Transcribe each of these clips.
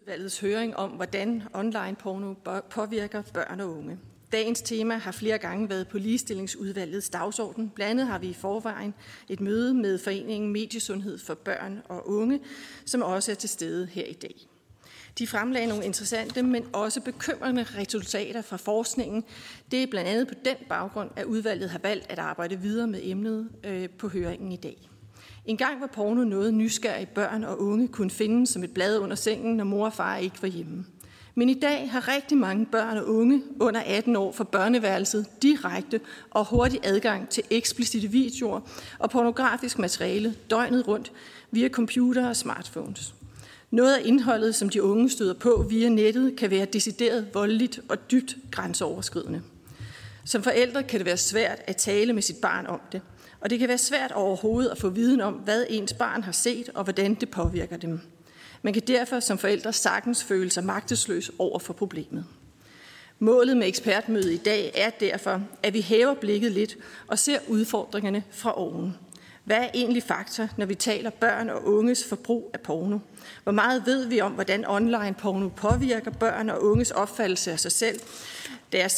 Udvalgets høring om, hvordan online porno påvirker børn og unge. Dagens tema har flere gange været på Ligestillingsudvalgets dagsorden. Blandt andet har vi i forvejen et møde med Foreningen Mediesundhed for Børn og Unge, som også er til stede her i dag. De fremlagde nogle interessante, men også bekymrende resultater fra forskningen. Det er blandt andet på den baggrund, at udvalget har valgt at arbejde videre med emnet på høringen i dag. En gang var porno noget nysgerrige børn og unge kunne finde som et blad under sengen, når mor og far ikke var hjemme. Men i dag har rigtig mange børn og unge under 18 år fra børneværelset direkte og hurtig adgang til eksplicite videoer og pornografisk materiale døgnet rundt via computer og smartphones. Noget af indholdet, som de unge støder på via nettet, kan være decideret voldeligt og dybt grænseoverskridende. Som forældre kan det være svært at tale med sit barn om det, og det kan være svært overhovedet at få viden om, hvad ens barn har set og hvordan det påvirker dem. Man kan derfor som forældre sagtens føle sig magtesløs over for problemet. Målet med ekspertmødet i dag er derfor, at vi hæver blikket lidt og ser udfordringerne fra oven. Hvad er egentlig faktor, når vi taler børn og unges forbrug af porno? Hvor meget ved vi om, hvordan online porno påvirker børn og unges opfattelse af sig selv, deres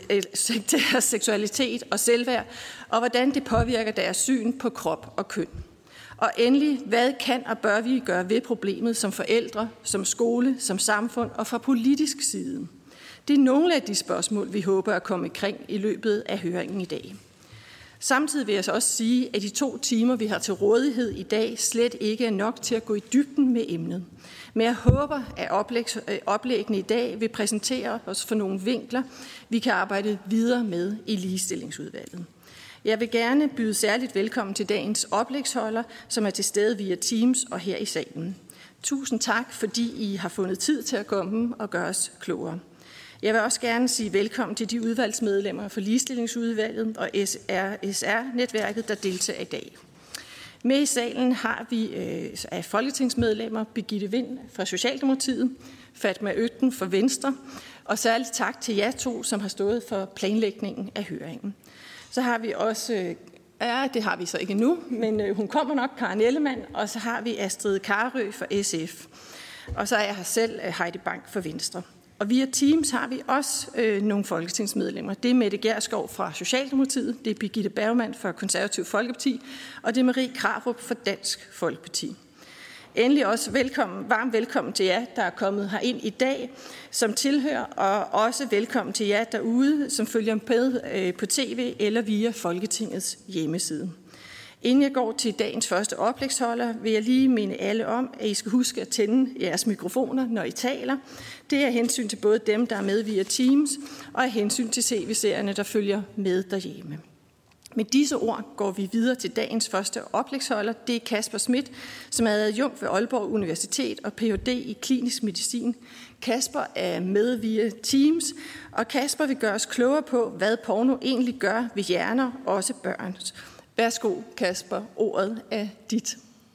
seksualitet og selvværd, og hvordan det påvirker deres syn på krop og køn? Og endelig, hvad kan og bør vi gøre ved problemet som forældre, som skole, som samfund og fra politisk side? Det er nogle af de spørgsmål, vi håber at komme omkring i løbet af høringen i dag. Samtidig vil jeg så også sige, at de 2 timer, vi har til rådighed i dag, slet ikke er nok til at gå i dybden med emnet. Men jeg håber, at oplæggene i dag vil præsentere os for nogle vinkler, vi kan arbejde videre med i Ligestillingsudvalget. Jeg vil gerne byde særligt velkommen til dagens oplægsholder, som er til stede via Teams og her i salen. Tusind tak, fordi I har fundet tid til at komme og gøre os klogere. Jeg vil også gerne sige velkommen til de udvalgsmedlemmer for Ligestillingsudvalget og SR-netværket, der deltager i dag. Med i salen har vi af folketingsmedlemmer Birgitte Vind fra Socialdemokratiet, Fatma Øktem fra Venstre, og særligt tak til jer 2, som har stået for planlægningen af høringen. Så har vi også, det har vi så ikke endnu, men hun kommer nok, Karen Ellemann, og så har vi Astrid Karø fra SF. Og så er jeg her selv, Heidi Bank fra Venstre. Og via Teams har vi også nogle folketingsmedlemmer. Det er Mette Gjerskov fra Socialdemokratiet, det er Birgitte Bergmann fra Konservativ Folkeparti, og det er Marie Krarup fra Dansk Folkeparti. Endelig også varmt velkommen til jer, der er kommet herind i dag, som tilhører, og også velkommen til jer derude, som følger med på tv eller via Folketingets hjemmeside. Inden jeg går til dagens første oplægsholder, vil jeg lige minde alle om, at I skal huske at tænde jeres mikrofoner, når I taler. Det er af hensyn til både dem, der er med via Teams, og af hensyn til CV-seerne, der følger med derhjemme. Med disse ord går vi videre til dagens første oplægsholder. Det er Kasper Schmidt, som er adjunkt ved Aalborg Universitet og Ph.D. i klinisk medicin. Kasper er med via Teams, og Kasper vil gøre os klogere på, hvad porno egentlig gør ved hjerner, også børns. Værsgo, Kasper. Ordet er dit.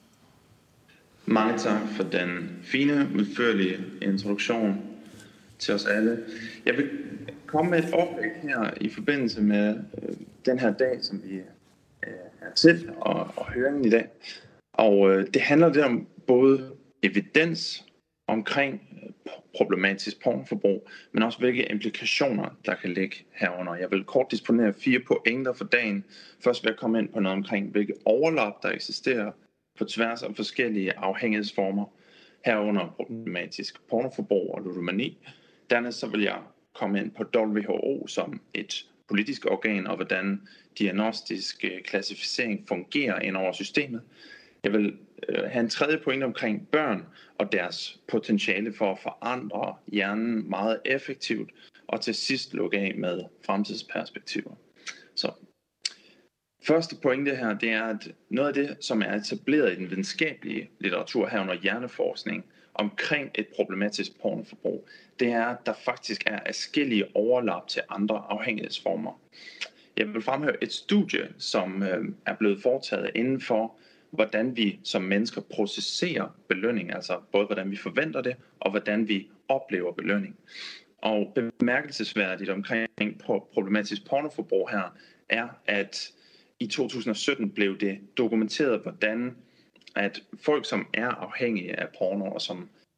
Mange tak for den fine, udførlige introduktion til os alle. Jeg vil komme med et oplæg her i forbindelse med den her dag, som vi er til, og høringen i dag. Og det handler lidt om både evidens omkring problematisk pornoforbrug, men også hvilke implikationer, der kan ligge herunder. Jeg vil kort disponere 4 pointer for dagen. Først vil jeg komme ind på noget omkring, hvilke overlap, der eksisterer på tværs af forskellige afhængighedsformer, herunder problematisk pornoforbrug og ludomani. Dernæst så vil jeg komme ind på WHO som et politisk organ, og hvordan diagnostisk klassificering fungerer ind over systemet. Jeg vil have en tredje pointe omkring børn og deres potentiale for at forandre hjernen meget effektivt, og til sidst lukke af med fremtidsperspektiver. Så første pointe her, det er, at noget af det, som er etableret i den videnskabelige litteratur herunder hjerneforskning omkring et problematisk pornoforbrug, det er, at der faktisk er adskillige overlap til andre afhængighedsformer. Jeg vil fremhæve et studie, som er blevet foretaget inden for hvordan vi som mennesker processerer belønning, altså både hvordan vi forventer det, og hvordan vi oplever belønning. Og bemærkelsesværdigt omkring problematisk pornoforbrug her, er, at i 2017 blev det dokumenteret, hvordan at folk, som er afhængige af porno, og som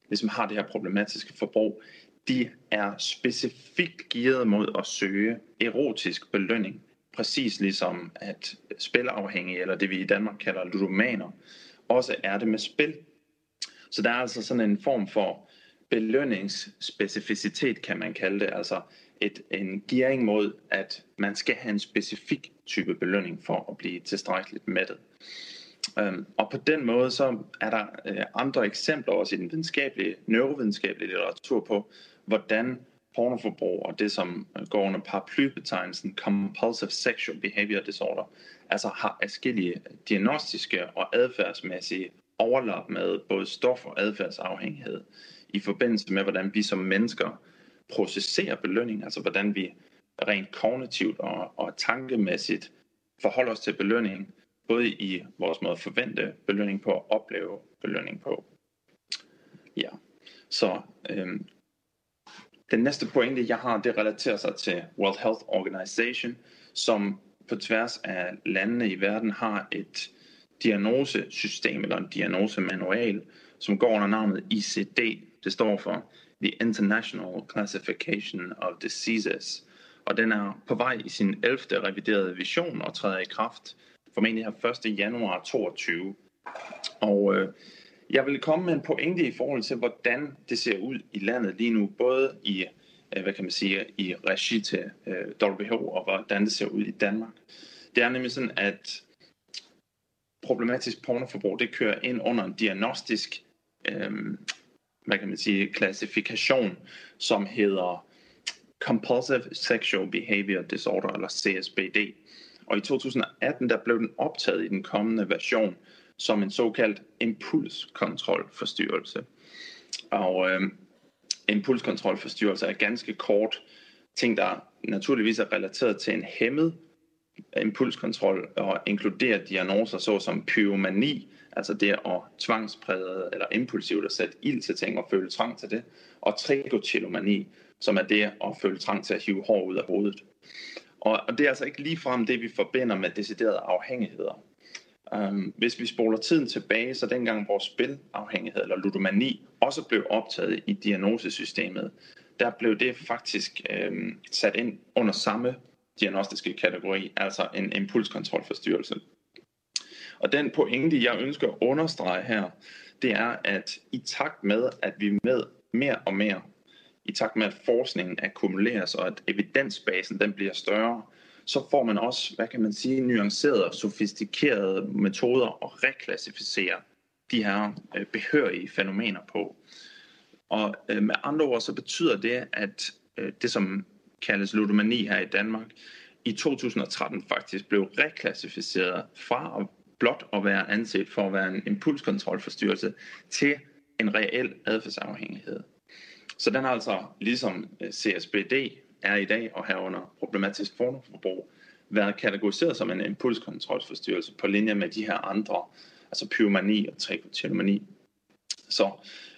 ligesom har det her problematiske forbrug, de er specifikt gearet mod at søge erotisk belønning. Præcis ligesom at spilafhængige, eller det vi i Danmark kalder ludomaner, også er det med spil. Så der er altså sådan en form for belønningsspecificitet, kan man kalde det. Altså en gearing mod, at man skal have en specifik type belønning for at blive tilstrækkeligt mættet. Og på den måde så er der andre eksempler også i den neurovidenskabelige litteratur på, hvordan pornoforbrug og det, som går under paraplybetegnelsen Compulsive Sexual Behavior Disorder, altså har forskellige diagnostiske og adfærdsmæssige overlap med både stof- og adfærdsafhængighed i forbindelse med, hvordan vi som mennesker processerer belønning, altså hvordan vi rent kognitivt og tankemæssigt forholder os til belønning, både i vores måde at forvente belønning på og opleve belønning på. Ja, så den næste pointe, jeg har, det relaterer sig til World Health Organization, som på tværs af landene i verden har et diagnosesystem eller en diagnosemanual, som går under navnet ICD. Det står for The International Classification of Diseases. Og den er på vej i sin 11. reviderede vision og træder i kraft formentlig her 1. januar 2022. Og jeg vil komme med en pointe i forhold til, hvordan det ser ud i landet lige nu, både i, i regi til WHO og hvordan det ser ud i Danmark. Det er nemlig sådan, at problematisk pornoforbrug, det kører ind under en diagnostisk klassifikation, som hedder Compulsive Sexual Behavior Disorder, eller CSBD. Og i 2018, der blev den optaget i den kommende version som en såkaldt impulskontrolforstyrrelse. Og impulskontrolforstyrrelse er ganske kort ting, der naturligvis er relateret til en hæmmet impulskontrol og inkluderer diagnoser såsom pyromani, altså det at tvangspræget eller impulsivt at sætte ild til ting og føle trang til det, og trichotillomani, som er det at føle trang til at hive hår ud af hovedet. Og det er altså ikke ligefrem det, vi forbinder med deciderede afhængigheder. Hvis vi spoler tiden tilbage, så dengang vores spilafhængighed eller ludomani også blev optaget i diagnosesystemet, der blev det faktisk sat ind under samme diagnostiske kategori, altså en impulskontrolforstyrrelse. Og den pointe, jeg ønsker at understrege her, det er, at i takt med, at vi med mere og mere, i takt med, at forskningen akkumuleres, og at evidensbasen den bliver større, så får man også, nuancerede og sofistikerede metoder at reklassificere de her behørige fænomener på. Og med andre ord, så betyder det, at det, som kaldes ludomani her i Danmark, i 2013 faktisk blev reklassificeret fra blot at være anset for at være en impulskontrolforstyrrelse til en reel adfærdsafhængighed. Så den har altså, ligesom CSBD er i dag og herunder problematisk pornoforbrug, været kategoriseret som en impulskontrolforstyrrelse på linje med de her andre, altså pyromani og trichotillomani. Så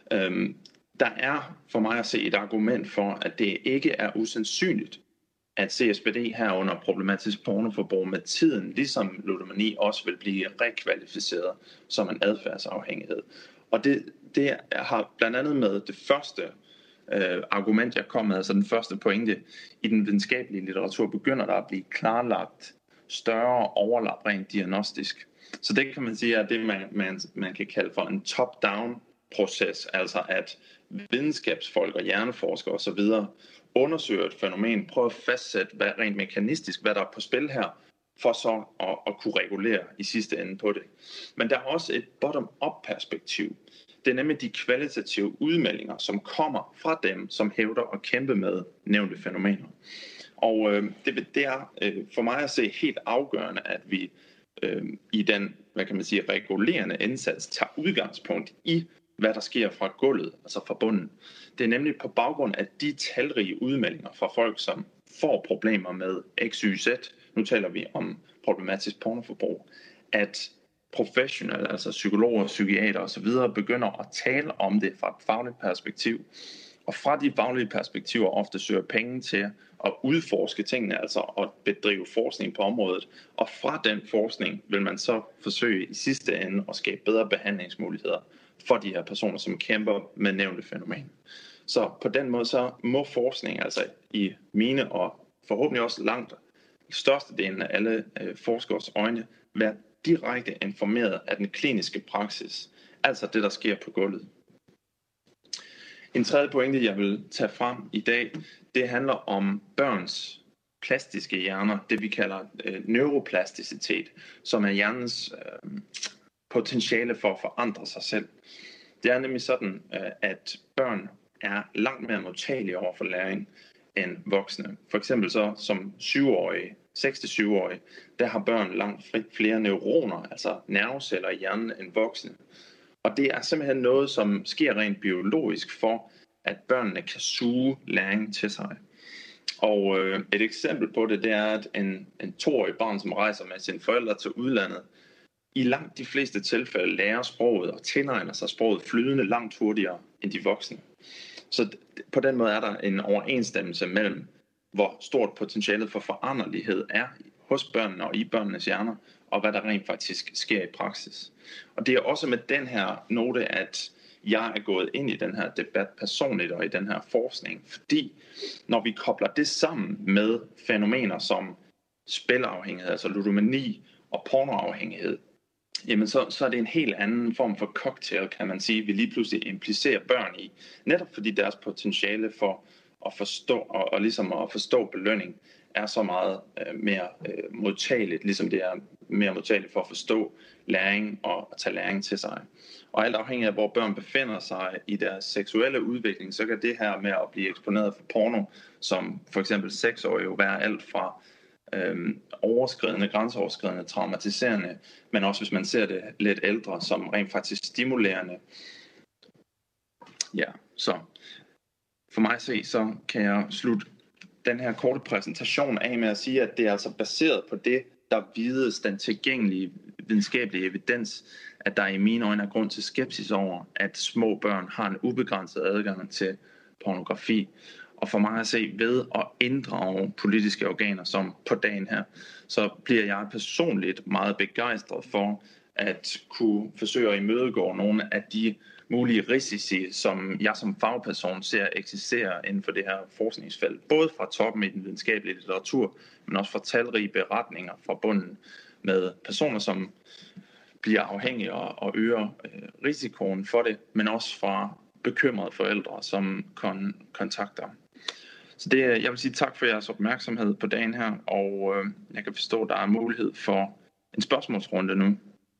der er for mig at se et argument for, at det ikke er usandsynligt, at CSBD herunder problematisk pornoforbrug med tiden, ligesom ludomani, også vil blive rekvalificeret som en adfærdsafhængighed. Og det har blandt andet med det første argument, jeg kom med, altså den første pointe, i den videnskabelige litteratur begynder der at blive klarlagt større overlap rent diagnostisk. Så det kan man sige er det, man kan kalde for en top-down proces, altså at videnskabsfolk og hjerneforskere osv. undersøger et fænomen, prøver at fastsætte rent mekanistisk, hvad der er på spil her, for så at kunne regulere i sidste ende på det. Men der er også et bottom-up perspektiv. Det er nemlig de kvalitative udmeldinger, som kommer fra dem, som hævder at kæmpe med nævnte fænomener. Og det er for mig at se helt afgørende, at vi i den, regulerende indsats tager udgangspunkt i, hvad der sker fra gulvet, altså fra bunden. Det er nemlig på baggrund af de talrige udmeldinger fra folk, som får problemer med XYZ, nu taler vi om problematisk pornoforbrug, at professionelle, altså psykologer, psykiater osv. begynder at tale om det fra et fagligt perspektiv, Og fra de faglige perspektiver ofte søger penge til at udforske tingene, altså at bedrive forskning på området. Og fra den forskning vil man så forsøge i sidste ende at skabe bedre behandlingsmuligheder for de her personer, som kæmper med nævnte fænomen. Så på den måde så må forskning altså i mine og forhåbentlig også langt størstedelen af alle forskers øjne være direkte informeret af den kliniske praksis, altså det, der sker på gulvet. En tredje pointe, jeg vil tage frem i dag, det handler om børns plastiske hjerner, det vi kalder neuroplasticitet, som er hjernens potentiale for at forandre sig selv. Det er nemlig sådan, at børn er langt mere modtagelige over for læring end voksne. For eksempel så som 7-årige, 6-7-årige, der har børn langt flere neuroner, altså nerveceller i hjernen end voksne. Og det er simpelthen noget, som sker rent biologisk for, at børnene kan suge læring til sig. Og et eksempel på det, det er, at en 2-årig barn, som rejser med sine forældre til udlandet, i langt de fleste tilfælde lærer sproget og tilegner sig sproget flydende langt hurtigere end de voksne. Så på den måde er der en overensstemmelse mellem, hvor stort potentialet for foranderlighed er hos børnene og i børnenes hjerner, og hvad der rent faktisk sker i praksis. Og det er også med den her note, at jeg er gået ind i den her debat personligt og i den her forskning, fordi når vi kobler det sammen med fænomener som spilafhængighed, altså ludomani og pornoafhængighed, jamen så er det en helt anden form for cocktail, kan man sige, vi lige pludselig implicerer børn i. Netop fordi deres potentiale for at forstå og ligesom at forstå belønning er så meget mere modtageligt, ligesom det er mere modtageligt for at forstå læring og at tage læring til sig. Og alt afhængig af, hvor børn befinder sig i deres seksuelle udvikling, så kan det her med at blive eksponeret for porno, som for eksempel 6-årige jo være alt fra grænseoverskridende, traumatiserende, men også hvis man ser det lidt ældre, som rent faktisk stimulerende. Ja, så for mig at se, så kan jeg slutte den her korte præsentation af med at sige, at det er altså baseret på det, der vides, den tilgængelige videnskabelige evidens, at der i mine øjne er grund til skepsis over, at små børn har en ubegrænset adgang til pornografi. Og for mig at se, ved at inddrage politiske organer som på dagen her, så bliver jeg personligt meget begejstret for at kunne forsøge at imødegå nogle af de mulige risici, som jeg som fagperson ser eksistere inden for det her forskningsfelt. Både fra toppen i den videnskabelige litteratur, men også fra talrige beretninger forbundet med personer, som bliver afhængige og øger risikoen for det, men også fra bekymrede forældre, som kontakter. Så jeg vil sige tak for jeres opmærksomhed på dagen her, og jeg kan forstå, at der er mulighed for en spørgsmålsrunde nu.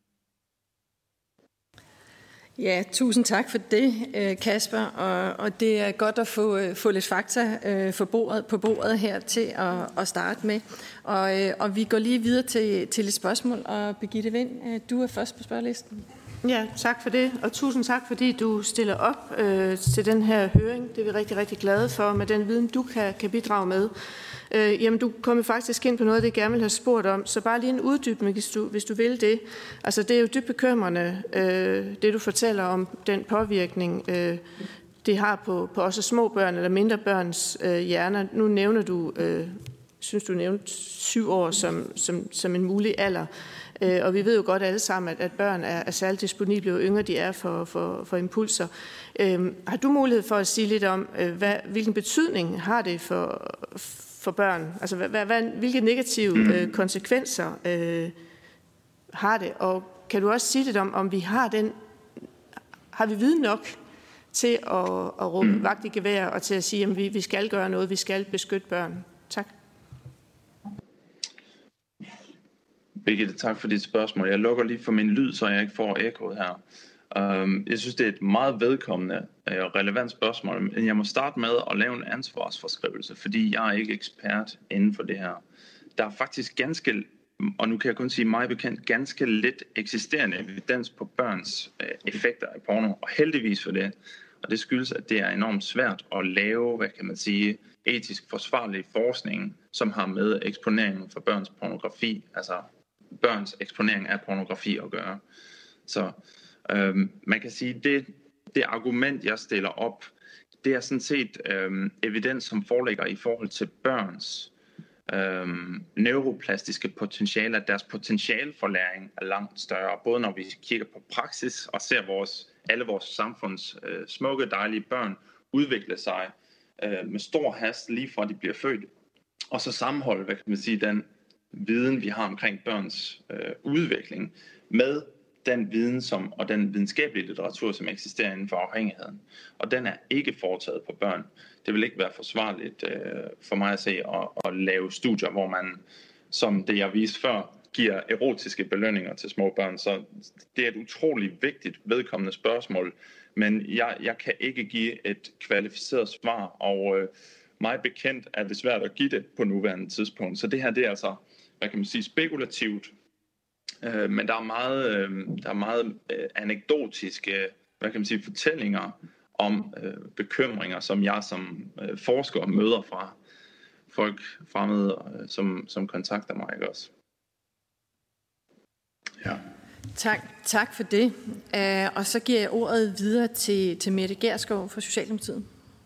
Ja, tusind tak for det, Kasper, og det er godt at få lidt fakta på bordet her til at starte med. Og vi går lige videre til et spørgsmål, og Birgitte Vind, du er først på spørgelisten. Ja, tak for det, og tusind tak, fordi du stiller op til den her høring. Det er vi rigtig, rigtig glade for, med den viden, du kan bidrage med. Jamen, du kommer faktisk ind på noget, det jeg gerne vil have spurgt om, så bare lige en uddybning, hvis du vil det. Altså, det er jo dybt bekymrende, det du fortæller om den påvirkning, det har på også små børn eller mindre børns hjerner. Nu nævner du, synes du nævnte 7 år som en mulig alder. Og vi ved jo godt alle sammen, at børn er særligt disponible, jo yngre de er for impulser. Har du mulighed for at sige lidt om, hvilken betydning har det for børn? Altså, hvilke negative konsekvenser har det? Og kan du også sige lidt om vi har vi viden nok til at råbe vagt i gevær og til at sige, at vi skal gøre noget, vi skal beskytte børn? Tak. Birgitte, tak for dit spørgsmål. Jeg lukker lige for min lyd, så jeg ikke får ekkoet her. Jeg synes, det er et meget vedkommende og relevant spørgsmål, men jeg må starte med at lave en ansvarsforskrivelse, fordi jeg er ikke ekspert inden for det her. Der er faktisk ganske, og nu kan jeg kun sige mig bekendt, ganske lidt eksisterende evidens på børns effekter af porno, og heldigvis for det. Og det skyldes, at det er enormt svært at lave, hvad kan man sige, etisk forsvarlig forskning, som har med eksponeringen for børns pornografi, altså børns eksponering af pornografi at gøre. Så man kan sige, det argument, jeg stiller op, det er sådan set evidens, som foreligger i forhold til børns neuroplastiske potentiale, at deres potentiale for læring er langt større, både når vi kigger på praksis og ser alle vores samfunds smukke, dejlige børn udvikle sig med stor hast lige fra de bliver født, og så sammenholde, hvad kan man sige, den viden, vi har omkring børns udvikling med den viden og den videnskabelige litteratur, som eksisterer inden for afhængigheden. Og den er ikke foretaget på børn. Det vil ikke være forsvarligt for mig at se at lave studier, hvor man, som det jeg viste før, giver erotiske belønninger til små børn. Så det er et utroligt vigtigt vedkommende spørgsmål, men jeg kan ikke give et kvalificeret svar, og mig bekendt er det svært at give det på nuværende tidspunkt. Så det her, det er altså, hvad kan man sige, spekulativt, men der er meget anekdotiske, hvad kan man sige, fortællinger om bekymringer, som jeg som forsker møder fra folk fremmede, som kontakter mig, ikke også? Ja. Tak for det. Og så giver jeg ordet videre til Mette Gjerskov fra Socialdemokratiet.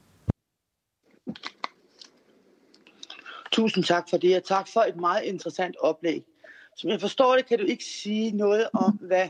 Tusind tak for det, og tak for et meget interessant oplæg. Som jeg forstår det, kan du ikke sige noget om, hvad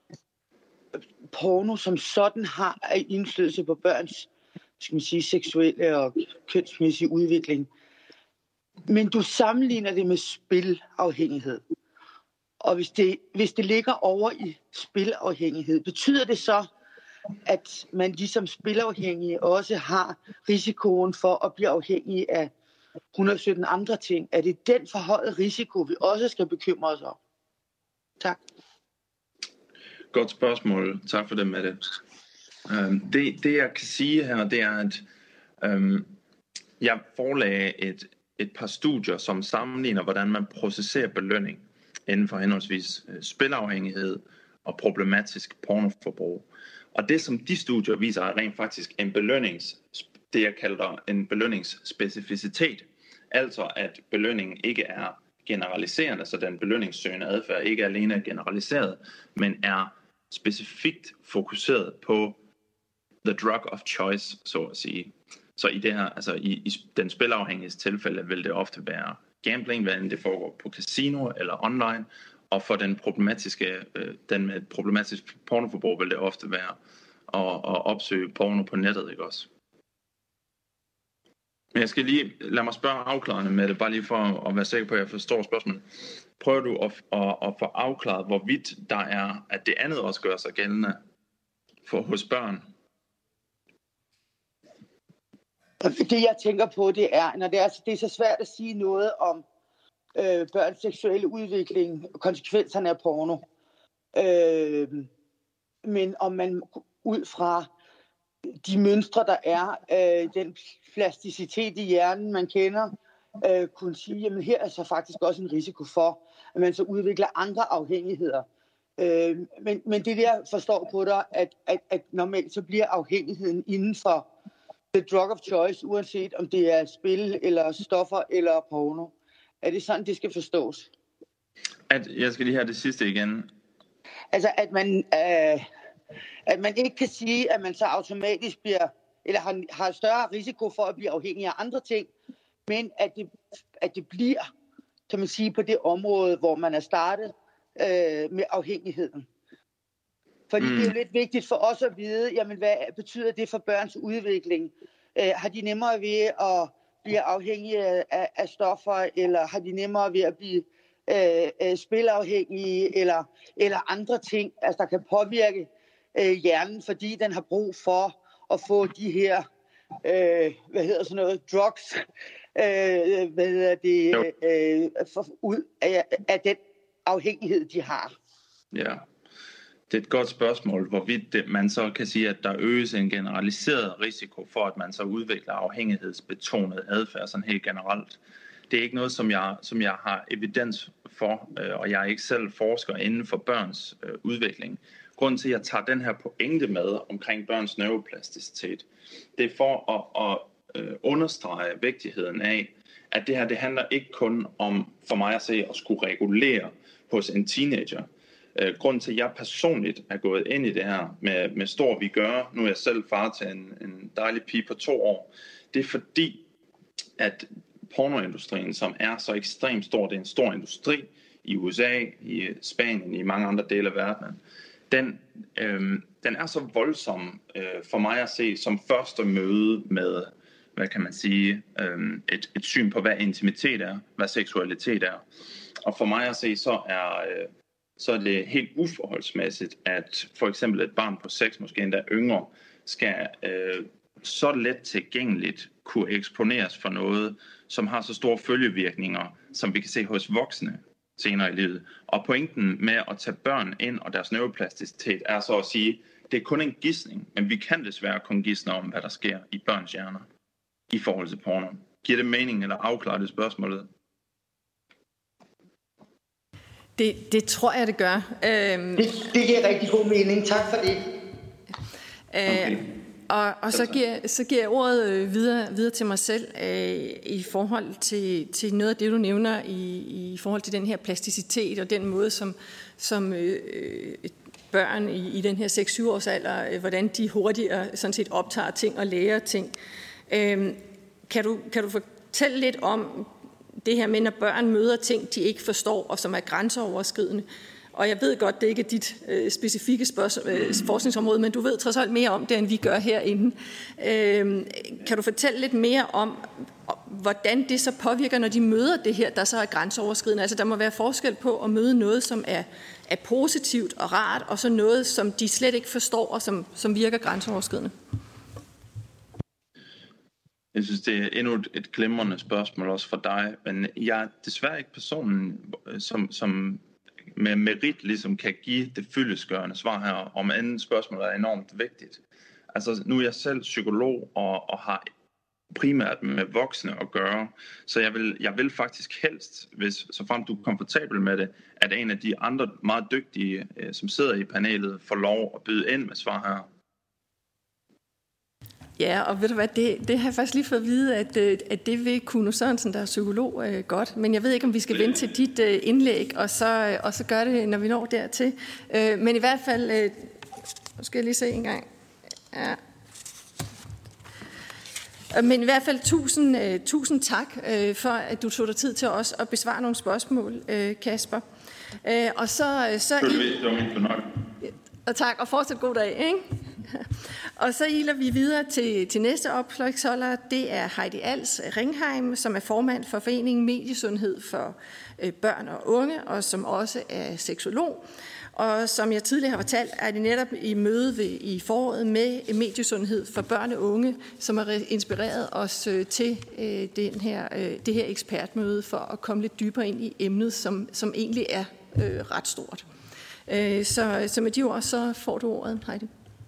porno som sådan har af indflydelse på børns, skal man sige, seksuelle og kønsmæssige udvikling. Men du sammenligner det med spilafhængighed. Og hvis det ligger over i spilafhængighed, betyder det så, at man ligesom spilafhængige også har risikoen for at blive afhængig af 117 andre ting? Er det den forhøjede risiko, vi også skal bekymre os om? Tak. Godt spørgsmål. Tak for det, Mette. Det jeg kan sige her, det er, at jeg forelagde et par studier, som sammenligner, hvordan man processerer belønning inden for henholdsvis spilafhængighed og problematisk pornoforbrug. Og det, som de studier viser, er rent faktisk det jeg kalder en belønningsspecificitet. Altså at belønningen ikke er generaliserende, så den belønningssøgende adfærd ikke alene er generaliseret, men er specifikt fokuseret på the drug of choice, så at sige. Så i det her, altså i den spilafhængiges tilfælde, vil det ofte være gambling, hvad end det foregår på casino eller online, og for den med et problematisk pornoforbrug vil det ofte være at opsøge porno på nettet, ikke også? Men jeg skal lige lade mig spørge afklarende med det, bare lige for at være sikker på, at jeg forstår spørgsmålet. Prøver du at få afklaret, hvorvidt der er, at det andet også gør sig gældende hos børn? Det jeg tænker på, det er, når det er så svært at sige noget om børns seksuelle udvikling og konsekvenserne af porno. Men om man ud fra de mønstre, der er, den plasticitet i hjernen, man kender, kunne sige, jamen her er så faktisk også en risiko for, at man så udvikler andre afhængigheder. Men det der forstår på dig, at normalt så bliver afhængigheden inden for the drug of choice, uanset om det er spil, eller stoffer, eller porno. Er det sådan, det skal forstås? Jeg skal lige have det sidste igen. Altså, at man ikke kan sige, at man så automatisk bliver, eller har større risiko for at blive afhængig af andre ting, men at det bliver, kan man sige, på det område, hvor man er startet med afhængigheden. Fordi det er jo lidt vigtigt for os at vide, jamen hvad betyder det for børns udvikling? Har de nemmere ved at blive afhængige af stoffer, eller har de nemmere ved at blive spilafhængige, eller andre ting, altså der kan påvirke hjernen, fordi den har brug for at få de her, drugs, ud af den afhængighed, de har. Ja. Det er et godt spørgsmål, hvorvidt man så kan sige, at der øges en generaliseret risiko for, at man så udvikler afhængighedsbetonet adfærd sådan helt generelt. Det er ikke noget, som jeg har evidens for, og jeg er ikke selv forsker inden for børns udvikling. Grunden til, at jeg tager den her pointe med omkring børns neuroplasticitet, det er for at understrege vigtigheden af, at det her, det handler ikke kun om, for mig at se, at skulle regulere hos en teenager, Grunden til, at jeg personligt er gået ind i det her med stor vigør, nu er jeg selv far til en dejlig pige på 2 år, det er fordi, at pornoindustrien, som er så ekstremt stor, det er en stor industri i USA, i Spanien, i mange andre dele af verden, den er så voldsom for mig at se som første møde med, hvad kan man sige, et syn på, hvad intimitet er, hvad seksualitet er. Og for mig at se, så er det helt uforholdsmæssigt, at for eksempel et barn på 6, måske endda yngre, skal så let tilgængeligt kunne eksponeres for noget, som har så store følgevirkninger, som vi kan se hos voksne senere i livet. Og pointen med at tage børn ind og deres neuroplasticitet er så at sige, det er kun en gidsning, men vi kan desværre kun gisne om, hvad der sker i børns hjerner i forhold til porno. Giver det mening, eller afklarer det spørgsmålet? Det tror jeg, det gør. Det giver rigtig god mening. Tak for det. Okay. Og så giver jeg ordet videre til mig selv i forhold til noget af det, du nævner i forhold til den her plasticitet og den måde, som børn i den her 6-7 års alder, hvordan de hurtigere sådan set optager ting og lærer ting. Kan du fortælle lidt om det her med, når børn møder ting, de ikke forstår, og som er grænseoverskridende? Og jeg ved godt, det ikke er dit specifikke forskningsområde, men du ved trods alt mere om det, end vi gør herinde. Kan du fortælle lidt mere om, hvordan det så påvirker, når de møder det her, der så er grænseoverskridende? Altså, der må være forskel på at møde noget, som er positivt og rart, og så noget, som de slet ikke forstår, og som virker grænseoverskridende. Jeg synes, det er endnu et glimrende spørgsmål også for dig, men jeg er desværre ikke personen, som med merit ligesom kan give det fyldestgørende svar her, om andet spørgsmål er enormt vigtigt. Altså, nu er jeg selv psykolog og har primært med voksne at gøre, så jeg vil faktisk helst, såfremt du er komfortabel med det, at en af de andre meget dygtige, som sidder i panelet, får lov at byde ind med svar her. Ja, og ved du hvad, det har jeg faktisk lige fået at vide, at det vil Kuno Sørensen, der er psykolog, godt. Men jeg ved ikke, om vi skal vente til dit indlæg, og så gøre det, når vi når dertil. Men i hvert fald, nu skal jeg lige se en gang. Ja. Men i hvert fald tusind tak for, at du tog dig tid til os at besvare nogle spørgsmål, Kasper. Og og tak, og fortsat god dag, ikke? Og så iler vi videre til næste opslagsholder. Det er Heidi Als Ringheim, som er formand for Foreningen Mediesundhed for Børn og Unge, og som også er seksolog. Og som jeg tidligere har fortalt, er det netop i møde i foråret med mediesundhed for børn og unge, som har inspireret os til det her ekspertmøde for at komme lidt dybere ind i emnet, som egentlig er ret stort. Så med de ord, så får du ordet, Heidi.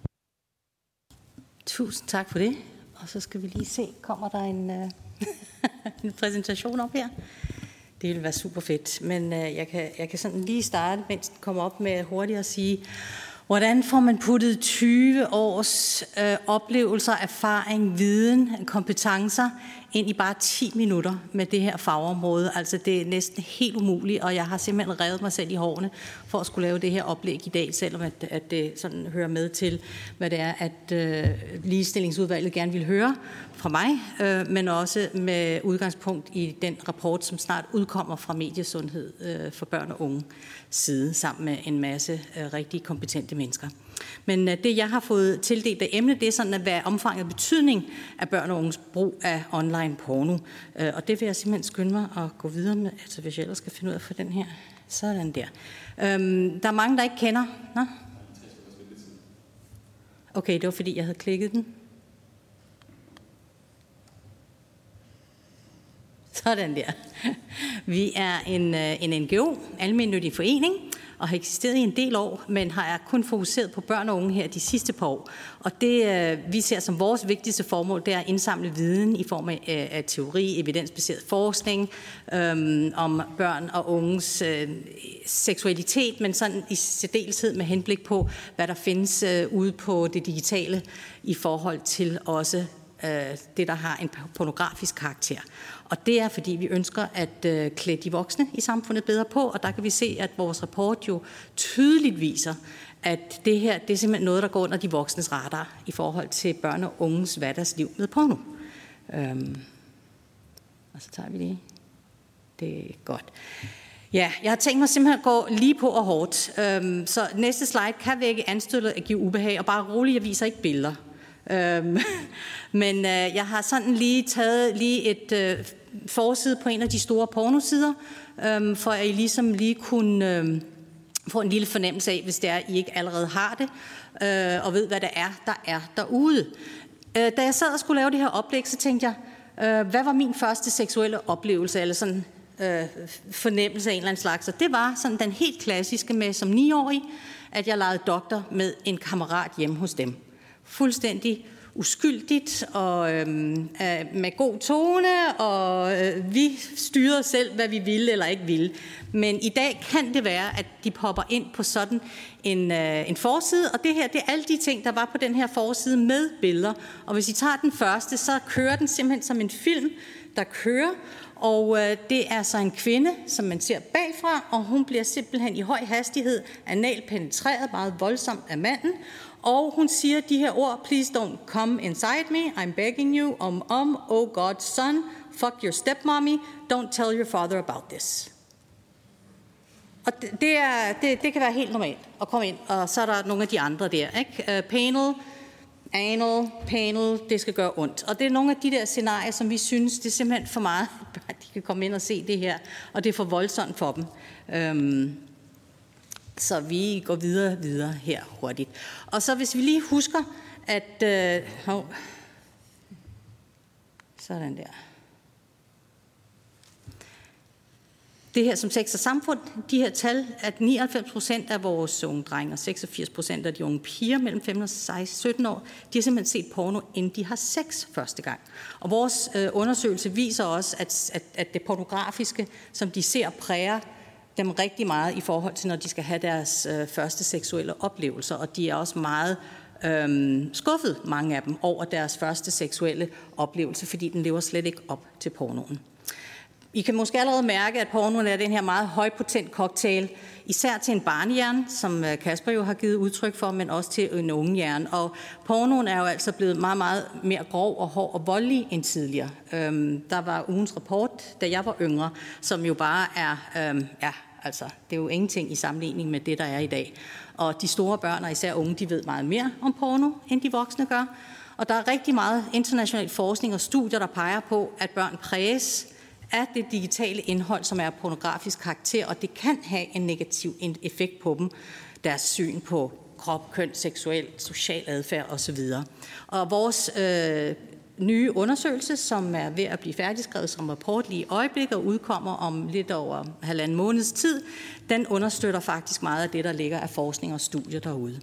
Tusind tak for det. Og så skal vi lige se, kommer der en præsentation op her? Det vil være super fedt. Men jeg kan sådan lige starte, mens den kommer op med hurtigt at sige, hvordan får man puttet 20 års oplevelser, erfaring, viden, kompetencer ind i bare 10 minutter med det her fagområde. Altså det er næsten helt umuligt, og jeg har simpelthen revet mig selv i hårene for at skulle lave det her oplæg i dag, selvom at det sådan hører med til, hvad det er, at ligestillingsudvalget gerne vil høre fra mig, men også med udgangspunkt i den rapport, som snart udkommer fra Mediesundhed for børn og unge side, sammen med en masse rigtig kompetente mennesker. Men det, jeg har fået tildelt af emne, det er sådan, at hvad omfanget og betydning af børn og unges brug af online porno. Og det vil jeg simpelthen skynde mig at gå videre med, altså hvis jeg ellers skal finde ud af for den her. Sådan der. Der er mange, der ikke kender. Nå? Okay, det var fordi, jeg havde klikket den. Sådan der. Vi er en NGO, almennyttig forening, og har eksisteret i en del år, men har kun fokuseret på børn og unge her de sidste par år. Og det, vi ser som vores vigtigste formål, det er at indsamle viden i form af teori, evidensbaseret forskning om børn og unges seksualitet, men sådan i særdeleshed med henblik på, hvad der findes ude på det digitale i forhold til også det, der har en pornografisk karakter. Og det er, fordi vi ønsker at klæde de voksne i samfundet bedre på, og der kan vi se, at vores rapport jo tydeligt viser, at det her, det er simpelthen noget, der går under de voksnes radar i forhold til børn og unges hverdagsliv med porno. Og så tager vi det. Det er godt. Ja, jeg har tænkt mig simpelthen at gå lige på og hårdt. Så næste slide kan vække anstødet at give ubehag, og bare roligt, jeg viser ikke billeder. Men jeg har sådan lige taget et forside på en af de store pornosider, for at I ligesom lige kunne få en lille fornemmelse af, hvis det er, I ikke allerede har det, og ved, hvad det er, der er derude. Da jeg sad og skulle lave det her oplæg, så tænkte jeg, hvad var min første seksuelle oplevelse, eller sådan fornemmelse af en eller anden slags? Og det var sådan den helt klassiske med som 9-årig, at jeg legede doktor med en kammerat hjemme hos dem. Fuldstændig uskyldigt og med god tone, og vi styrede selv, hvad vi ville eller ikke ville. Men i dag kan det være, at de popper ind på sådan en forside, og det her, det er alle de ting, der var på den her forside med billeder. Og hvis I tager den første, så kører den simpelthen som en film, der kører, og det er så en kvinde, som man ser bagfra, og hun bliver simpelthen i høj hastighed analt penetreret, meget voldsomt af manden, og hun siger de her ord: please don't come inside me, I'm begging you, oh God, son, fuck your stepmommy, don't tell your father about this. Og det kan være helt normalt at komme ind, og så er der nogle af de andre der, ikke? Anal, det skal gøre ondt. Og det er nogle af de der scenarier, som vi synes, det er simpelthen for meget, at de kan komme ind og se det her, og det er for voldsomt for dem. Så vi går videre her hurtigt. Og så hvis vi lige husker, at sådan der. Det her som sex og samfund, de her tal, at 99% af vores unge drenge og 86% af de unge piger mellem 15 og 17 år, de har simpelthen set porno, inden de har sex første gang. Og vores undersøgelse viser også, at det pornografiske, som de ser, præger dem rigtig meget i forhold til, når de skal have deres første seksuelle oplevelser. Og de er også meget skuffet, mange af dem, over deres første seksuelle oplevelse, fordi den lever slet ikke op til pornoen. I kan måske allerede mærke, at pornoen er den her meget højpotent cocktail, især til en barnehjerne, som Kasper jo har givet udtryk for, men også til en ungehjerne. Og pornoen er jo altså blevet meget, meget mere grov og hård og voldelig end tidligere. Der var ugens rapport, da jeg var yngre, som jo bare er, altså det er jo ingenting i sammenligning med det, der er i dag. Og de store børn, og især unge, de ved meget mere om porno, end de voksne gør. Og der er rigtig meget international forskning og studier, der peger på, at børn præges af det digitale indhold, som er pornografisk karakter, og det kan have en negativ effekt på dem, deres syn på krop, køn, seksuel, social adfærd osv. Og vores nye undersøgelse, som er ved at blive færdigskrevet som rapport lige i øjeblikket og udkommer om lidt over 1,5 måneds tid, den understøtter faktisk meget af det, der ligger af forskning og studier derude.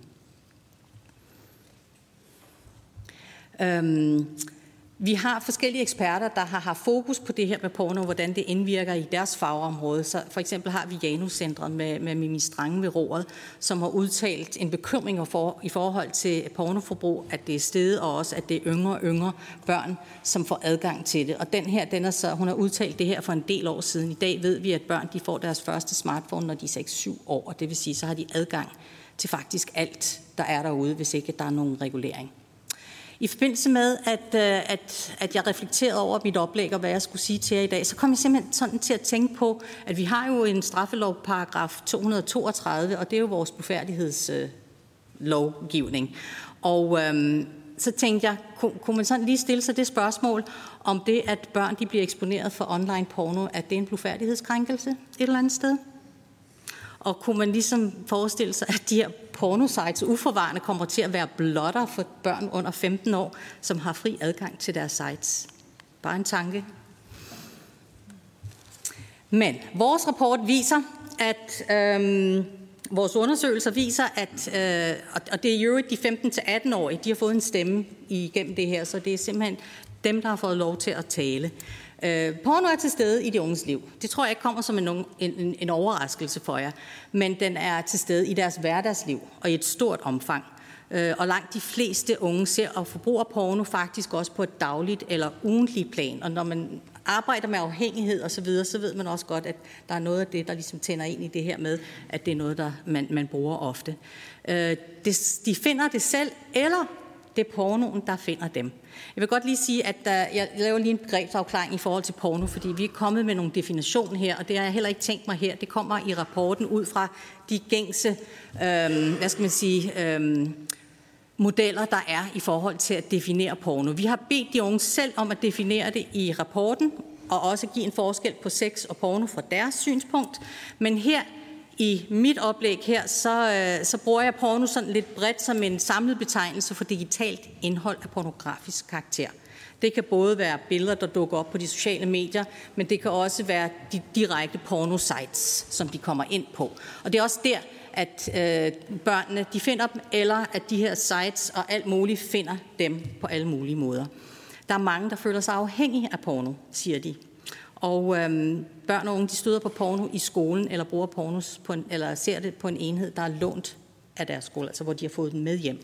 Vi har forskellige eksperter, der har haft fokus på det her med porno, hvordan det indvirker i deres fagområde. Så for eksempel har vi Janus-centret med Mimi Strange ved roret, som har udtalt en bekymring i forhold til pornoforbrug, at det er steget, og også at det er yngre og yngre børn, som får adgang til det. Og den her, hun har udtalt det her for en del år siden. I dag ved vi, at børn de får deres første smartphone, når de er 6-7 år, og det vil sige, så har de adgang til faktisk alt, der er derude, hvis ikke der er nogen regulering. I forbindelse med, at jeg reflekterede over mit oplæg og hvad jeg skulle sige til jer i dag, så kom jeg simpelthen sådan til at tænke på, at vi har jo en straffelovparagraf 232, og det er jo vores blufærdighedslovgivning. Og så tænkte jeg, kunne man sådan lige stille sig det spørgsmål, om det, at børn de bliver eksponeret for online porno, at det er en blufærdighedskrænkelse et eller andet sted? Og kunne man ligesom forestille sig, at de her pornosites uforvarende kommer til at være blotter for børn under 15 år, som har fri adgang til deres sites? Bare en tanke. Men vores rapport viser, at vores undersøgelser viser, at, og det er jo de 15-18-årige, de har fået en stemme igennem det her, så det er simpelthen dem, der har fået lov til at tale. Porno er til stede i de unges liv. Det tror jeg ikke kommer som en overraskelse for jer, men den er til stede i deres hverdagsliv og i et stort omfang. Og langt de fleste unge ser og forbruger porno faktisk også på et dagligt eller ugentligt plan. Og når man arbejder med afhængighed osv., så ved man også godt, at der er noget af det, der ligesom tænder ind i det her med, at det er noget, der man bruger ofte. De finder det selv, eller det er pornoen, der finder dem. Jeg vil godt lige sige, at jeg laver lige en begrebsafklaring i forhold til porno, fordi vi er kommet med nogle definitioner her, og det har jeg heller ikke tænkt mig her. Det kommer i rapporten ud fra de gængse, modeller, der er i forhold til at definere porno. Vi har bedt de unge selv om at definere det i rapporten, og også give en forskel på sex og porno fra deres synspunkt. Men her i mit oplæg her, så bruger jeg porno sådan lidt bredt som en samlet betegnelse for digitalt indhold af pornografisk karakter. Det kan både være billeder, der dukker op på de sociale medier, men det kan også være de direkte pornosites, som de kommer ind på. Og det er også der, at børnene de finder dem, eller at de her sites og alt muligt finder dem på alle mulige måder. Der er mange, der føler sig afhængige af porno, siger de. Og børn og unge, de støder på porno i skolen, eller bruger pornos eller ser det på en enhed, der er lånt af deres skole, altså hvor de har fået den med hjem.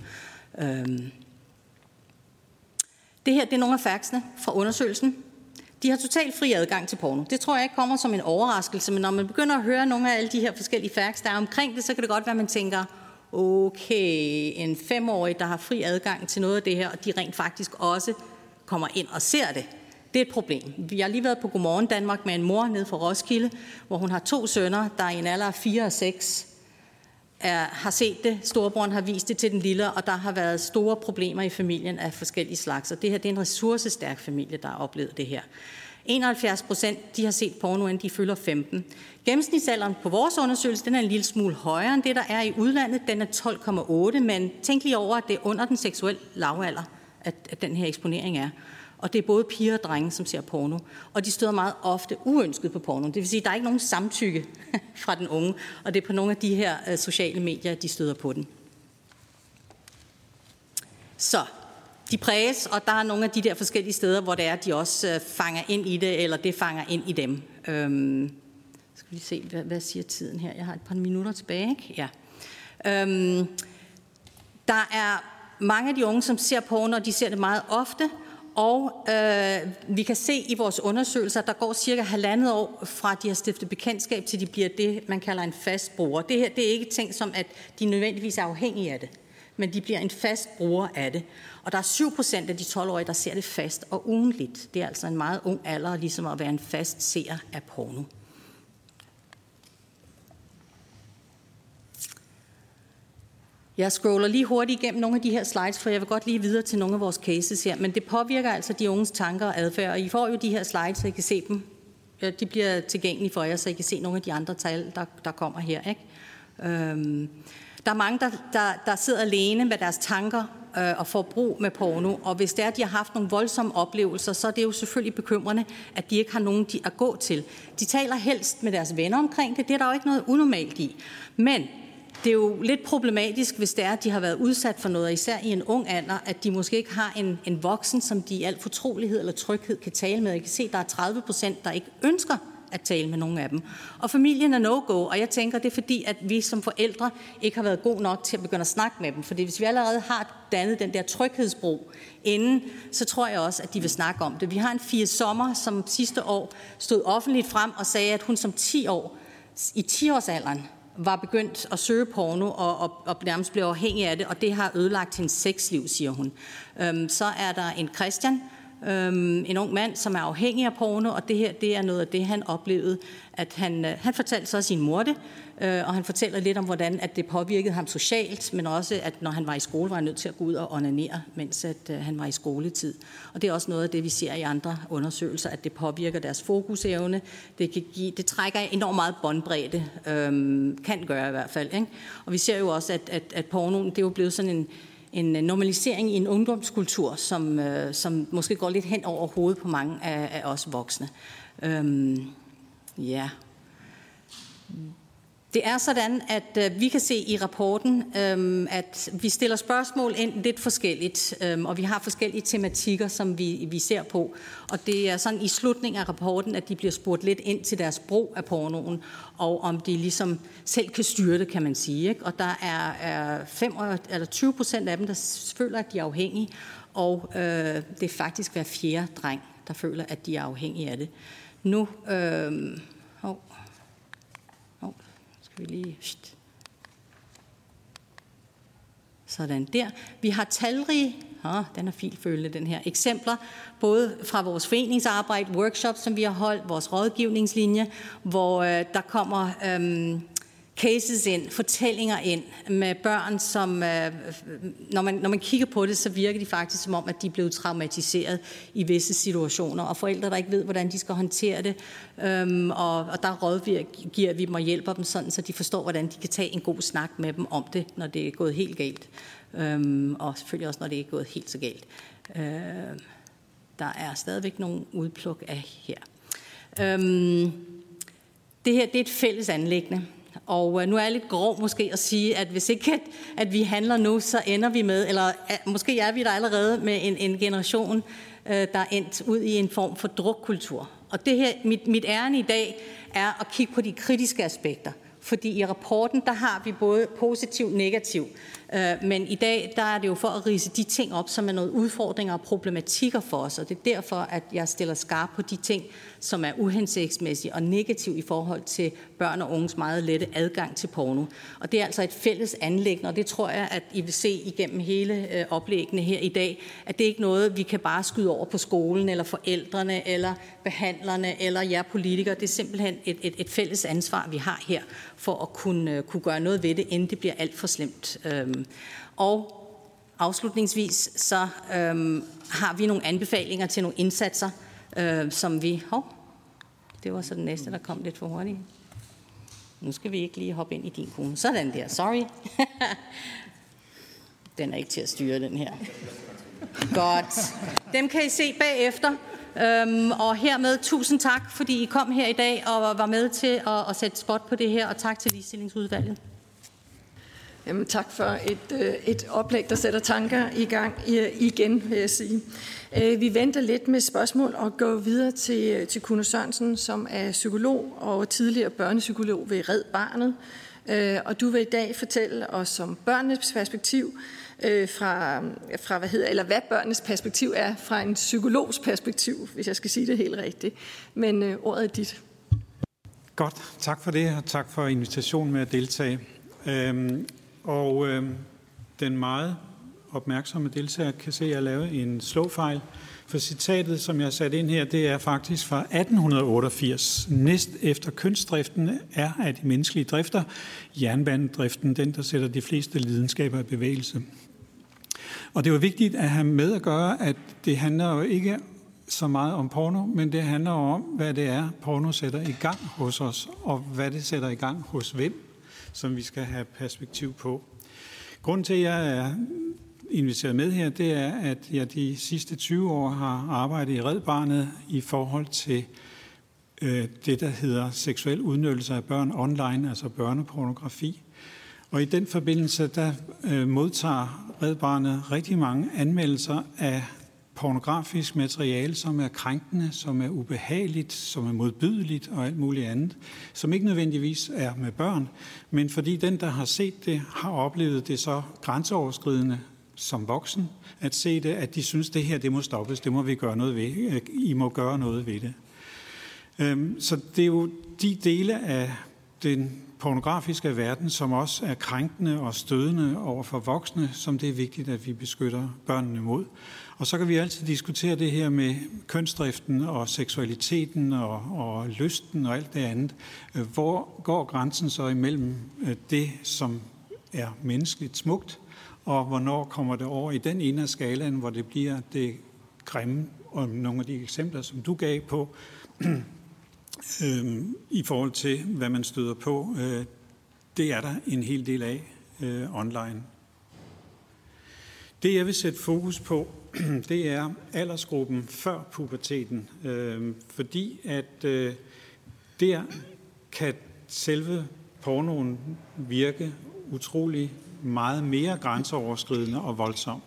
Det her, det er nogle af factsene fra undersøgelsen. De har totalt fri adgang til porno. Det tror jeg ikke kommer som en overraskelse, men når man begynder at høre nogle af alle de her forskellige facts, der er omkring det, så kan det godt være, at man tænker, okay, en 5-årig, der har fri adgang til noget af det her, og de rent faktisk også kommer ind og ser det. Det er et problem. Vi har lige været på Godmorgen Danmark med en mor nede fra Roskilde, hvor hun har 2 sønner, der i en alder af 4 og 6 har set det. Storebroren har vist det til den lille, og der har været store problemer i familien af forskellige slags. Og det her det er en ressourcestærk familie, der har oplevet det her. 71% de har set porno, inden de fylder 15. Gennemsnitsalderen på vores undersøgelse den er en lille smule højere end det, der er i udlandet. Den er 12,8, men tænk lige over, at det er under den seksuelle lavalder, at den her eksponering er. Og det er både piger og drenge, som ser porno. Og de støder meget ofte uønsket på porno. Det vil sige, at der er ikke nogen samtykke fra den unge. Og det er på nogle af de her sociale medier, de støder på den. Så de præges, og der er nogle af de der forskellige steder, hvor det er, at de også fanger ind i det, eller det fanger ind i dem. Skal vi se, hvad siger tiden her? Jeg har et par minutter tilbage, ikke? Ja. Der er mange af de unge, som ser porno, og de ser det meget ofte. Og vi kan se i vores undersøgelser, at der går cirka 1,5 år fra de har stiftet bekendtskab til de bliver det, man kalder en fast bruger. Det her det er ikke tænkt som, at de nødvendigvis er afhængige af det, men de bliver en fast bruger af det. Og der er 7% af de 12-årige, der ser det fast og ugentligt. Det er altså en meget ung alder, ligesom at være en fast seer af porno. Jeg scroller lige hurtigt igennem nogle af de her slides, for jeg vil godt lige videre til nogle af vores cases her. Men det påvirker altså de unges tanker og adfærd, og I får jo de her slides, så I kan se dem. De bliver tilgængelige for jer, så I kan se nogle af de andre tal, der kommer her. Ikke? Der er mange, der sidder alene med deres tanker og får brug med porno, og hvis det er, at de har haft nogle voldsomme oplevelser, så er det jo selvfølgelig bekymrende, at de ikke har nogen at gå til. De taler helst med deres venner omkring det, det er der jo ikke noget unormalt i. Men det er jo lidt problematisk, hvis det er, at de har været udsat for noget, især i en ung alder, at de måske ikke har en voksen, som de i al fortrolighed eller tryghed kan tale med. Jeg kan se, at der er 30%, der ikke ønsker at tale med nogen af dem. Og familien er no-go, og jeg tænker, det er fordi, at vi som forældre ikke har været gode nok til at begynde at snakke med dem. Fordi hvis vi allerede har dannet den der tryghedsbro inden, så tror jeg også, at de vil snakke om det. Vi har en Fie Sommer, som sidste år stod offentligt frem og sagde, at hun som 10 år, i 10-årsalderen, var begyndt at søge porno og nærmest blev afhængig af det, og det har ødelagt hendes sexliv, siger hun. Så er der en Christian, en ung mand, som er afhængig af porno, og det her, det er noget af det, han oplevede, at han fortalte så sin mor det, og han fortæller lidt om, hvordan at det påvirkede ham socialt, men også, at når han var i skole, var han nødt til at gå ud og onanere, mens at han var i skoletid. Og det er også noget af det, vi ser i andre undersøgelser, at det påvirker deres fokusevne. Det trækker enormt meget båndbredde, kan gøre i hvert fald. Ikke? Og vi ser jo også, at pornoen, det er jo blevet sådan en normalisering i en ungdomskultur, som måske går lidt hen over hovedet på mange af os voksne. Ja. Det er sådan, at vi kan se i rapporten, at vi stiller spørgsmål ind lidt forskelligt, og vi har forskellige tematikker, som vi ser på. Og det er sådan i slutningen af rapporten, at de bliver spurgt lidt ind til deres brug af pornoen, og om de ligesom selv kan styre det, kan man sige. Ikke? Og der er 20% af dem, der føler, at de er afhængige, og det er faktisk hver fjerde dreng, der føler, at de er afhængige af det. Nu... vi lige... Sådan der. Vi har talrige, den er filfølende, den her, eksempler, både fra vores foreningsarbejde, workshops, som vi har holdt, vores rådgivningslinje, hvor der kommer cases ind, fortællinger ind med børn, som, når man kigger på det, så virker de faktisk som om, at de er blevet traumatiseret i visse situationer, og forældre, der ikke ved, hvordan de skal håndtere det, og der rådgiver vi dem og hjælper dem sådan, så de forstår, hvordan de kan tage en god snak med dem om det, når det er gået helt galt, og selvfølgelig også, når det er gået helt så galt. Der er stadigvæk nogle udpluk af her. Det her, det er et fælles anliggende. Og nu er jeg lidt grov måske at sige, at hvis ikke at vi handler nu, så ender vi med, eller måske er vi der allerede med en generation, der er endt ud i en form for drukkultur. Og det her, mit ærne i dag er at kigge på de kritiske aspekter. Fordi i rapporten, der har vi både positiv og negativ. Men i dag, der er det jo for at ridse de ting op, som er nogle udfordringer og problematikker for os. Og det er derfor, at jeg stiller skarp på de ting, som er uhensigtsmæssige og negative i forhold til børn og unges meget lette adgang til porno. Og det er altså et fælles anliggende, og det tror jeg, at I vil se igennem hele oplæggene her i dag, at det ikke er noget, vi kan bare skyde over på skolen, eller forældrene, eller behandlerne, eller jer politikere. Det er simpelthen et fælles ansvar, vi har her, for at kunne gøre noget ved det, inden det bliver alt for slemt. Og afslutningsvis så har vi nogle anbefalinger til nogle indsatser, som vi... det var så den næste, der kom lidt for hurtigt. Nu skal vi ikke lige hoppe ind i din kone. Sådan der, sorry. Den er ikke til at styre, den her. Godt. Dem kan I se bagefter. Og hermed tusind tak, fordi I kom her i dag og var med til at sætte spot på det her, og tak til Ligestillingsudvalget. Jamen, tak for et oplæg, der sætter tanker i gang igen, vil jeg sige. Vi venter lidt med spørgsmål og går videre til Kuno Sørensen, som er psykolog og tidligere børnepsykolog ved Red Barnet. Og du vil i dag fortælle os om børnenes perspektiv, hvad børnenes perspektiv er fra en psykologs perspektiv, hvis jeg skal sige det helt rigtigt. Men ordet er dit. Godt, tak for det, og tak for invitationen med at deltage. Den meget opmærksomme deltager kan se, at jeg har lavet en slåfejl. For citatet, som jeg har sat ind her, det er faktisk fra 1888. Næst efter kønsdriften er af de menneskelige drifter jernbanedriften den, der sætter de fleste lidenskaber i bevægelse. Og det er jo vigtigt at have med at gøre, at det handler jo ikke så meget om porno, men det handler om, hvad det er, porno sætter i gang hos os, og hvad det sætter i gang hos hvem, som vi skal have perspektiv på. Grunden til, at jeg er inviteret med her, det er, at jeg de sidste 20 år har arbejdet i Red Barnet i forhold til det, der hedder seksuel udnyttelse af børn online, altså børnepornografi. Og i den forbindelse, der modtager Red Barnet rigtig mange anmeldelser af pornografisk materiale, som er krænkende, som er ubehageligt, som er modbydeligt og alt muligt andet, som ikke nødvendigvis er med børn, men fordi den, der har set det, har oplevet det så grænseoverskridende som voksen, at se det, at de synes, det her, det må stoppes, det må vi gøre noget ved, I må gøre noget ved det. Så det er jo de dele af den pornografiske verden, som også er krænkende og stødende over for voksne, som det er vigtigt, at vi beskytter børnene mod. Og så kan vi altid diskutere det her med kønsdriften og seksualiteten og lysten og alt det andet. Hvor går grænsen så imellem det, som er menneskeligt smukt, og hvornår kommer det over i den ene af skalaen, hvor det bliver det grimme, og nogle af de eksempler, som du gav på, i forhold til, hvad man støder på, det er der en hel del af online. Det, jeg vil sætte fokus på, det er aldersgruppen før puberteten, fordi at der kan selve pornoen virke utrolig meget mere grænseoverskridende og voldsom.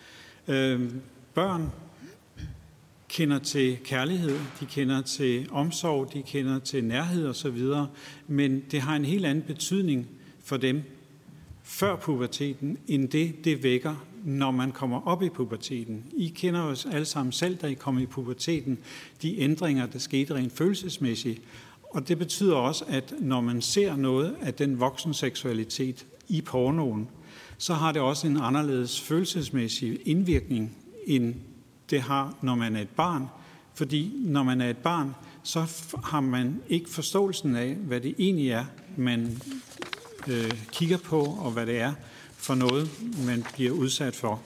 Børn kender til kærlighed, de kender til omsorg, de kender til nærhed osv., men det har en helt anden betydning for dem før puberteten, end det vækker, når man kommer op i puberteten. I kender os alle sammen selv, da I kommer i puberteten, de ændringer, der skete rent følelsesmæssigt. Og det betyder også, at når man ser noget af den voksenseksualitet i pornoen, så har det også en anderledes følelsesmæssig indvirkning, end det har, når man er et barn. Fordi når man er et barn, så har man ikke forståelsen af, hvad det egentlig er, man kigger på, og hvad det er for noget, man bliver udsat for.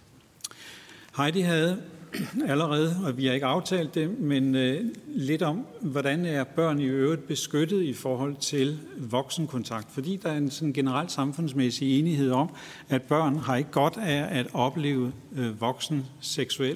Heidi havde allerede, og vi har ikke aftalt det, men lidt om, hvordan er børn i øvrigt beskyttet i forhold til voksenkontakt. Fordi der er en sådan generel samfundsmæssig enighed om, at børn har ikke godt af at opleve voksen seksuel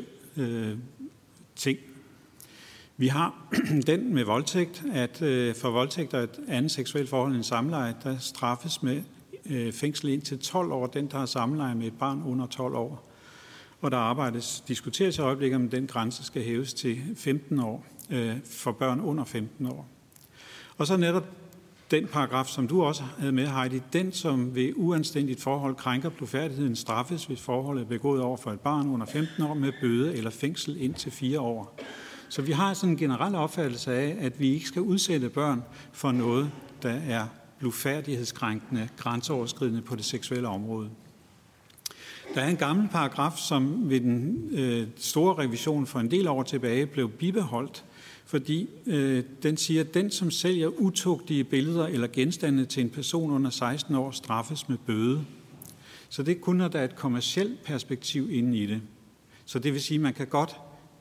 ting. Vi har den med voldtægt, at for voldtægt og et andet seksuelt forhold end samleje, der straffes med fængsel indtil 12 år, den der har samleje med et barn under 12 år. Og der diskuteres i øjeblikket, om den grænse skal hæves til 15 år for børn under 15 år. Og så netop den paragraf, som du også havde med, Heidi, den som ved uanstændigt forhold krænker blufærdigheden straffes, hvis forholdet er begået over for et barn under 15 år med bøde eller fængsel indtil 4 år. Så vi har sådan en generel opfattelse af, at vi ikke skal udsætte børn for noget, der er blufærdighedskrænkende, grænseoverskridende på det seksuelle område. Der er en gammel paragraf, som ved den store revision for en del år tilbage blev bibeholdt, fordi den siger, at den, som sælger utugtige billeder eller genstande til en person under 16 år, straffes med bøde. Så det er kun, når der er et kommercielt perspektiv inde i det. Så det vil sige, at man kan godt,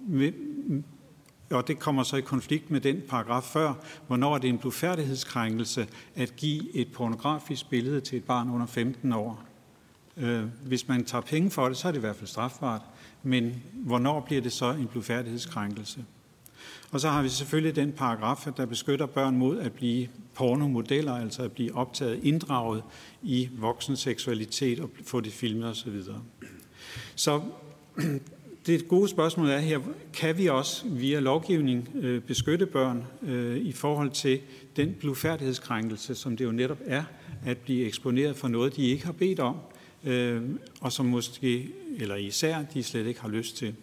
og det kommer så i konflikt med den paragraf før, hvornår det er en blufærdighedskrænkelse at give et pornografisk billede til et barn under 15 år. Hvis man tager penge for det, så er det i hvert fald strafbart, men hvornår bliver det så en blufærdighedskrænkelse? Og så har vi selvfølgelig den paragraf, der beskytter børn mod at blive pornomodeller, altså at blive optaget, inddraget i voksen seksualitet og få det filmet osv. Så det gode spørgsmål er her, kan vi også via lovgivning beskytte børn i forhold til den blufærdighedskrænkelse, som det jo netop er, at blive eksponeret for noget, de ikke har bedt om, og som måske, eller især, de slet ikke har lyst til.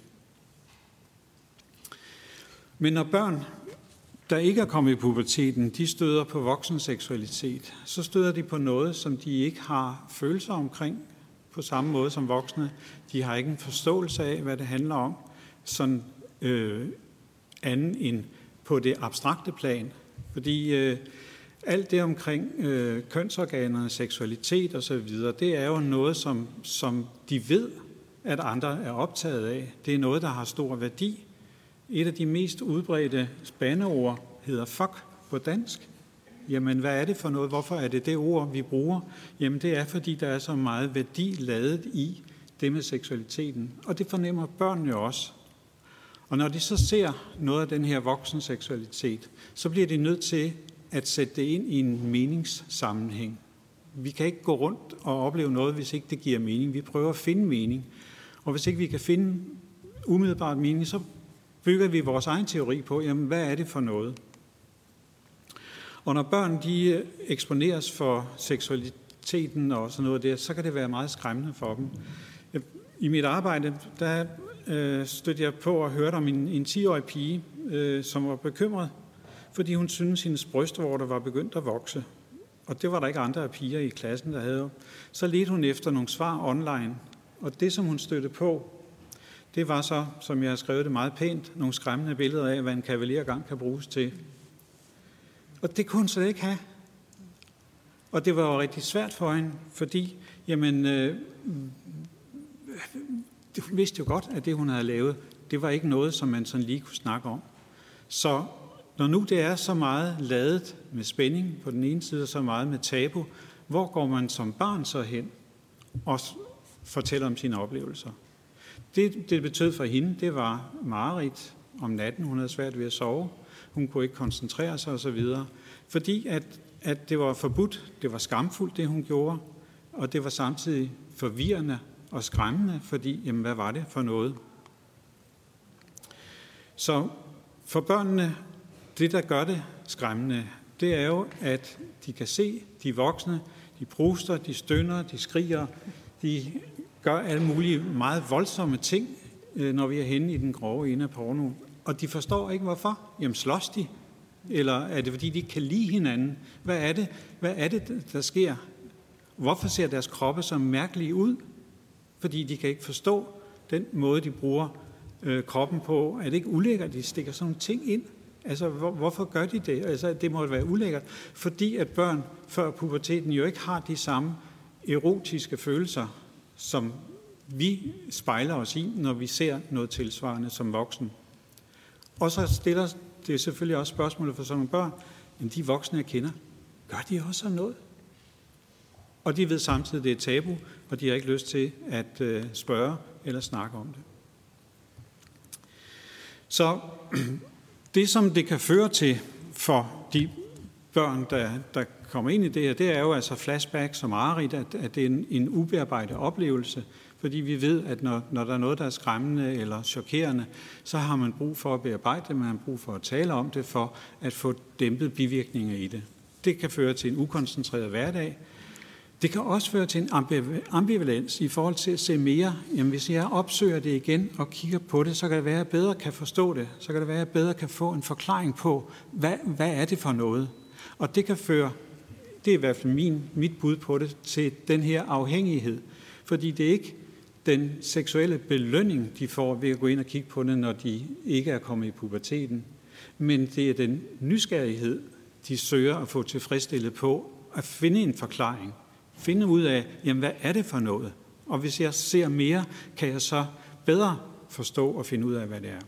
Men når børn, der ikke er kommet i puberteten, de støder på voksenseksualitet, så støder de på noget, som de ikke har følelser omkring på samme måde som voksne. De har ikke en forståelse af, hvad det handler om, sådan anden end på det abstrakte plan. Fordi alt det omkring kønsorganerne, seksualitet osv., det er jo noget, som de ved, at andre er optaget af. Det er noget, der har stor værdi. Et af de mest udbredte bandeord hedder fuck på dansk. Jamen, hvad er det for noget? Hvorfor er det ord, vi bruger? Jamen, det er, fordi der er så meget værdi ladet i det med seksualiteten. Og det fornemmer børn jo også. Og når de så ser noget af den her voksenseksualitet, så bliver de nødt til at sætte det ind i en meningssammenhæng. Vi kan ikke gå rundt og opleve noget, hvis ikke det giver mening. Vi prøver at finde mening. Og hvis ikke vi kan finde umiddelbart mening, så bygger vi vores egen teori på, jamen, hvad er det for noget? Og når børn de eksponeres for seksualiteten og sådan noget der, så kan det være meget skræmmende for dem. I mit arbejde, der stødte jeg på og hørte om en 10-årig pige, som var bekymret, fordi hun syntes, hendes brystvorter var begyndt at vokse. Og det var der ikke andre af piger i klassen, der havde. Så ledte hun efter nogle svar online, og det, som hun stødte på, det var så, som jeg har skrevet det meget pænt, nogle skræmmende billeder af, hvad en kavalergang kan bruges til. Og det kunne hun slet ikke have. Og det var jo rigtig svært for hende, fordi, jamen, hun vidste jo godt, at det, hun havde lavet, det var ikke noget, som man sådan lige kunne snakke om. Så når nu det er så meget ladet med spænding på den ene side, og så meget med tabu, hvor går man som barn så hen og fortæller om sine oplevelser? Det betød for hende, det var mareridt om natten. Hun havde svært ved at sove. Hun kunne ikke koncentrere sig osv. Fordi at at det var forbudt, det var skamfuldt, det hun gjorde, og det var samtidig forvirrende og skræmmende, fordi, jamen, hvad var det for noget? Så for børnene, det der gør det skræmmende, det er jo, at de kan se de voksne, de pruster, de stønner, de skriger, de gør alle mulige meget voldsomme ting, når vi er henne i den grove ende af porno. Og de forstår ikke, hvorfor. Jamen, slås de? Eller er det, fordi de ikke kan lide hinanden? Hvad er det, der sker? Hvorfor ser deres kroppe så mærkelige ud? Fordi de kan ikke forstå den måde, de bruger kroppen på. Er det ikke ulækkert, de stikker sådan nogle ting ind? Altså, hvorfor gør de det? Altså, det må være ulækkert. Fordi at børn før puberteten jo ikke har de samme erotiske følelser, som vi spejler os i, når vi ser noget tilsvarende som voksen. Og så stiller det selvfølgelig også spørgsmålet for sådan nogle børn, men de voksne, jeg kender, gør de også sådan noget? Og de ved samtidig, det er tabu, og de har ikke lyst til at spørge eller snakke om det. Så det, som det kan føre til for de børn, der kommer ind i det her, det er jo altså flashbacks og mareridt, at det er en ubearbejdet oplevelse, fordi vi ved, at når der er noget, der er skræmmende eller chokerende, så har man brug for at bearbejde det, man har brug for at tale om det, for at få dæmpet bivirkninger i det. Det kan føre til en ukoncentreret hverdag. Det kan også føre til en ambivalens i forhold til at se mere. Jamen, hvis jeg opsøger det igen og kigger på det, så kan det være, at jeg bedre kan forstå det. Så kan det være, at jeg bedre kan få en forklaring på, hvad er det for noget. Og det kan føre, det er i hvert fald mit bud på det, til den her afhængighed. Fordi det er ikke den seksuelle belønning, de får ved at gå ind og kigge på det, når de ikke er kommet i puberteten. Men det er den nysgerrighed, de søger at få tilfredsstillet på, at finde en forklaring. Finde ud af, jamen, hvad er det for noget? Og hvis jeg ser mere, kan jeg så bedre forstå og finde ud af, hvad det er.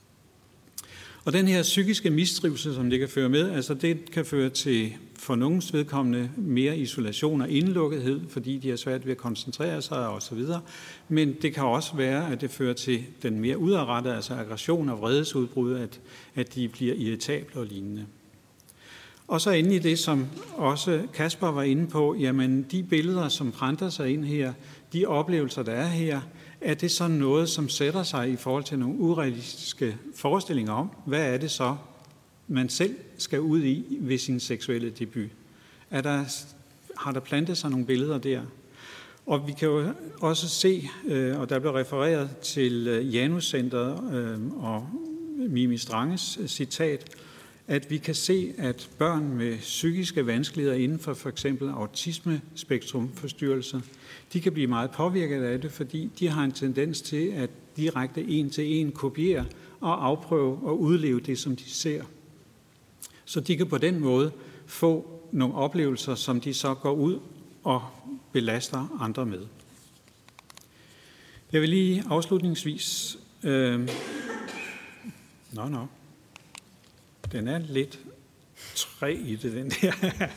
Og den her psykiske mistrivsel, som det kan føre med, altså det kan føre til for nogens vedkommende mere isolation og indlukkethed, fordi de har svært ved at koncentrere sig osv. Men det kan også være, at det fører til den mere udadrettede, altså aggression og vredesudbrud, at de bliver irritable og lignende. Og så inde i det, som også Kasper var inde på, jamen de billeder, som prænter sig ind her, de oplevelser, der er her, er det så noget, som sætter sig i forhold til nogle urealistiske forestillinger om, hvad er det så, man selv skal ud i ved sin seksuelle debut? Har der plantet sig nogle billeder der? Og vi kan jo også se, og der blev refereret til Janus-centret og Mimi Stranges citat, at vi kan se, at børn med psykiske vanskeligheder inden for f.eks. autismespektrumforstyrrelser, de kan blive meget påvirket af det, fordi de har en tendens til at direkte en-til-en kopiere og afprøve og udleve det, som de ser. Så de kan på den måde få nogle oplevelser, som de så går ud og belaster andre med. Jeg vil lige afslutningsvis... Den er lidt træ i det, den der.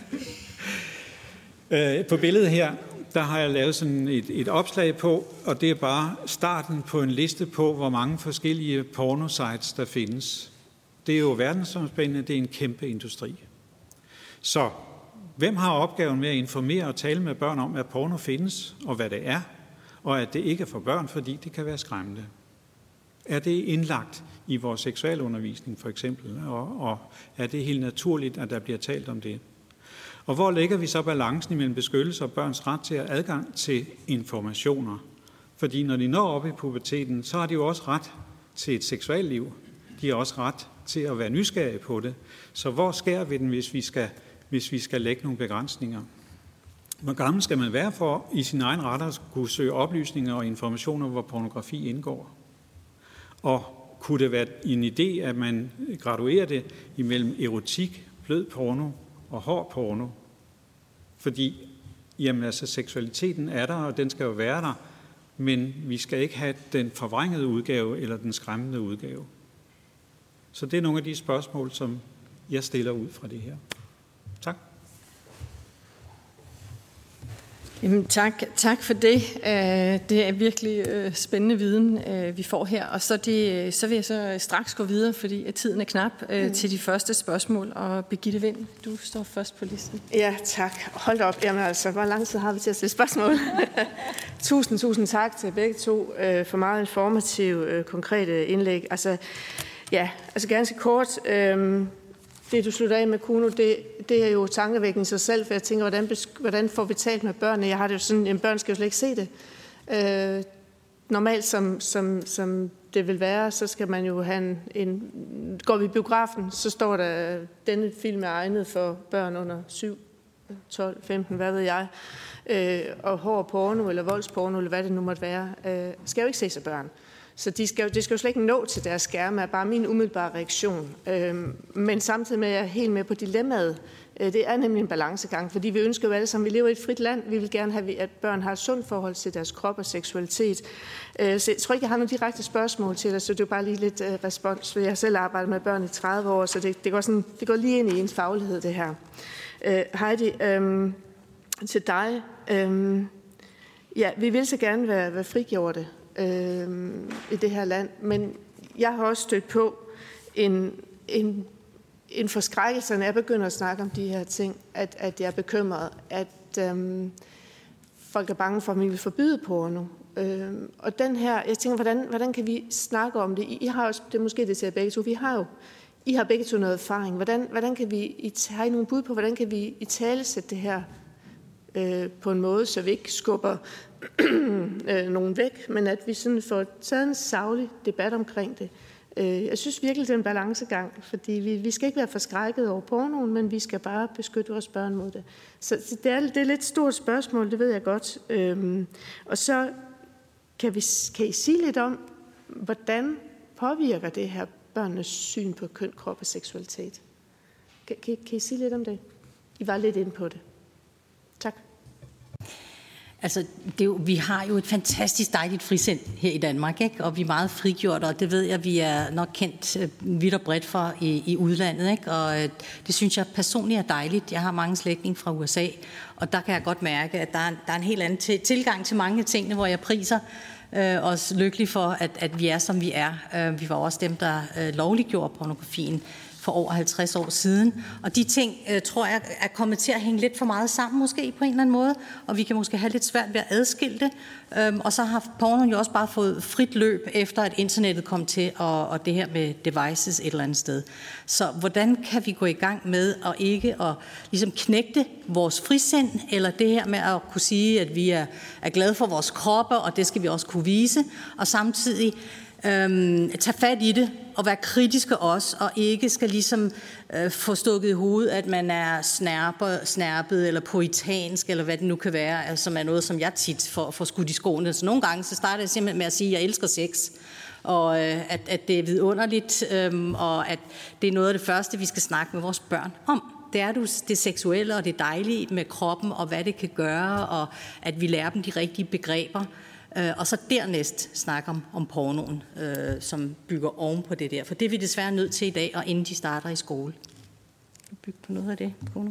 På billedet her, der har jeg lavet sådan et opslag på, og det er bare starten på en liste på, hvor mange forskellige pornosites der findes. Det er jo verdensomspændende, det er en kæmpe industri. Så hvem har opgaven med at informere og tale med børn om, at porno findes, og hvad det er, og at det ikke er for børn, fordi det kan være skræmmende? Er det indlagt i vores seksualundervisning for eksempel, og er det helt naturligt, at der bliver talt om det? Og hvor lægger vi så balancen imellem beskyttelse og børns ret til at have adgang til informationer? Fordi når de når op i puberteten, så har de jo også ret til et seksualliv. De har også ret til at være nysgerrige på det. Så hvor skærer vi den, hvis vi skal lægge nogle begrænsninger? Hvor gammel skal man være for i sin egen ret at kunne søge oplysninger og informationer, hvor pornografi indgår? Og kunne det være en idé, at man graduerer det imellem erotik, blød porno og hård porno? Fordi jamen, altså, seksualiteten er der, og den skal jo være der, men vi skal ikke have den forvrængede udgave eller den skræmmende udgave. Så det er nogle af de spørgsmål, som jeg stiller ud fra det her. Tak. Jamen, tak for det. Det er virkelig spændende viden, vi får her. Og så vil jeg så straks gå videre, fordi tiden er knap, til de første spørgsmål. Og Birgitte Vind, du står først på listen. Ja, tak. Hold da op. Jamen altså, hvor lang tid har vi til at stille spørgsmål? Tusind tak til begge to for meget informative, konkrete indlæg. Altså ganske kort. Det, du slutter af med, Kuno, det er jo tankevækkende i sig selv, for jeg tænker, hvordan får vi talt med børnene? Jeg har det jo sådan, at børn skal jo slet ikke se det. Normalt, som det vil være, så skal man jo have går vi i biografen, så står der, denne film er egnet for børn under 7, 12, 15, hvad ved jeg. Og hård porno, eller voldsporno, eller hvad det nu måtte være, skal jo ikke ses af børn. Så det skal jo slet ikke nå til deres skærme, er bare min umiddelbare reaktion. Men samtidig med, at jeg er helt med på dilemmaet. Det er nemlig en balancegang, fordi vi ønsker jo alle sammen, vi lever i et frit land. Vi vil gerne have, at børn har et sundt forhold til deres krop og seksualitet. Så jeg tror ikke, jeg har nogle direkte spørgsmål til dig, så det er jo bare lige lidt respons. Jeg har selv arbejdet med børn i 30 år, så det går lige ind i ens faglighed, det her. Heidi, til dig. Ja, vi vil så gerne være frigjorte i det her land, men jeg har også stødt på en forskrækkelse, når jeg begynder at snakke om de her ting, at jeg er bekymret, at folk er bange for, at vi vil forbyde porno. Og den her, jeg tænker, hvordan kan vi snakke om det? I har også, det er måske det til begge to, I har begge to noget erfaring. Hvordan kan vi, har I nogle bud på, hvordan kan vi i tale sætte det her på en måde, så vi ikke skubber nogen væk, men at vi sådan får taget en saglig debat omkring det. Jeg synes virkelig, det er en balancegang, fordi vi skal ikke være forskrækket over pornoen, men vi skal bare beskytte vores børn mod det. Så det er lidt stort spørgsmål, det ved jeg godt. Og så kan I sige lidt om, hvordan påvirker det her børnenes syn på køn, krop og seksualitet? Kan I sige lidt om det? I var lidt inde på det. Tak. Altså, vi har jo et fantastisk dejligt frisind her i Danmark, ikke? Og vi er meget frigjorte, og det ved jeg, vi er nok kendt vidt og bredt for i udlandet, ikke? Og det synes jeg personligt er dejligt. Jeg har mange slægtninge fra USA, og der kan jeg godt mærke, at der er en helt anden tilgang til mange af tingene, hvor jeg priser os lykkelig for, at vi er, som vi er. Vi var også dem, der lovliggjorde pornografien for over 50 år siden. Og de ting, tror jeg, er kommet til at hænge lidt for meget sammen, måske på en eller anden måde, og vi kan måske have lidt svært ved at adskille det. Og så har pornoen jo også bare fået frit løb, efter at internettet kom til, og det her med devices et eller andet sted. Så hvordan kan vi gå i gang med at ikke at ligesom knægte vores frisind, eller det her med at kunne sige, at vi er glade for vores kroppe, og det skal vi også kunne vise, og samtidig tage fat i det og være kritiske også, og ikke skal ligesom få stukket i hovedet, at man er snærpet eller poetansk, eller hvad det nu kan være, som er noget, som jeg tit får skudt i skoene. Så nogle gange så starter jeg simpelthen med at sige, at jeg elsker sex, og at det er vidunderligt, og at det er noget af det første, vi skal snakke med vores børn om. Det er det seksuelle og det dejlige med kroppen, og hvad det kan gøre, og at vi lærer dem de rigtige begreber. Og så dernæst snakke om pornoen, som bygger oven på det der. For det er vi desværre nødt til i dag, og inden de starter i skole. Bygge på noget af det, Kuno.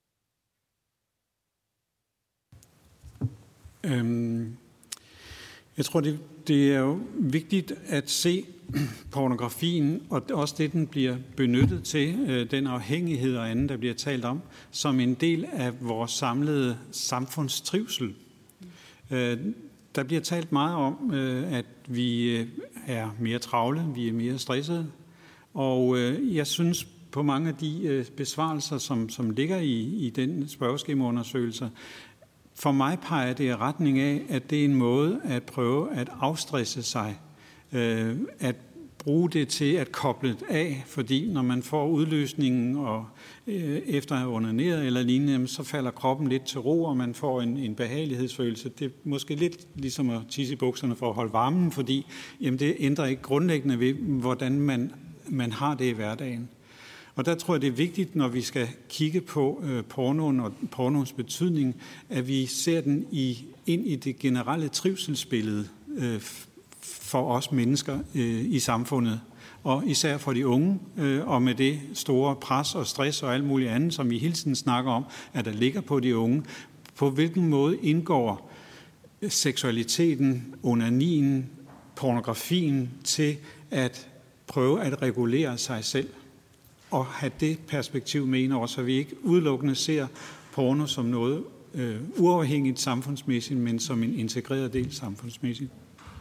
Jeg tror, det er jo vigtigt at se pornografien, og også det, den bliver benyttet til, den afhængighed og andet, der bliver talt om, som en del af vores samlede samfundstrivsel. Der bliver talt meget om, at vi er mere travle, vi er mere stressede, og jeg synes på mange af de besvarelser, som ligger i den spørgeskemaundersøgelse, for mig peger det i retning af, at det er en måde at prøve at afstresse sig, at bruge det til at koble af, fordi når man får udløsningen og efter at have onaneret eller lignende, så falder kroppen lidt til ro, og man får en behagelighedsfølelse. Det er måske lidt ligesom at tisse i bukserne for at holde varmen, fordi det ændrer ikke grundlæggende ved, hvordan man har det i hverdagen. Og der tror jeg, det er vigtigt, når vi skal kigge på pornoen og pornoens betydning, at vi ser den ind i det generelle trivselsbillede for os mennesker i samfundet, og især for de unge, og med det store pres og stress og alt muligt andet, som vi hele tiden snakker om, at der ligger på de unge, På hvilken måde indgår seksualiteten, onanien, pornografien til at prøve at regulere sig selv og have det perspektiv med ind over, så vi ikke udelukkende ser porno som noget uafhængigt samfundsmæssigt, men som en integreret del samfundsmæssigt.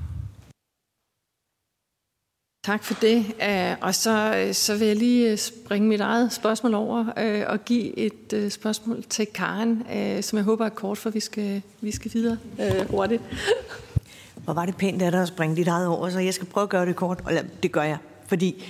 Tak for det. Og så vil jeg lige bringe mit eget spørgsmål over og give et spørgsmål til Karen, som jeg håber er kort, for vi skal videre hurtigt. Hvor var det pænt af dig at springe dit eget over, så jeg skal prøve at gøre det kort, og det gør jeg, fordi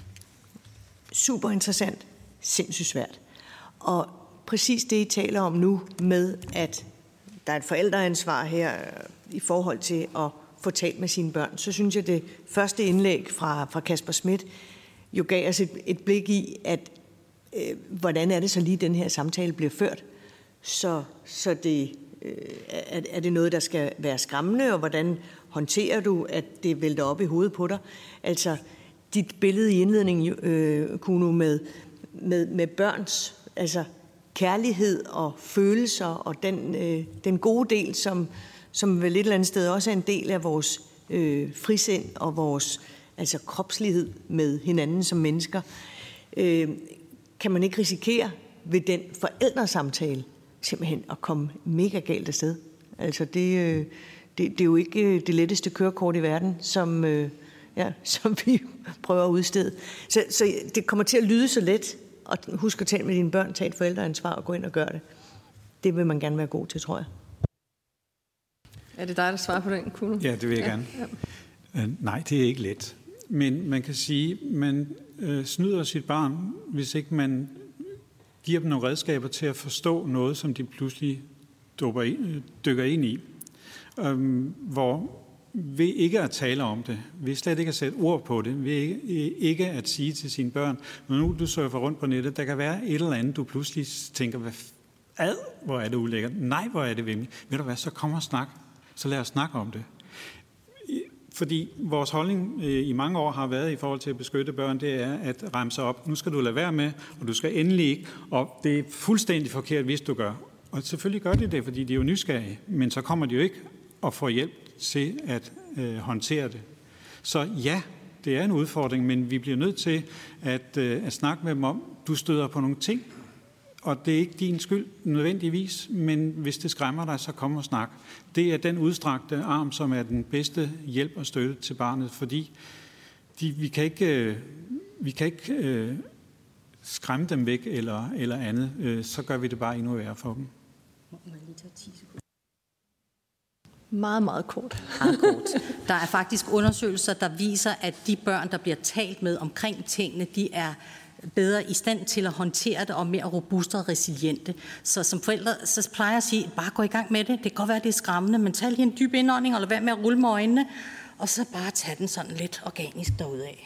super interessant, sindssygt svært. Og præcis det, I taler om nu med, at der er et forældreansvar her i forhold til at få talt med sine børn, så synes jeg, det første indlæg fra Kasper Schmidt jo gav os et blik i, at hvordan er det så lige, den her samtale bliver ført, så det er det noget, der skal være skræmmende, og hvordan håndterer du, at det vælter op i hovedet på dig? Altså, dit billede i indledningen, Kuno, med børns kærlighed og følelser, og den gode del, som vel et eller andet sted også er en del af vores frisind og vores kropslighed med hinanden som mennesker. Kan man ikke risikere ved den forældresamtale simpelthen at komme mega galt afsted? Altså det er jo ikke det letteste kørekort i verden, som vi prøver at udstede. Så det kommer til at lyde så let, og husk at tale med dine børn, tage et forældreansvar og gå ind og gøre det. Det vil man gerne være god til, tror jeg. Er det dig, der svarer på den, Kuno? Ja, det vil jeg gerne. Ja. Nej, det er ikke let. Men man kan sige, man snyder sit barn, hvis ikke man giver dem nogle redskaber til at forstå noget, som de pludselig dykker ind i. Hvor ved ikke at tale om det, ved slet ikke at sætte ord på det, ved ikke at sige til sine børn, når nu du surfer rundt på nettet, der kan være et eller andet, du pludselig tænker, hvor er det ulækkert, nej, hvor er det vemmeligt. Ved du hvad, så kom og snak. Så lad os snakke om det. Fordi vores holdning i mange år har været i forhold til at beskytte børn, det er at remse op. Nu skal du lade være med, og du skal endelig ikke. Og det er fuldstændig forkert, hvis du gør. Og selvfølgelig gør de det, fordi de er jo nysgerrige. Men så kommer de jo ikke og får hjælp til at håndtere det. Så ja, det er en udfordring, men vi bliver nødt til at snakke med dem om, du støder på nogle ting, og det er ikke din skyld nødvendigvis, men hvis det skræmmer dig, så kom og snak. Det er den udstrakte arm, som er den bedste hjælp og støtte til barnet, fordi vi kan ikke skræmme dem væk eller andet. Så gør vi det bare endnu værre for dem. Meget, meget kort. Der er faktisk undersøgelser, der viser, at de børn, der bliver talt med omkring tingene, de er bedre i stand til at håndtere det og mere robuste og resiliente. Så som forældre, så plejer jeg at sige, bare gå i gang med det. Det kan godt være, det er skræmmende, men tag lige en dyb indånding, og lad være med at rulle med øjnene, og så bare tage den sådan lidt organisk derudad.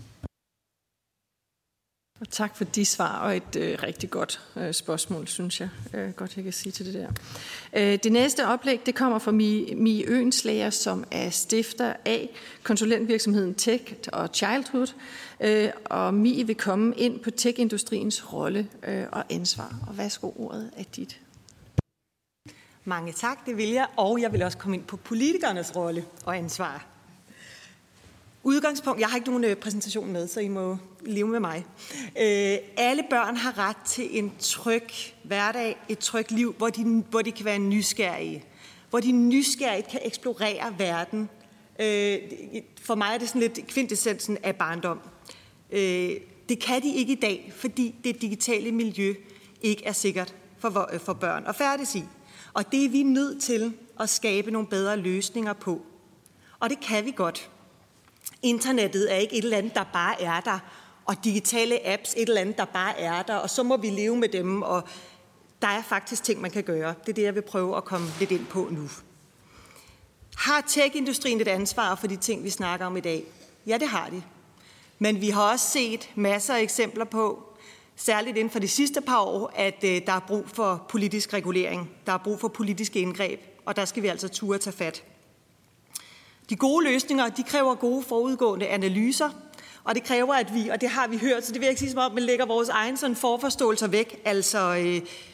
Og tak for de svar, og et rigtig godt spørgsmål, synes jeg. Godt, jeg kan sige til det der. Det næste oplæg, det kommer fra Mie Øenslager, som er stifter af konsulentvirksomheden Tech og Childhood. Og Mie vil komme ind på tech-industriens rolle og ansvar. Og værsgo, ordet er dit. Mange tak, det vil jeg. Og jeg vil også komme ind på politikernes rolle og ansvar. Udgangspunkt, jeg har ikke nogen præsentation med, så I må leve med mig. Alle børn har ret til en tryg hverdag, et trygt liv, hvor de kan være nysgerrige. Hvor de nysgerrigt kan eksplorere verden. For mig er det sådan lidt kvintessensen af barndom. Det kan de ikke i dag, fordi det digitale miljø ikke er sikkert for børn at færdes i. Og det er vi nødt til at skabe nogle bedre løsninger på. Og det kan vi godt. Internettet er ikke et eller andet, der bare er der, og digitale apps et eller andet, der bare er der, og så må vi leve med dem, og der er faktisk ting, man kan gøre. Det er det, jeg vil prøve at komme lidt ind på nu. Har tech-industrien et ansvar for de ting, vi snakker om i dag? Ja, det har de. Men vi har også set masser af eksempler på, særligt inden for de sidste par år, at der er brug for politisk regulering. Der er brug for politiske indgreb, og der skal vi altså turde tage fat. De gode løsninger, de kræver gode forudgående analyser, og det kræver, at vi, og det har vi hørt, så det vil jeg ikke sige som om, vi lægger vores egen sådan forforståelser væk. Altså,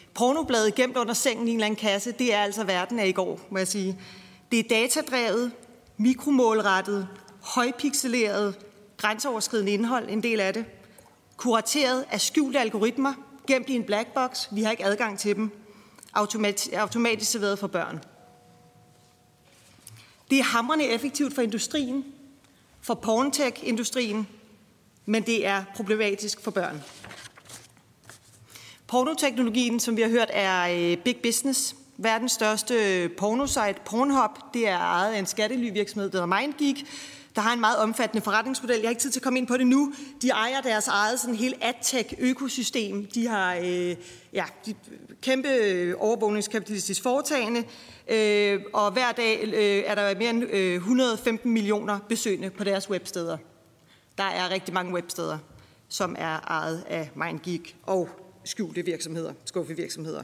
Pornobladet gemt under sengen i en eller anden kasse, det er altså verden af i går, må jeg sige. Det er datadrevet, mikromålrettet, højpixeleret, grænseoverskridende indhold, en del af det. Kurateret af skjulte algoritmer, gemt i en black box, vi har ikke adgang til dem. Automatisk serveret for børn. Det er hamrende effektivt for industrien, for porntech-industrien, men det er problematisk for børn. Pornoteknologien, som vi har hørt, er big business. Verdens største pornosite, Pornhub, det er ejet af en skattelyvirksomhed, der hedder MindGeek, der har en meget omfattende forretningsmodel. Jeg har ikke tid til at komme ind på det nu. De ejer deres eget sådan helt adtech-økosystem. De har de kæmpe overvågningskapitalistisk foretagende, og hver dag er der mere end 115 millioner besøgende på deres websteder. Der er rigtig mange websteder, som er ejet af MindGeek og skjulte virksomheder, skuffevirksomheder.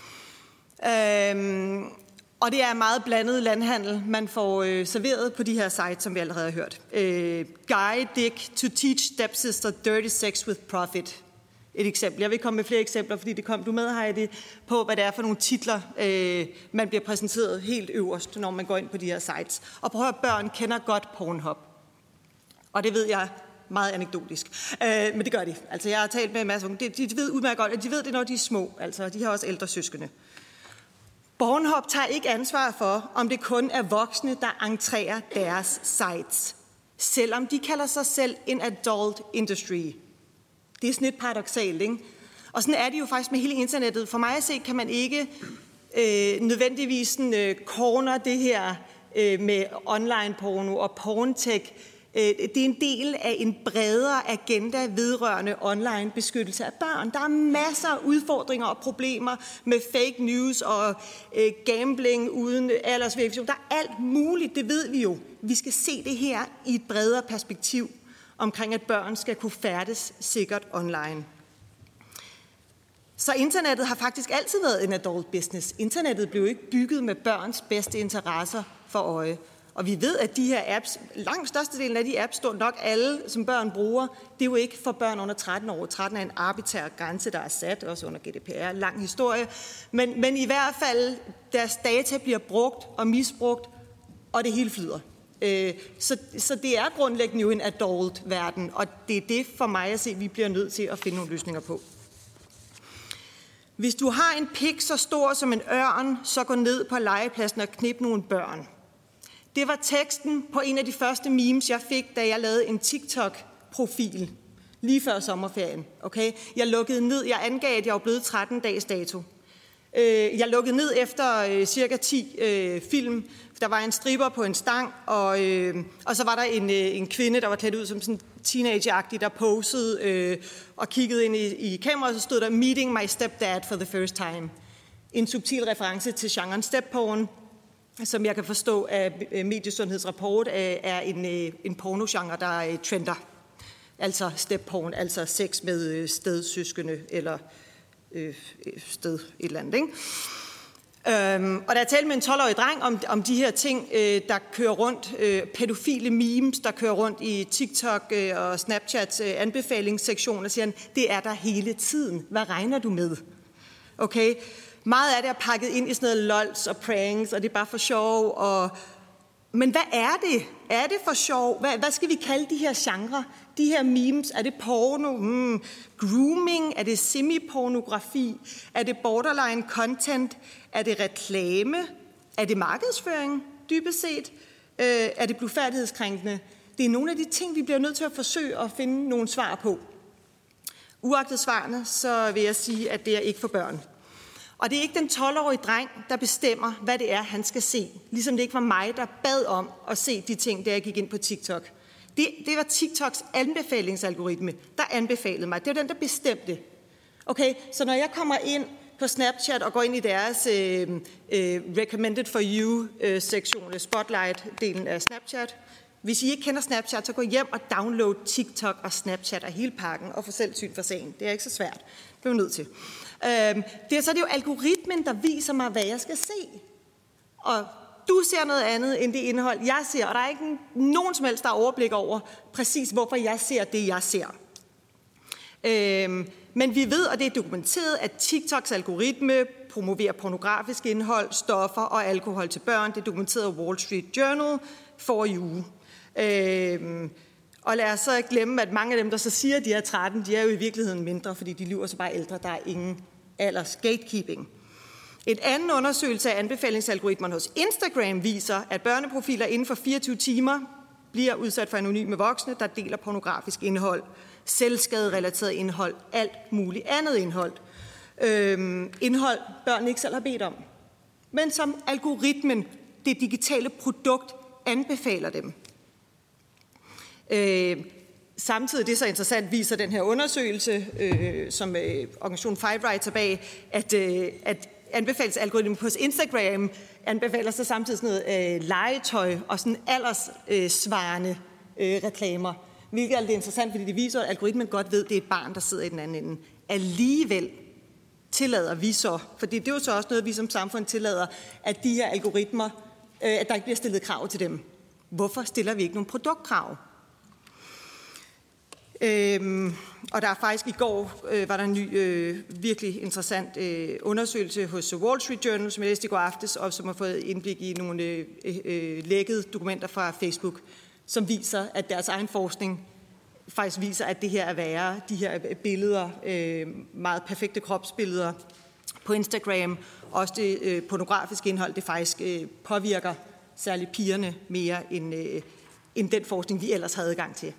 Og det er meget blandet landhandel, man får serveret på de her sites, som vi allerede har hørt. Guide Dick to teach stepsister dirty sex with profit. Et eksempel. Jeg vil komme med flere eksempler, fordi det kom du med, Heidi, på hvad det er for nogle titler, man bliver præsenteret helt øverst, når man går ind på de her sites. Og prøv at høre, børn kender godt Pornhub. Og det ved jeg meget anekdotisk. Men det gør de. Altså, jeg har talt med en masse unge. De ved udmærket godt, at de ved det, når de er små. Altså, de har også ældre søskende. Pornhub tager ikke ansvar for, om det kun er voksne, der entrerer deres sites, selvom de kalder sig selv en adult industry. Det er sådan lidt paradoksalt, ikke? Og sådan er det jo faktisk med hele internettet. For mig at se, kan man ikke nødvendigvis corner det her med online porno og porntech. Det er en del af en bredere agenda vedrørende online beskyttelse af børn. Der er masser af udfordringer og problemer med fake news og gambling uden aldersverifikation. Der er alt muligt, det ved vi jo. Vi skal se det her i et bredere perspektiv omkring, at børn skal kunne færdes sikkert online. Så internettet har faktisk altid været en adult business. Internettet blev ikke bygget med børns bedste interesser for øje. Og vi ved, at de her apps, langt størstedelen af de apps, står nok alle, som børn bruger, det er jo ikke for børn under 13 år. 13 er en arbitrær grænse, der er sat, også under GDPR, lang historie. Men i hvert fald, deres data bliver brugt og misbrugt, og det hele flyder. Så det er grundlæggende jo en adult verden, og det er det for mig at se, vi bliver nødt til at finde nogle løsninger på. Hvis du har en pik så stor som en ørn, så gå ned på legepladsen og knip nogle børn. Det var teksten på en af de første memes, jeg fik, da jeg lavede en TikTok-profil lige før sommerferien. Okay? Jeg lukkede ned, jeg angav, at jeg var blevet 13 dages dato. Jeg lukkede ned efter cirka 10 film. Der var en stripper på en stang, og så var der en kvinde, der var klædt ud som sådan teenager-agtig, der posede og kiggede ind i kameraet, og så stod der, "Meeting my stepdad for the first time." En subtil reference til genren stepporn, som jeg kan forstå af Mediesundhedsrapport, er en pornogenre, der trender. Altså stepporn, altså sex med stedsøskende eller sted et eller andet, ikke? Og da jeg talte med en 12-årig dreng om de her ting, der kører rundt, pædofile memes, der kører rundt i TikTok og Snapchats anbefalingssektion, og siger han, det er der hele tiden. Hvad regner du med? Okay? Meget af det er pakket ind i sådan noget lols og pranks, og det er bare for sjov. Men hvad er det? Er det for sjov? Hvad skal vi kalde de her genrer? De her memes? Er det porno? Grooming? Er det semi-pornografi? Er det borderline content? Er det reklame? Er det markedsføring, dybest set? Er det blufærdighedskrænkende? Det er nogle af de ting, vi bliver nødt til at forsøge at finde nogle svar på. Uagtet svarene, så vil jeg sige, at det er ikke for børn. Og det er ikke den 12-årige dreng, der bestemmer, hvad det er, han skal se. Ligesom det ikke var mig, der bad om at se de ting, da jeg gik ind på TikTok. Det var TikToks anbefalingsalgoritme, der anbefalede mig. Det var den, der bestemte. Okay, så når jeg kommer ind på Snapchat og går ind i deres recommended for you-sektion, spotlight-delen af Snapchat. Hvis I ikke kender Snapchat, så gå hjem og download TikTok og Snapchat og hele pakken og få selv syn for sagen. Det er ikke så svært. Det er vi nødt til. Så er det jo algoritmen, der viser mig, hvad jeg skal se. Og du ser noget andet end det indhold, jeg ser, og der er ikke nogen som helst, der har overblik over præcis, hvorfor jeg ser det, jeg ser. Men vi ved, og det er dokumenteret, at TikToks algoritme promoverer pornografisk indhold, stoffer og alkohol til børn. Det er dokumenteret af Wall Street Journal for i uge. Og lad os så ikke glemme, at mange af dem, der så siger, at de er 13, de er jo i virkeligheden mindre, fordi de lyver så bare ældre. Der er ingen alders gatekeeping. En anden undersøgelse af anbefalingsalgoritmerne hos Instagram viser, at børneprofiler inden for 24 timer bliver udsat for anonyme voksne, der deler pornografisk indhold, selvskaderelateret indhold, alt muligt andet indhold. Indhold, børn ikke selv har bedt om, men som algoritmen, det digitale produkt, anbefaler dem. Samtidig, det er så interessant, viser den her undersøgelse, som organisationen Five Rights er bag, at anbefalingsalgoritmen på Instagram anbefaler så samtidig sådan noget legetøj og sådan alderssvarende reklamer. Hvilket er lidt interessant, fordi det viser, at algoritmen godt ved, at det er et barn, der sidder i den anden ende. Alligevel tillader vi så, for det er jo så også noget, vi som samfund tillader, at de her algoritmer, at der ikke bliver stillet krav til dem. Hvorfor stiller vi ikke nogen produktkrav? Og der er faktisk i går, var der en ny, virkelig interessant undersøgelse hos Wall Street Journal, som jeg læste i går aftes, og som har fået indblik i nogle lækkede dokumenter fra Facebook, som viser, at deres egen forskning faktisk viser, at det her er værre. De her billeder, meget perfekte kropsbilleder på Instagram, også det pornografiske indhold, det faktisk påvirker særligt pigerne mere end den forskning, vi ellers havde adgang til.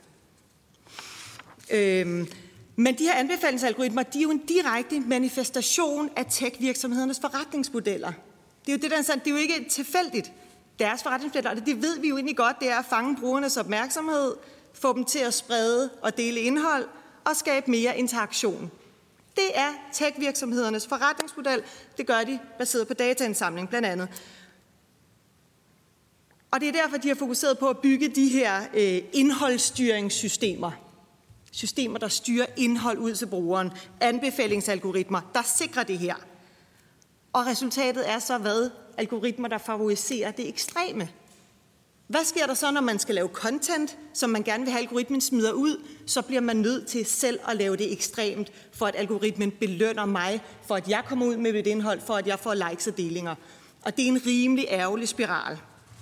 Men de her anbefalingsalgoritmer, de er jo en direkte manifestation af tech-virksomhedernes forretningsmodeller. Det er jo det, der er sandt. Det er jo ikke tilfældigt. Deres forretningsmodeller, og det ved vi jo egentlig godt, det er at fange brugernes opmærksomhed, få dem til at sprede og dele indhold og skabe mere interaktion. Det er tech-virksomhedernes forretningsmodel. Det gør de baseret på dataindsamling blandt andet. Og det er derfor, de har fokuseret på at bygge de her indholdsstyringssystemer. Systemer, der styrer indhold ud til brugeren. Anbefalingsalgoritmer, der sikrer det her. Og resultatet er så hvad? Algoritmer, der favoriserer det ekstreme. Hvad sker der så, når man skal lave content, som man gerne vil have algoritmen smider ud? Så bliver man nødt til selv at lave det ekstremt, for at algoritmen belønner mig, for at jeg kommer ud med mit indhold, for at jeg får likes og delinger. Og det er en rimelig ærgerlig spiral.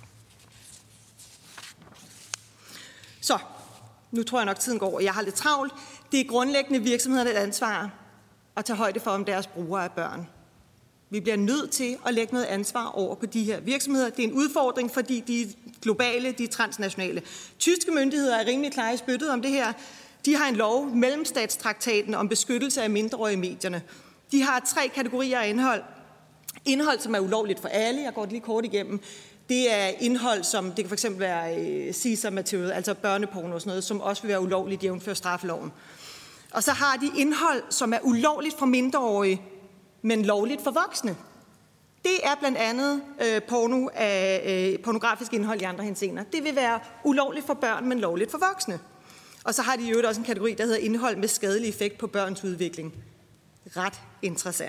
Så, nu tror jeg nok, tiden går, og jeg har lidt travlt. Det er grundlæggende virksomhedernes ansvar at tage højde for, om deres brugere er børn. Vi bliver nødt til at lægge noget ansvar over på de her virksomheder. Det er en udfordring, fordi de er globale, de er transnationale. Tyske myndigheder er rimelig klare i spyttet om det her. De har en lov, Mellemstatstraktaten, om beskyttelse af mindreårige i medierne. De har 3 kategorier af indhold. Indhold, som er ulovligt for alle. Jeg går det lige kort igennem. Det er indhold, som det kan fx være Caesar material, altså børneporno og sådan noget, som også vil være ulovligt jævnfør straffeloven. Og så har de indhold, som er ulovligt for mindreårige, men lovligt for voksne. Det er blandt andet pornografisk indhold i andre henseender. Det vil være ulovligt for børn, men lovligt for voksne. Og så har de jo også en kategori, der hedder indhold med skadelig effekt på børns udvikling. Ret interessant.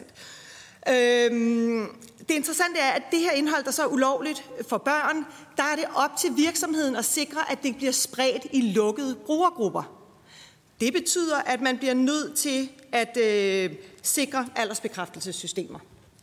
Det interessante er, at det her indhold, der så er ulovligt for børn, der er det op til virksomheden at sikre, at det bliver spredt i lukkede brugergrupper. Det betyder, at man bliver nødt til at sikre aldersbekræftelsessystemer.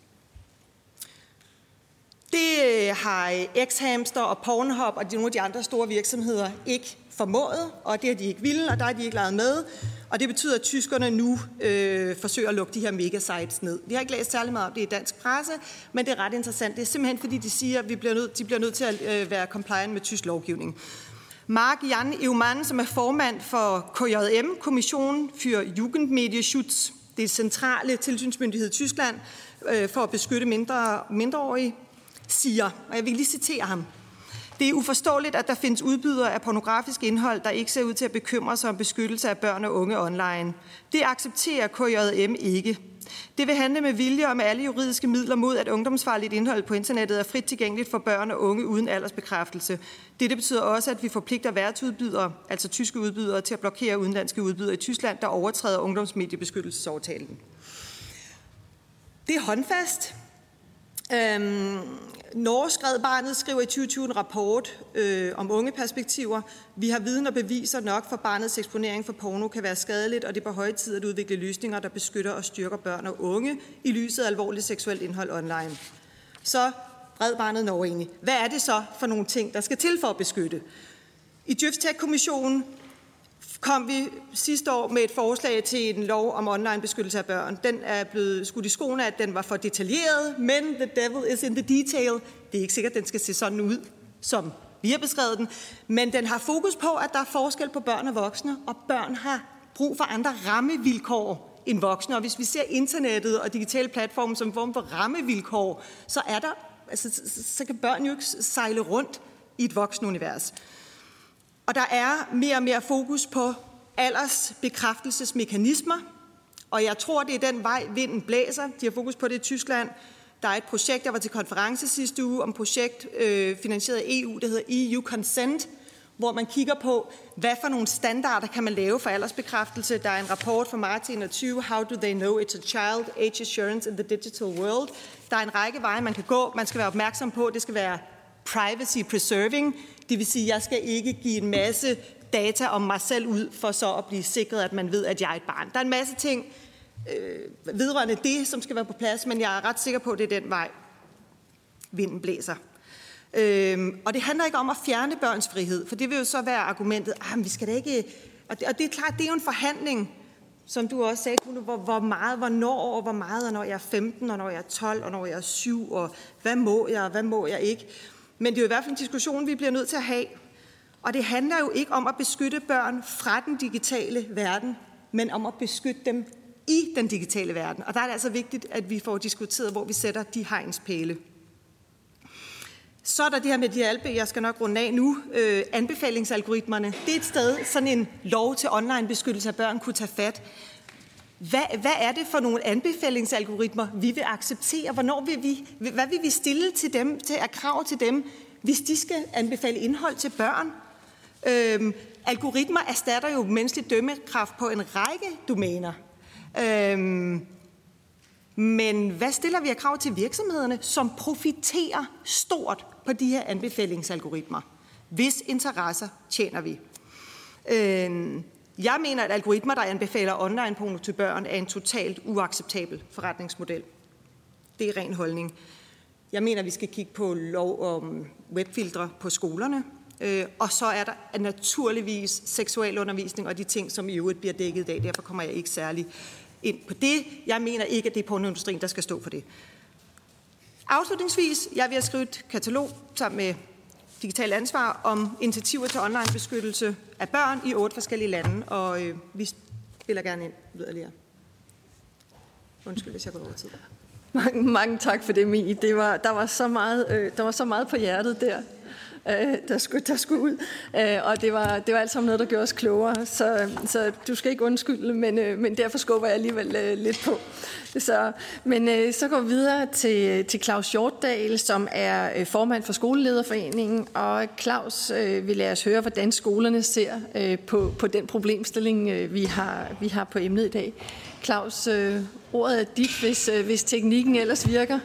Det har Xhamster og Pornhub og nogle af de andre store virksomheder ikke formået, og det har de ikke ville, og der har de ikke leget med. Og det betyder, at tyskerne nu forsøger at lukke de her megasites ned. Vi har ikke læst særlig meget om det i dansk presse, men det er ret interessant. Det er simpelthen, fordi de siger, at de bliver nødt til at være compliant med tysk lovgivning. Marc-Jan Eumann, som er formand for KJM, Kommissionen für Jugendmedieschutz, det centrale tilsynsmyndighed i Tyskland for at beskytte mindreårige, siger, og jeg vil lige citere ham: "Det er uforståeligt, at der findes udbydere af pornografisk indhold, der ikke ser ud til at bekymre sig om beskyttelse af børn og unge online. Det accepterer KJM ikke. Det vil handle med vilje og med alle juridiske midler mod, at ungdomsfarligt indhold på internettet er frit tilgængeligt for børn og unge uden aldersbekræftelse. Dette betyder også, at vi forpligter værtsudbydere, altså tyske udbydere, til at blokere udenlandske udbydere i Tyskland, der overtræder ungdomsmediebeskyttelsesaftalen." Det er håndfast. Norsk Red Barnet skriver i 2020 en rapport om ungeperspektiver. Vi har viden og beviser nok for barnets eksponering for porno kan være skadeligt, og det er på høje tid at udvikle løsninger, der beskytter og styrker børn og unge i lyset af alvorligt seksuelt indhold online. Så Red Barnet Norge egentlig. Hvad er det så for nogle ting, der skal til for at beskytte? I Djøftek-kommissionen kom vi sidste år med et forslag til en lov om online beskyttelse af børn. Den er blevet skudt i skoene, at den var for detaljeret, men the devil is in the detail. Det er ikke sikkert, at den skal se sådan ud, som vi har beskrevet den, men den har fokus på, at der er forskel på børn og voksne, og børn har brug for andre rammevilkår end voksne. Og hvis vi ser internettet og digitale platforme som form for rammevilkår, så kan børn jo ikke sejle rundt i et voksenunivers. Og der er mere og mere fokus på aldersbekræftelsesmekanismer, og jeg tror, det er den vej, vinden blæser. De har fokus på det i Tyskland. Der er et projekt, der var til konference sidste uge, om projekt finansieret af EU, der hedder EU Consent, hvor man kigger på, hvad for nogle standarder kan man lave for aldersbekræftelse. Der er en rapport fra marts 2021, How do they know it's a child? Age assurance in the digital world. Der er en række veje, man kan gå. Man skal være opmærksom på, det skal være privacy preserving. Det vil sige, at jeg skal ikke give en masse data om mig selv ud, for så at blive sikret, at man ved, at jeg er et barn. Der er en masse ting vedrørende det, som skal være på plads, men jeg er ret sikker på, at det er den vej, vinden blæser. Og det handler ikke om at fjerne børns frihed, for det vil jo så være argumentet, vi skal da ikke... Og det er klart, det er jo en forhandling, som du også sagde, hvor meget, hvornår, og hvor meget, og når jeg er 15, og når jeg er 12, og når jeg er 7, og hvad må jeg, og hvad må jeg ikke. Men det er jo i hvert fald en diskussion, vi bliver nødt til at have. Og det handler jo ikke om at beskytte børn fra den digitale verden, men om at beskytte dem i den digitale verden. Og der er det altså vigtigt, at vi får diskuteret, hvor vi sætter de hegnspæle. Så er der det her med de her jeg skal nok runde af nu, anbefalingsalgoritmerne. Det er et sted, sådan en lov til online beskyttelse af børn kunne tage fat. Hvad er det for nogle anbefalingsalgoritmer, vi vil acceptere? Hvad vil vi stille til dem, til at krav til dem, hvis de skal anbefale indhold til børn? Algoritmer erstatter jo menneskelig dømmekraft på en række domæner. Men hvad stiller vi af krav til virksomhederne, som profiterer stort på de her anbefalingsalgoritmer? Hvis interesser tjener vi? Jeg mener, at algoritmer, der anbefaler online porno til børn, er en totalt uacceptabel forretningsmodel. Det er ren holdning. Jeg mener, at vi skal kigge på lov om webfiltre på skolerne. Og så er der naturligvis seksualundervisning og de ting, som i øvrigt bliver dækket i dag. Derfor kommer jeg ikke særlig ind på det. Jeg mener ikke, at det er pornoindustrien, der skal stå for det. Afslutningsvis, jeg vil skrive et katalog sammen med Digital Ansvar om initiativer til online beskyttelse af børn i 8 forskellige lande, og vi spiller gerne ind yderligere. Undskyld, hvis jeg går over tid. Mange tak for det, Mie. Der var så meget på hjertet der. Der skulle ud, og det var alt sammen noget, der gjorde os klogere, så du skal ikke undskylde, men derfor skubber jeg alligevel lidt på. Så går vi videre til Claus Hjortdal, som er formand for Skolelederforeningen, og Claus vil lade os høre, hvordan skolerne ser på den problemstilling, vi har på emnet i dag. Claus, ordet er dit, hvis teknikken ellers virker.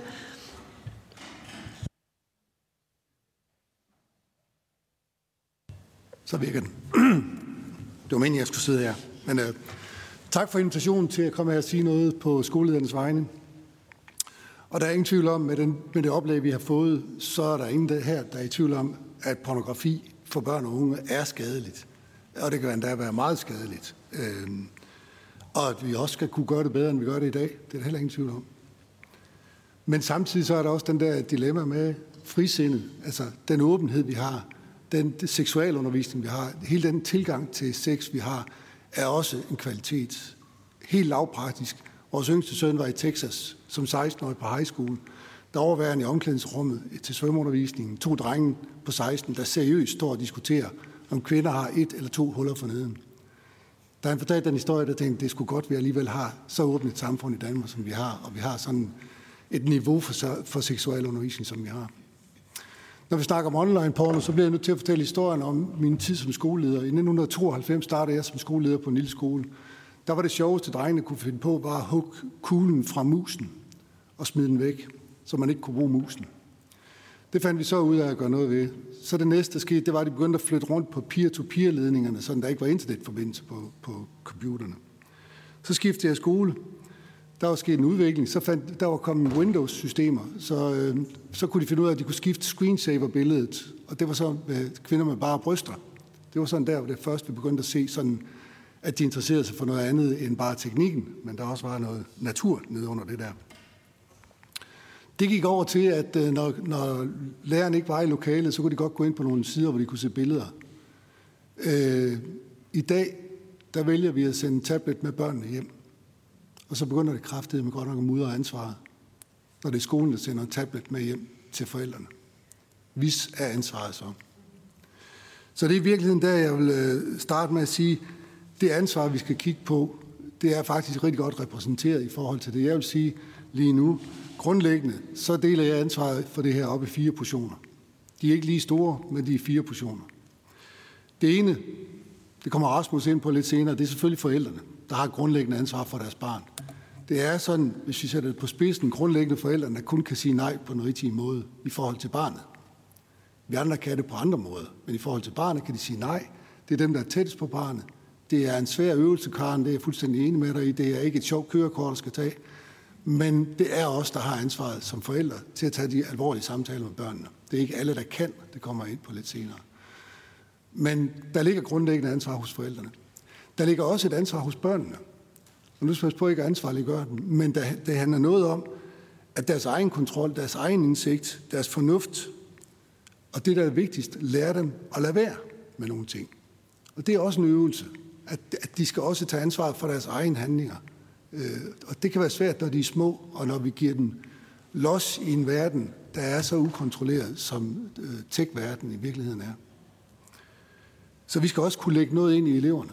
Så virker den. Det var meningen, jeg skulle sidde her. Men tak for invitationen til at komme her og sige noget på skoleledernes vegne. Og der er ingen tvivl om, med det oplæg, vi har fået, så er der ingen her, der er i tvivl om, at pornografi for børn og unge er skadeligt. Og det kan endda være meget skadeligt. Og at vi også skal kunne gøre det bedre, end vi gør det i dag, det er der heller ingen tvivl om. Men samtidig så er der også den der dilemma med frisindet, altså den åbenhed, vi har, den seksualundervisning, vi har, hele den tilgang til sex, vi har, er også en kvalitet. Helt lavpraktisk. Vores yngste søn var i Texas som 16-årig på high school. Der overværer han i omklædningsrummet til svømmeundervisningen 2 drenge på 16, der seriøst står og diskuterer, om kvinder har 1 eller 2 huller for neden. Da han fortalte den historie, der tænkte, det skulle godt, at vi alligevel har så åbent et samfund i Danmark, som vi har, og vi har sådan et niveau for seksualundervisning, som vi har. Når vi snakker om online porno, så bliver jeg nødt til at fortælle historien om min tid som skoleleder. I 1992 startede jeg som skoleleder på en lille skole. Der var det sjoveste, drengene kunne finde på, var at hugge kuglen fra musen og smide den væk. så man ikke kunne bruge musen. Det fandt vi så ud af at gøre noget ved. Så det næste, der skete, det var, at de begyndte at flytte rundt på peer-to-peer-ledningerne, så der ikke var internetforbindelse på computerne. Så skiftede jeg skole. Der var sket en udvikling. Der var kommet Windows-systemer, så kunne de finde ud af, at de kunne skifte screensaver-billedet. Og det var så kvinder med bare bryster. Det var sådan der, hvor det først vi begyndte at se, sådan, at de interesserede sig for noget andet end bare teknikken, men der også var noget natur nede under det der. Det gik over til, at når læreren ikke var i lokalet, så kunne de godt gå ind på nogle sider, hvor de kunne se billeder. I dag, der vælger vi at sende en tablet med børnene hjem. Og så begynder det kraftigt med godt nok at mudre ansvaret, når det er skolen, der sender en tablet med hjem til forældrene. Hvis er ansvaret så. Så det er i virkeligheden der, jeg vil starte med at sige, det ansvar, vi skal kigge på, det er faktisk rigtig godt repræsenteret i forhold til det. Jeg vil sige lige nu, grundlæggende, så deler jeg ansvaret for det her op i 4 portioner. De er ikke lige store, men de er 4 portioner. Det ene, det kommer Rasmus ind på lidt senere, det er selvfølgelig forældrene, der har et grundlæggende ansvar for deres barn. Det er sådan, hvis vi sætter det på spidsen, grundlæggende forældrene, der kun kan sige nej på den rigtige måde i forhold til barnet. Vi andre kan det på andre måder, men i forhold til barnet kan de sige nej. Det er dem, der er tættest på barnet. Det er en svær øvelse, Karen, det er jeg fuldstændig enig med dig i. Det er ikke et sjovt kørekort, der skal tage. Men det er os, der har ansvaret som forældre til at tage de alvorlige samtaler med børnene. Det er ikke alle, der kan. Det kommer jeg ind på lidt senere. Men der ligger grundlæggende ansvar hos forældrene. Der ligger også et ansvar hos børnene. Og nu skal jeg passe på ikke at ansvarliggøre dem. Men det handler noget om, at deres egen kontrol, deres egen indsigt, deres fornuft, og det, der er vigtigst, lære dem at lade være med nogle ting. Og det er også en øvelse, at de skal også tage ansvar for deres egne handlinger. Og det kan være svært, når de er små, og når vi giver dem los i en verden, der er så ukontrolleret, som tech-verden i virkeligheden er. Så vi skal også kunne lægge noget ind i eleverne.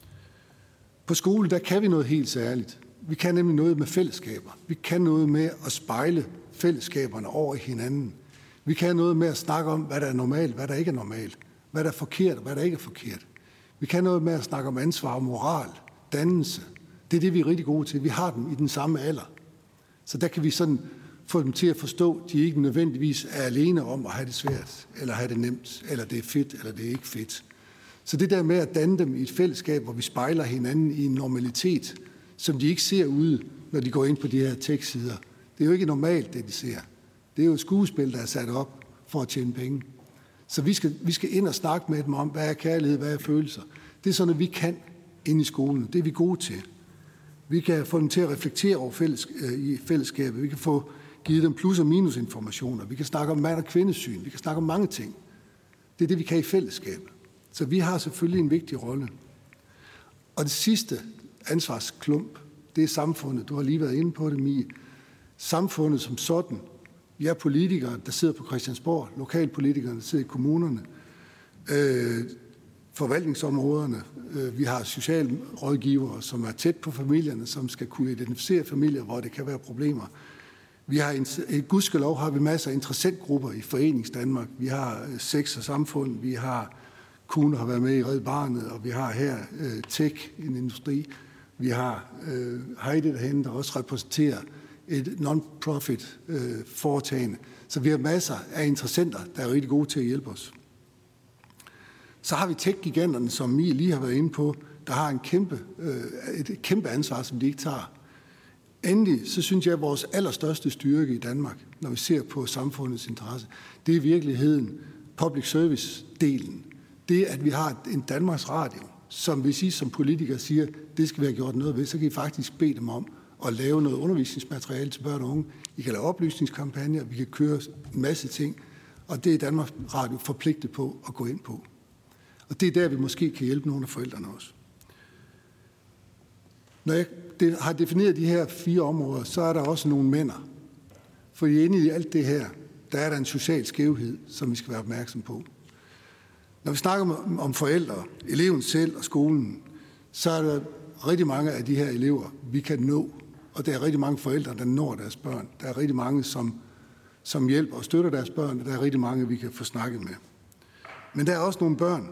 På skole, der kan vi noget helt særligt. Vi kan nemlig noget med fællesskaber. Vi kan noget med at spejle fællesskaberne over i hinanden. Vi kan noget med at snakke om, hvad der er normalt, hvad der ikke er normalt. Hvad der er forkert, og hvad der ikke er forkert. Vi kan noget med at snakke om ansvar og moral, dannelse. Det er det, vi er rigtig gode til. Vi har dem i den samme alder. Så der kan vi sådan få dem til at forstå, at de ikke nødvendigvis er alene om at have det svært, eller have det nemt, eller det er fedt, eller det er ikke fedt. Så det der med at danne dem i et fællesskab, hvor vi spejler hinanden i en normalitet, som de ikke ser ude, når de går ind på de her tekstsider. Det er jo ikke normalt, det de ser. Det er jo et skuespil, der er sat op for at tjene penge. Så vi skal ind og snakke med dem om, hvad er kærlighed, hvad er følelser. Det er sådan, at vi kan inde i skolen. Det er vi gode til. Vi kan få dem til at reflektere over i fællesskabet. Vi kan få givet dem plus- og minusinformationer. Vi kan snakke om mand- og kvindesyn. Vi kan snakke om mange ting. Det er det, vi kan i fællesskabet. Så vi har selvfølgelig en vigtig rolle. Og det sidste ansvarsklump, det er samfundet. Du har lige været inde på det, Mie. Samfundet som sådan. Vi er politikere, der sidder på Christiansborg, lokalpolitikere, der sidder i kommunerne, forvaltningsområderne. Vi har socialrådgivere, som er tæt på familierne, som skal kunne identificere familier, hvor det kan være problemer. Vi har gudskelov har vi masser af interessentgrupper i Foreningsdanmark. Vi har Sex og Samfund, vi har Kuhn har været med i Red Barnet, og vi har her Tech, en industri. Vi har Heidi derhen, der også repræsenterer et non-profit foretagende. Så vi har masser af interessenter, der er rigtig gode til at hjælpe os. Så har vi tech-giganterne, som Mie lige har været inde på, der har et kæmpe ansvar, som de ikke tager. Endelig, så synes jeg, at vores allerstørste styrke i Danmark, når vi ser på samfundets interesse, det er i virkeligheden public service-delen. Det, at vi har en Danmarks Radio, som hvis I som politikere siger, det skal vi have gjort noget ved, så kan I faktisk bede dem om at lave noget undervisningsmateriale til børn og unge. I kan lave oplysningskampagner, vi kan køre en masse ting, og det er Danmarks Radio forpligtet på at gå ind på. Og det er der, vi måske kan hjælpe nogle af forældrene også. Når jeg har defineret de her 4 områder, så er der også nogle mænder. For inde i alt det her, der er der en social skævhed, som vi skal være opmærksom på. Når vi snakker om forældre, eleven selv og skolen, så er der rigtig mange af de her elever, vi kan nå. Og der er rigtig mange forældre, der når deres børn. Der er rigtig mange, som hjælper og støtter deres børn, og der er rigtig mange, vi kan få snakket med. Men der er også nogle børn,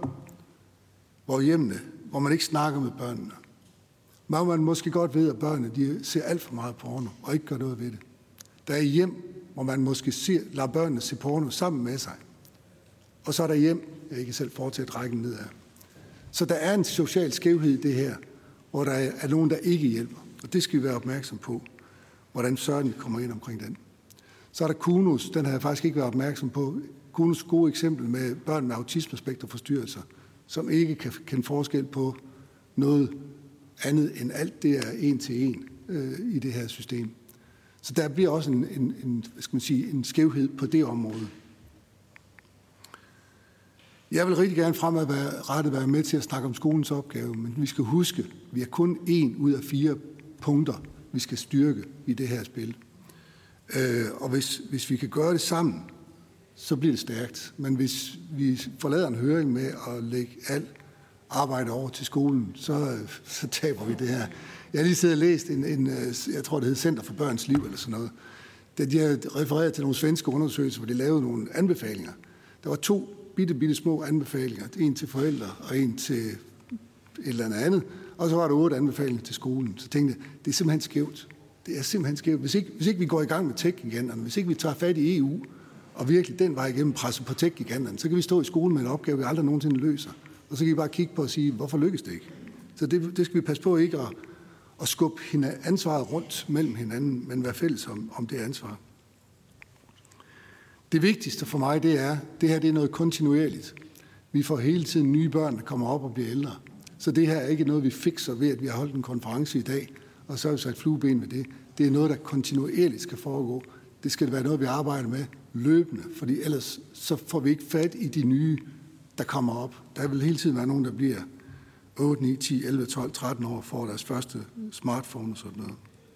hvor man ikke snakker med børnene. Hvor man måske godt ved, at børnene de ser alt for meget porno og ikke gør noget ved det. Der er hjem, hvor man måske lader børnene se porno sammen med sig. Og så er der hjem, jeg kan selv fortsætte rækken nedad. Så der er en social skævhed i det her, hvor der er nogen, der ikke hjælper. Og det skal vi være opmærksom på, hvordan søren kommer ind omkring den. Så er der KUNOS, den har jeg faktisk ikke været opmærksom på. KUNOS gode eksempel med børn med autismespekterforstyrrelser, som ikke kan kende forskel på noget andet end alt det er en til en i det her system. Så der bliver også en skævhed på det område. Jeg vil rigtig gerne fremadrettet være med til at snakke om skolens opgave, men vi skal huske, at vi har kun 1 ud af 4 punkter, vi skal styrke i det her spil. Og hvis vi kan gøre det sammen, så bliver det stærkt. Men hvis vi forlader en høring med at lægge alt arbejde over til skolen, så taber vi det her. Jeg har lige siddet og læst jeg tror det hed Center for Børns Liv eller sådan noget. De har refereret til nogle svenske undersøgelser, hvor de lavede nogle anbefalinger. Der var 2 bitte små anbefalinger. En til forældre og en til et eller andet. Og så var der 8 anbefalinger til skolen. Så tænkte jeg, det er simpelthen skævt. Det er simpelthen skævt. Hvis ikke vi går i gang med tech-giganterne, hvis ikke vi tager fat i EU, og virkelig den vej igennem presset på tech-giganterne, så kan vi stå i skolen med en opgave, vi aldrig nogensinde løser. Og så kan vi bare kigge på og sige, hvorfor lykkes det ikke? Så det skal vi passe på ikke at skubbe ansvaret rundt mellem hinanden, men være fælles om det ansvar. Det vigtigste for mig, det her det er noget kontinuerligt. Vi får hele tiden nye børn, der kommer op og bliver ældre. Så det her er ikke noget, vi fikser ved, at vi har holdt en konference i dag, og så har vi sat flueben med det. Det er noget, der kontinuerligt skal foregå. Det skal være noget, vi arbejder med løbende, fordi ellers så får vi ikke fat i de nye, der kommer op. Der vil hele tiden være nogen, der bliver 8, 9, 10, 11, 12, 13 år for deres første smartphone og sådan noget.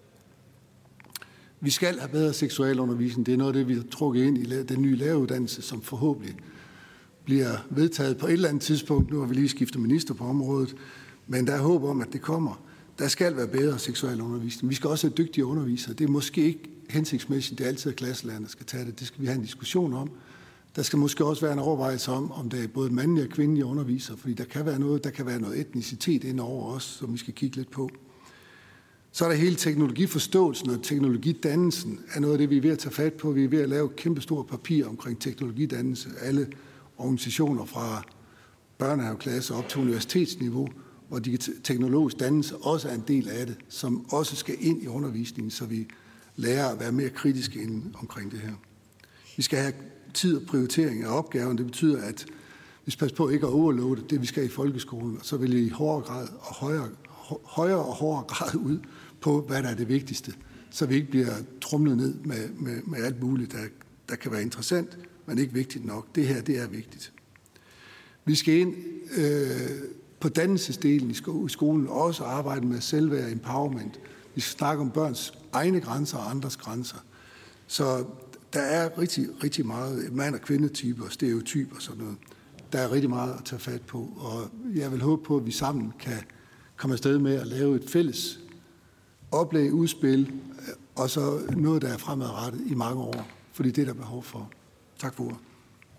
Vi skal have bedre seksualundervisning. Det er noget af det, vi har trukket ind i den nye læreruddannelse, som forhåbentlig bliver vedtaget på et eller andet tidspunkt. Nu har vi lige skiftet minister på området, men der er håb om, at det kommer. Der skal være bedre seksualundervisning. Vi skal også have dygtige undervisere. Det er måske ikke hensigtsmæssigt, det er altid, at klasselærerne skal tage det. Det skal vi have en diskussion om. Der skal måske også være en overvejelse om det er både mandlige og kvindelige undervisere, fordi der kan være noget etnicitet indover os, som vi skal kigge lidt på. Så er der hele teknologiforståelsen og teknologidannelsen er noget af det, vi er ved at tage fat på. Vi er ved at lave et kæmpestort papir omkring teknologidannelse. Alle organisationer fra børnehaveklasse op til universitetsniveau, hvor teknologisk dannelse også er en del af det, som også skal ind i undervisningen, så vi lærer at være mere kritiske omkring det her. Vi skal have tid og prioritering af opgaven. Det betyder, at vi skal passe på ikke at overloade det, vi skal i folkeskolen, så vil vi i højere og hårdere grad ud på, hvad der er det vigtigste, så vi ikke bliver tromlet ned med alt muligt, der kan være interessant, men ikke vigtigt nok. Det her, det er vigtigt. Vi skal ind på dannelsesdelen i skolen også arbejde med selvværd og empowerment. Vi skal snakke om børns egne grænser og andres grænser. Så der er rigtig, rigtig meget mand- og kvindetyper, stereotyper og sådan noget. Der er rigtig meget at tage fat på, og jeg vil håbe på, at vi sammen kan komme afsted med at lave et fælles oplæg, udspil, og så noget, der er fremadrettet i mange år, fordi det er der behov for. Tak for ordet.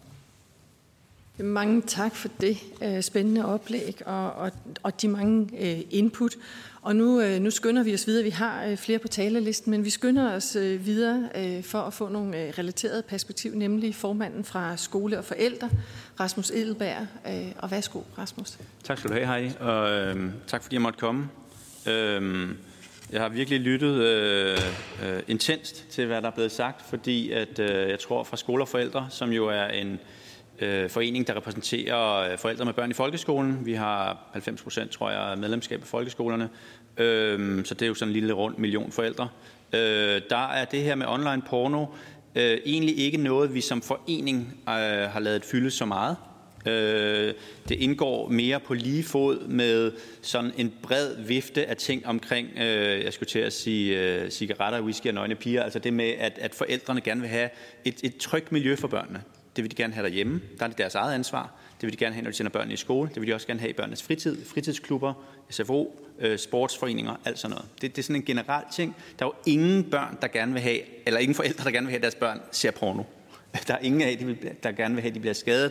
Mange tak for det spændende oplæg og de mange input. Og nu skynder vi os videre. Vi har flere på talerlisten, men vi skynder os videre for at få nogle relaterede perspektiv, nemlig formanden fra Skole og Forældre, Rasmus Edelberg. Og værsgo, Rasmus. Tak skal du have, Heidi, og tak fordi jeg måtte komme. Jeg har virkelig lyttet intenst til, hvad der er blevet sagt, fordi at, jeg tror fra Skole og Forældre, som jo er en forening, der repræsenterer forældre med børn i folkeskolen. Vi har 90%, tror jeg, medlemskab af folkeskolerne, så det er jo sådan en lille rundt million forældre. Der er det her med online porno egentlig ikke noget, vi som forening har ladet fylde så meget. Det indgår mere på lige fod med sådan en bred vifte af ting omkring, jeg skulle til at sige cigaretter, whisky og nøgne piger, altså det med, at forældrene gerne vil have et trygt miljø for børnene. Det vil de gerne have derhjemme. Der er det deres eget ansvar. Det vil de gerne have, når de sender børnene i skole. Det vil de også gerne have i børnenes fritid, fritidsklubber, SFO, sportsforeninger, alt sådan noget. Det er sådan en generel ting. Der er jo ingen børn, der gerne vil have, eller ingen forældre, der gerne vil have, at deres børn ser porno. Der er ingen af, der gerne vil have, at de bliver skadet.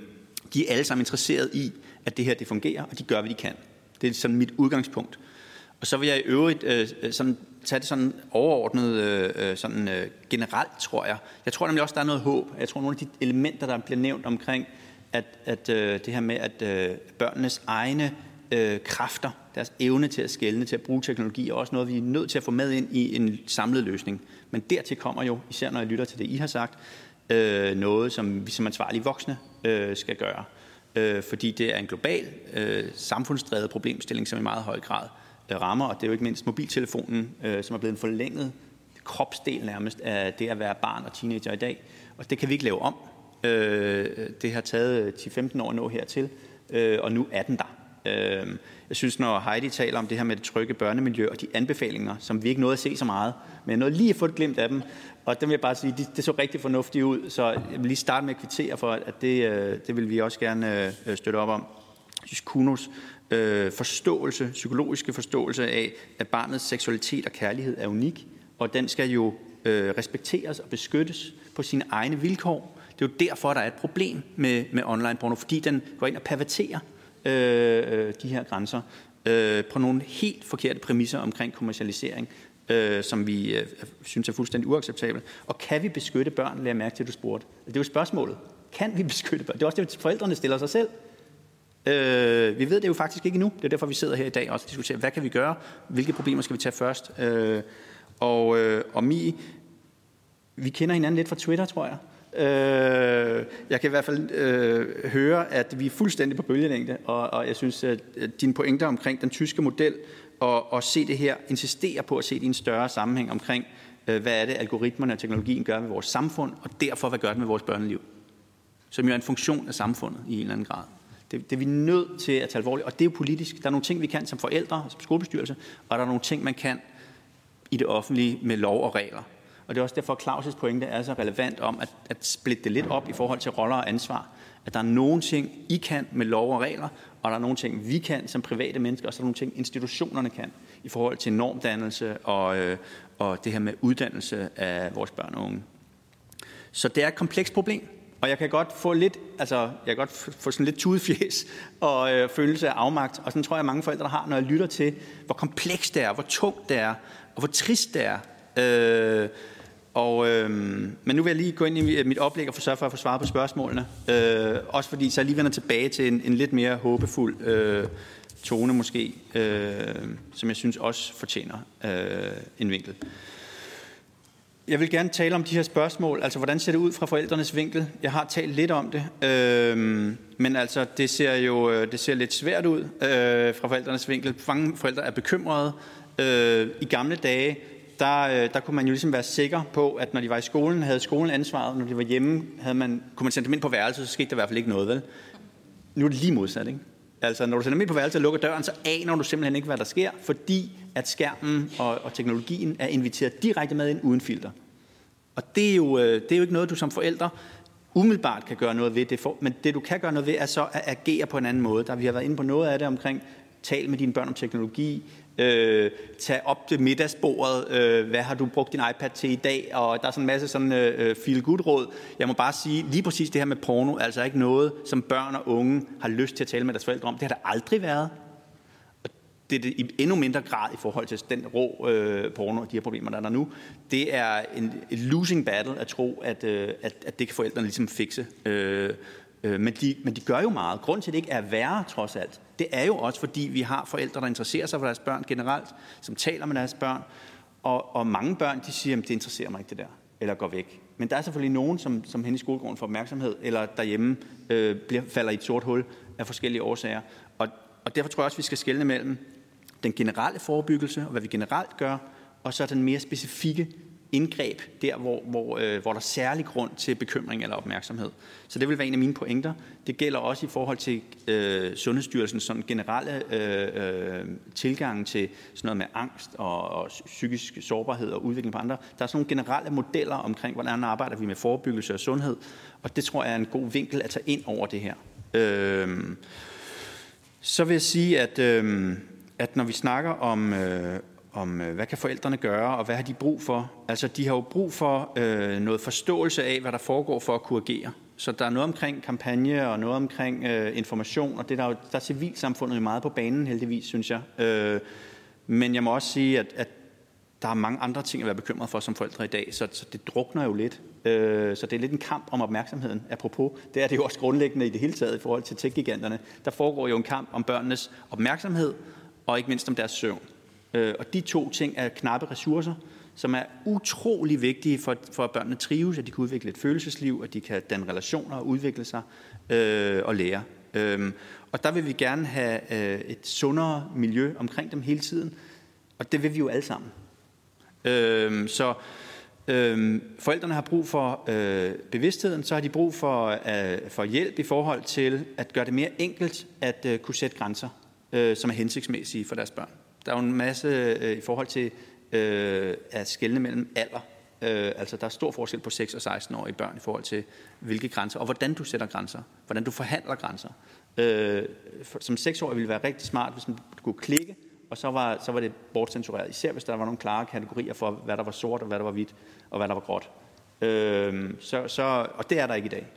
De er alle sammen interesseret i, at det her det fungerer, og de gør, hvad de kan. Det er sådan mit udgangspunkt. Og så vil jeg i øvrigt sådan tage det sådan overordnet, generelt, tror jeg. Jeg tror nemlig også, der er noget håb. Jeg tror, nogle af de elementer, der bliver nævnt omkring, at det her med, at børnenes egne kræfter, deres evne til at skelne, til at bruge teknologi, er også noget, vi er nødt til at få med ind i en samlet løsning. Men dertil kommer jo, især når jeg lytter til det, I har sagt, noget, som vi som ansvarlige voksne skal gøre. Fordi det er en global, samfundsdrevet problemstilling, som i meget høj grad rammer, og det er jo ikke mindst mobiltelefonen, som er blevet en forlænget kropsdel nærmest af det at være barn og teenager i dag. Og det kan vi ikke lave om. Det har taget 10-15 år at nå hertil, og nu er den der. Jeg synes, når Heidi taler om det her med det trygge børnemiljø og de anbefalinger, som vi ikke nåede at se så meget, men jeg nåede lige at få et glimt af dem, og dem vil jeg bare sige, det så rigtig fornuftigt ud, så jeg vil lige starte med at kvittere for, at det vil vi også gerne støtte op om. Jeg synes, Kunos forståelse, psykologiske forståelse af, at barnets seksualitet og kærlighed er unik, og den skal jo respekteres og beskyttes på sine egne vilkår. Det er jo derfor, der er et problem med online porno, fordi den går ind og perverterer de her grænser på nogle helt forkerte præmisser omkring kommercialisering, som vi synes er fuldstændig uacceptabelt. Og kan vi beskytte børn, lad jeg mærke til, at du spurgte. Det er jo spørgsmålet. Kan vi beskytte børn? Det er også det, forældrene stiller sig selv. Vi ved det jo faktisk ikke endnu. Det er derfor, vi sidder her i dag og også diskuterer, hvad kan vi gøre? Hvilke problemer skal vi tage først? Og Mie, vi kender hinanden lidt fra Twitter, tror jeg. Jeg kan i hvert fald høre, at vi er fuldstændig på bølgelængde, og jeg synes, at dine pointer omkring den tyske model og se det her, insistere på at se det i en større sammenhæng omkring, hvad er det, algoritmerne og teknologien gør med vores samfund, og derfor, hvad gør det med vores børneliv, som jo er en funktion af samfundet i en eller anden grad. Det er vi nødt til at tage alvorligt, og det er jo politisk. Der er nogle ting, vi kan som forældre, som skolebestyrelse, og der er nogle ting, man kan i det offentlige med lov og regler. Og det er også derfor, Claus' pointe er så relevant om at splitte det lidt op i forhold til roller og ansvar. At der er nogle ting, I kan med lov og regler, og der er nogle ting, vi kan som private mennesker, og så er der nogle ting, institutionerne kan i forhold til normdannelse og det her med uddannelse af vores børn og unge. Så det er et komplekst problem, og jeg kan godt få lidt, sådan lidt tudefjæs og følelse af afmagt, og sådan tror jeg, mange forældre har, når jeg lytter til, hvor komplekst det er, hvor tungt det er, og hvor trist det er. Men nu vil jeg lige gå ind i mit oplæg og forsøge for at få svaret på spørgsmålene. Også fordi så jeg lige vender tilbage til en lidt mere håbefuld tone måske, som jeg synes også fortjener en vinkel. Jeg vil gerne tale om de her spørgsmål. Altså, hvordan ser det ud fra forældrenes vinkel? Jeg har talt lidt om det, men altså, det ser lidt svært ud fra forældrenes vinkel. Mange forældre er bekymrede. I gamle dage, der kunne man jo ligesom være sikker på, at når de var i skolen, havde skolen ansvaret, når de var hjemme, kunne man sende dem ind på værelset, så skete der i hvert fald ikke noget, vel? Nu er det lige modsat, ikke? Altså, når du sender dem ind på værelset og lukker døren, så aner du simpelthen ikke, hvad der sker, fordi at skærmen og teknologien er inviteret direkte med ind uden filter. Og det er jo ikke noget, du som forældre umiddelbart kan gøre noget ved. Men det, du kan gøre noget ved, er så at agere på en anden måde. Vi har været inde på noget af det omkring, tal med dine børn om teknologi, tag op til middagsbordet, hvad har du brugt din iPad til i dag, og der er sådan en masse sådan feel-good-råd. Jeg må bare sige, lige præcis det her med porno, altså ikke noget, som børn og unge har lyst til at tale med deres forældre om. Det har der aldrig været. Og det er det i endnu mindre grad i forhold til den rå porno og de her problemer, der er der nu. Det er et losing battle at tro, at det kan forældrene ligesom fikse. Men de gør jo meget. Grunden til, at det ikke er værre, trods alt, det er jo også, fordi vi har forældre, der interesserer sig for deres børn generelt, som taler med deres børn, og mange børn, de siger, at det interesserer mig ikke det der, eller går væk. Men der er selvfølgelig nogen, som hen i skolegården får opmærksomhed, eller derhjemme falder i et sort hul af forskellige årsager. Og derfor tror jeg også, vi skal skelne mellem den generelle forebyggelse, og hvad vi generelt gør, og så den mere specifikke indgreb, der hvor der er særlig grund til bekymring eller opmærksomhed. Så det vil være en af mine pointer. Det gælder også i forhold til Sundhedsstyrelsens sådan generelle tilgang til sådan noget med angst og psykisk sårbarhed og udvikling på andre. Der er sådan nogle generelle modeller omkring, hvordan arbejder vi med forebyggelse og sundhed, og det tror jeg er en god vinkel at tage ind over det her. Så vil jeg sige, at når vi snakker om hvad kan forældrene gøre, og hvad har de brug for? Altså, de har jo brug for noget forståelse af, hvad der foregår for at kunne agere. Så der er noget omkring kampagne, og noget omkring information, og det der er civilsamfundet meget på banen, heldigvis, synes jeg. Men jeg må også sige, at der er mange andre ting at være bekymret for som forældre i dag, så det drukner jo lidt. Så det er lidt en kamp om opmærksomheden. Apropos, det er det jo også grundlæggende i det hele taget i forhold til tech-giganterne. Der foregår jo en kamp om børnenes opmærksomhed, og ikke mindst om deres søvn. Og de to ting er knappe ressourcer, som er utrolig vigtige for at børnene trives, at de kan udvikle et følelsesliv, at de kan danne relationer og udvikle sig og lære. Og der vil vi gerne have et sundere miljø omkring dem hele tiden, og det vil vi jo alle sammen. Forældrene har brug for bevidstheden, så har de brug for hjælp i forhold til at gøre det mere enkelt at kunne sætte grænser, som er hensigtsmæssige for deres børn. Der er jo en masse i forhold til at skelne mellem alder. Altså der er stor forskel på 6- og 16-årige børn i forhold til hvilke grænser, og hvordan du sætter grænser, hvordan du forhandler grænser. Som 6-årig ville det være rigtig smart, hvis man kunne klikke, og så var det bortcensureret, især hvis der var nogle klare kategorier for, hvad der var sort, og hvad der var hvidt, og hvad der var gråt. Og det er der ikke i dag.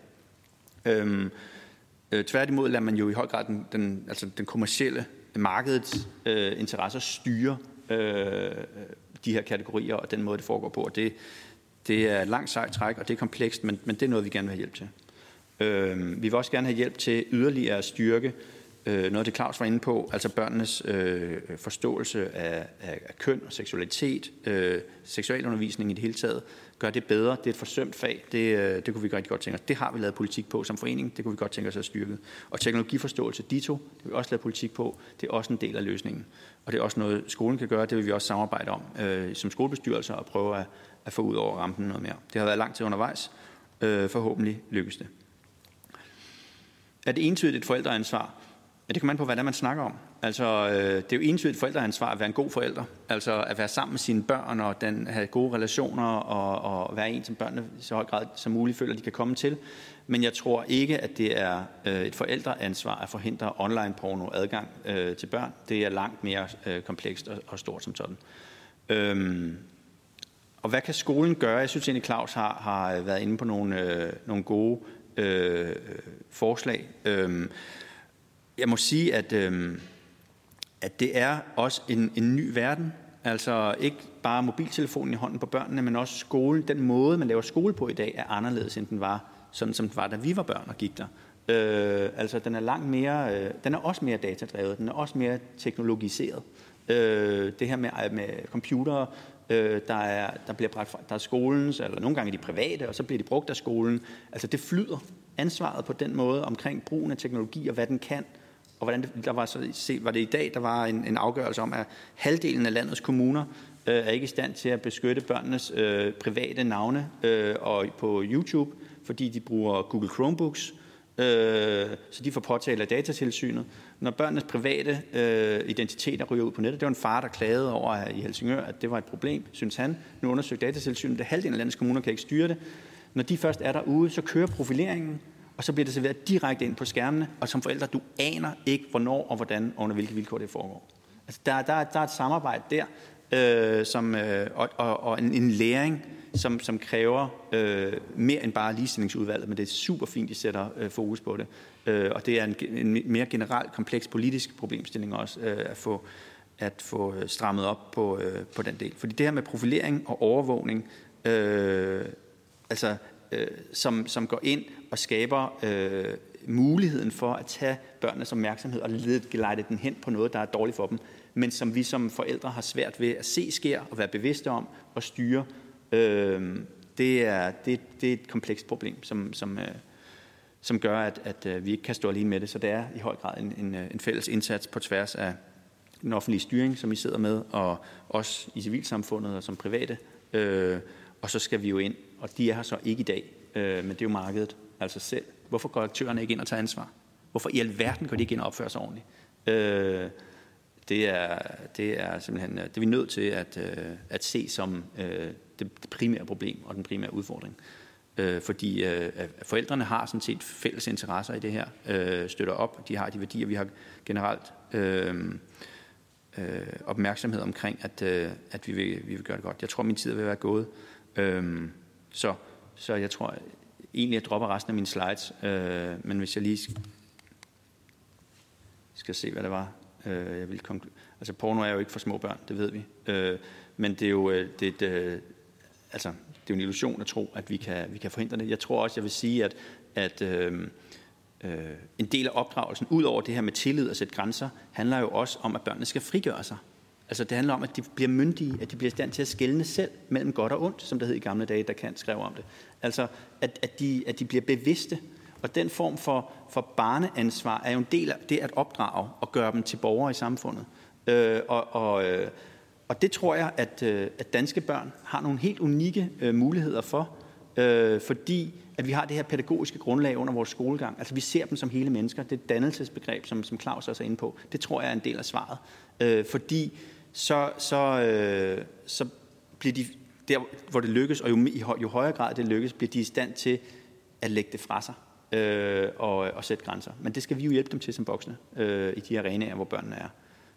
Tværtimod lader man jo i høj grad den kommercielle markedets interesser styre de her kategorier, og den måde, det foregår på. Og det er et langt sejt træk, og det er komplekst, men det er noget, vi gerne vil have hjælp til. Vi vil også gerne have hjælp til yderligere at styrke noget af det, Claus var inde på, altså børnenes forståelse af køn og seksualitet, seksualundervisning i det hele taget, gør det bedre. Det er et forsømt fag. Det kunne vi rigtig godt tænke os. Det har vi lavet politik på som forening. Det kunne vi godt tænke os at styrke. Og teknologiforståelse, dito, det vil vi også lave politik på. Det er også en del af løsningen. Og det er også noget, skolen kan gøre. Det vil vi også samarbejde om som skolebestyrelser og prøve at få ud over rampen noget mere. Det har været lang tid undervejs. Forhåbentlig lykkes det. Er det entydigt et forældreansvar? Ja, det kommer an på, hvad det er, man snakker om. Altså, det er jo entydigt forældreansvar at være en god forælder. Altså at være sammen med sine børn og have gode relationer og være en, som børnene i så høj grad som muligt føler, de kan komme til. Men jeg tror ikke, at det er et forældreansvar at forhindre online porno adgang til børn. Det er langt mere komplekst og stort som sådan. Og hvad kan skolen gøre? Jeg synes egentlig, Claus har været inde på nogle gode forslag. Jeg må sige, at det er også en ny verden. Altså ikke bare mobiltelefonen i hånden på børnene, men også skolen. Den måde, man laver skole på i dag, er anderledes, end den var, sådan som den var, da vi var børn og gik der. Altså den er langt mere, den er også mere datadrevet, den er også mere teknologiseret. Det her med computere, der bliver bragt fra, der er skolens, eller nogle gange de private, og så bliver de brugt af skolen. Altså det flyder ansvaret på den måde omkring brugen af teknologi og hvad den kan. Og hvordan var det i dag, der var en afgørelse om, at halvdelen af landets kommuner er ikke i stand til at beskytte børnenes private navne og på YouTube, fordi de bruger Google Chromebooks, så de får påtale af Datatilsynet. Når børnenes private identiteter ryger ud på nettet, det var en far, der klagede over i Helsingør, at det var et problem, synes han. Nu undersøger Datatilsynet, at halvdelen af landets kommuner kan ikke styre det. Når de først er derude, så kører profileringen, og så bliver det serveret direkte ind på skærmene, og som forældre, du aner ikke, hvornår og hvordan og under hvilke vilkår det foregår. Altså, der er et samarbejde der, og en læring, som kræver mere end bare ligestillingsudvalget, men det er super fint, de sætter fokus på det. Og det er en mere generelt kompleks politisk problemstilling også, at få strammet op på den del. Fordi det her med profilering og overvågning, som går ind og skaber muligheden for at tage børnenes opmærksomhed og lede den hen på noget, der er dårligt for dem, men som vi som forældre har svært ved at se sker og være bevidste om og styre. Det er et komplekst problem, som gør, at vi ikke kan stå alene med det. Så det er i høj grad en fælles indsats på tværs af den offentlige styring, som vi sidder med, og også i civilsamfundet og som private. Og så skal vi jo ind, og de er her så ikke i dag, men det er jo markedet, altså selv. Hvorfor går aktørerne ikke ind og tager ansvar? Hvorfor i alverden går de ikke ind og opføre sig ordentligt? Det er simpelthen det er vi nødt til at se som det primære problem og den primære udfordring. Fordi forældrene har sådan set fælles interesser i det her, støtter op, de har de værdier, vi har generelt opmærksomhed omkring, at vi vil gøre det godt. Jeg tror, min tid vil være gået. Så jeg tror egentlig, jeg dropper resten af mine slides, men hvis jeg lige skal se, hvad det var. Altså porno er jo ikke for små børn, det ved vi. Men det er jo det er jo en illusion at tro, at vi kan forhindre det. Jeg tror også, jeg vil sige, at en del af opdragelsen, ud over det her med tillid og sætte grænser, handler jo også om, at børnene skal frigøre sig. Altså det handler om, at de bliver myndige, at de bliver i stand til at skelne selv mellem godt og ondt, som det hed i gamle dage, der Kant skrev om det. Altså at de bliver bevidste. Og den form for barneansvar er jo en del af det at opdrage og gøre dem til borgere i samfundet. Og det tror jeg, at danske børn har nogle helt unikke muligheder for, fordi at vi har det her pædagogiske grundlag under vores skolegang. Altså vi ser dem som hele mennesker. Det er et dannelsesbegreb, som Claus også er inde på. Det tror jeg er en del af svaret. Fordi så bliver de, der hvor det lykkes, og jo højere grad det lykkes, bliver de i stand til at lægge det fra sig og sætte grænser. Men det skal vi jo hjælpe dem til som voksne i de arenaer, hvor børnene er.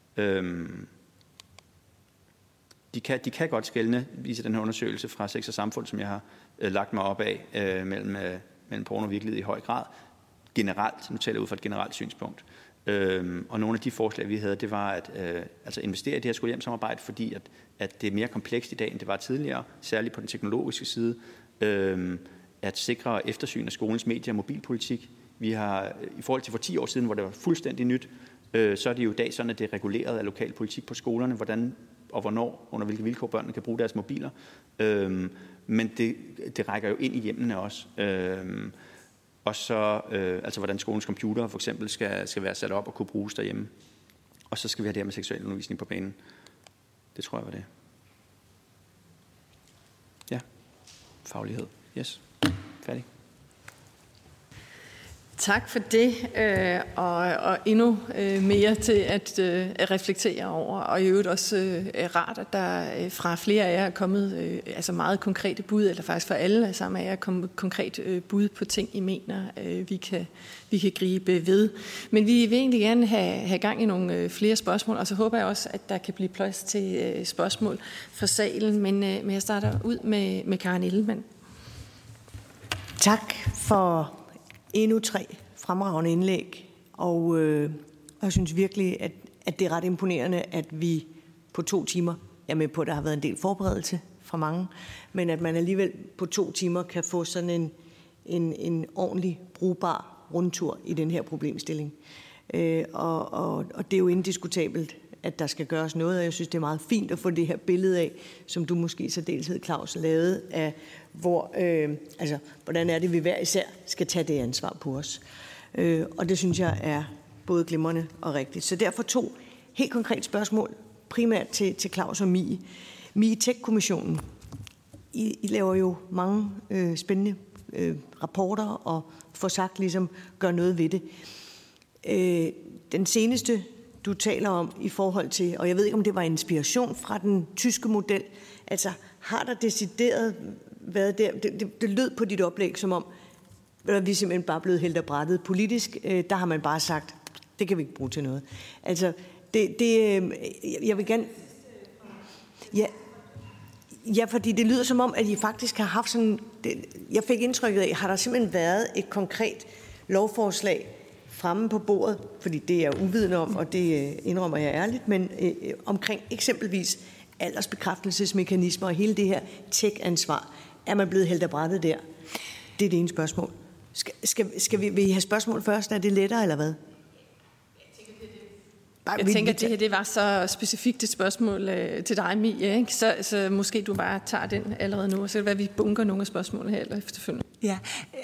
De kan godt skelne, viser den her undersøgelse fra Sex og Samfund, som jeg har lagt mig op af, mellem porno og virkelighed i høj grad. Generelt, nu taler jeg ud fra et generelt synspunkt. Og nogle af de forslag, vi havde, det var at investere i det her skole-hjem-samarbejde, fordi at det er mere komplekst i dag, end det var tidligere, særligt på den teknologiske side. At sikre eftersyn af skolens medie- og mobilpolitik. Vi har, i forhold til for 10 år siden, hvor det var fuldstændig nyt, så er det jo i dag sådan, at det er reguleret af lokal politik på skolerne, hvordan og hvornår, under hvilke vilkår børnene kan bruge deres mobiler. Men det rækker jo ind i hjemmene også. Og så altså hvordan skolens computer for eksempel skal være sat op og kunne bruges derhjemme. Og så skal vi have det her med seksuel undervisning på banen. Det tror jeg var det. Ja. Faglighed. Yes. Færdig. Tak for det, og endnu mere til at reflektere over, og i øvrigt også rart, at der fra flere af jer er kommet altså meget konkrete bud, eller faktisk for alle sammen af jer er kommet konkret bud på ting, I mener, vi kan gribe ved. Men vi vil egentlig gerne have gang i nogle flere spørgsmål, og så håber jeg også, at der kan blive plads til spørgsmål fra salen, men jeg starter ud med Karen Ellemann. Tak for endnu 3 fremragende indlæg, og jeg synes virkelig, at det er ret imponerende, at vi på 2 timer, jeg er med på, at der har været en del forberedelse fra mange, men at man alligevel på 2 timer kan få sådan en ordentlig brugbar rundtur i den her problemstilling. Og det er jo indiskutabelt, at der skal gøres noget, og jeg synes, det er meget fint at få det her billede af, som du måske i særdeleshed, Claus, lavede, af hvordan er det, vi hver især skal tage det ansvar på os. Og det synes jeg er både glimrende og rigtigt. Så derfor 2 helt konkrete spørgsmål, primært til Claus og Mie. Mie Tech-kommissionen. I laver jo mange spændende rapporter og får sagt ligesom, gør noget ved det. Den seneste, du taler om i forhold til, og jeg ved ikke, om det var inspiration fra den tyske model, altså har der decideret været der, det lød på dit oplæg som om, at vi simpelthen bare blevet hældt af brættet politisk, der har man bare sagt, det kan vi ikke bruge til noget. Altså, jeg vil gerne... Ja, fordi det lyder som om, at I faktisk har haft sådan... Jeg fik indtrykket af, har der simpelthen været et konkret lovforslag fremme på bordet, fordi det er jeg uvidende om, og det indrømmer jeg ærligt, men omkring eksempelvis aldersbekræftelsesmekanismer og hele det her tech-ansvar, er man blevet hældt af brættet der? Det er det ene spørgsmål. Vil I have spørgsmål først? Er det lettere, eller hvad? Jeg tænker, at det her det var så specifikt et spørgsmål til dig, Mie, ikke? Så måske du bare tager den allerede nu, og så kan det være, at vi bunker nogle af spørgsmålene her eller efterfølgende. Ja,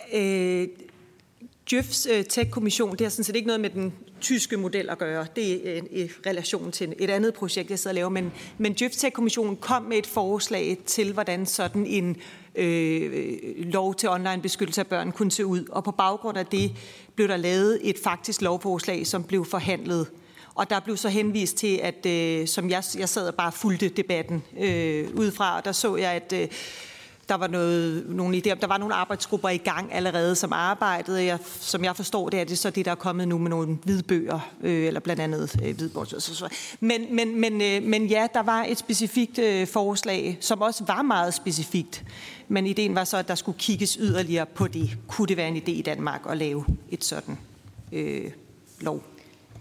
Djøfs Tech-kommission, det har sådan set ikke noget med den tyske model at gøre. Det er i relation til et andet projekt, jeg sidder og laver. Men Djøfs Tech-kommissionen kom med et forslag til, hvordan sådan en lov til online-beskyttelse af børn kunne se ud. Og på baggrund af det blev der lavet et faktisk lovforslag, som blev forhandlet. Og der blev så henvist til, at som jeg sad og bare fulgte debatten udefra, og der så jeg, at der var nogle idéer. Der var nogle arbejdsgrupper i gang allerede, som arbejdede. Som jeg forstår det, er det så det, der er kommet nu med nogle hvidbøger, eller blandt andet hvidbøger. Men ja, der var et specifikt forslag, som også var meget specifikt. Men ideen var så, at der skulle kigges yderligere på det. Kunne det være en idé i Danmark at lave et sådan lov?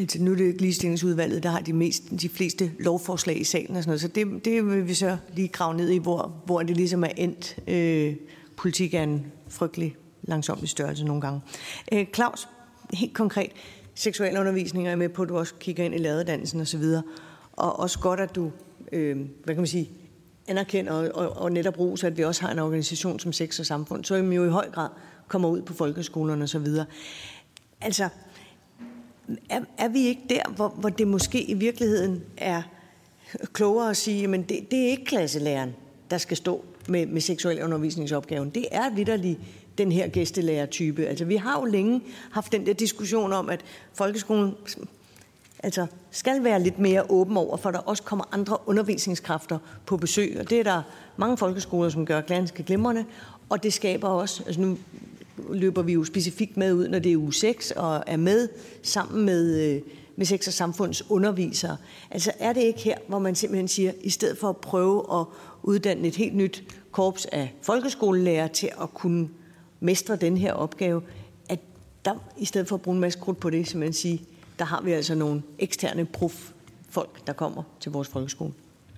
Altså, nu er det ligestillingsudvalget, der har de fleste lovforslag i salen og sådan noget, så det vil vi så lige grave ned i, hvor det ligesom er endt. Politik er en frygtelig langsommelig størrelse nogle gange. Claus, helt konkret, seksualundervisning er med på, at du også kigger ind i læreruddannelsen og så videre, og også godt, at du, hvad kan man sige, anerkender og netop roser, at vi også har en organisation som Sex og Samfund, så vi jo i høj grad kommer ud på folkeskolerne og så videre. Altså, er vi ikke der, hvor det måske i virkeligheden er klogere at sige, men det er ikke klasselæreren, der skal stå med seksualundervisningsopgaven. Det er vitterligt den her gæstelærertype. Altså, vi har jo længe haft den der diskussion om, at folkeskolen altså skal være lidt mere åben over, for der også kommer andre undervisningskræfter på besøg. Og det er der mange folkeskoler, som gør ganske glimrende, og det skaber også, altså nu løber vi jo specifikt med ud, når det er uge 6, og er med sammen med Sex og Samfunds undervisere. Altså er det ikke her, hvor man simpelthen siger, i stedet for at prøve at uddanne et helt nyt korps af folkeskolelærer til at kunne mestre den her opgave, at der i stedet for at bruge en masse krudt på det, simpelthen sige, der har vi altså nogle eksterne proffolk, der kommer til vores folkeskole.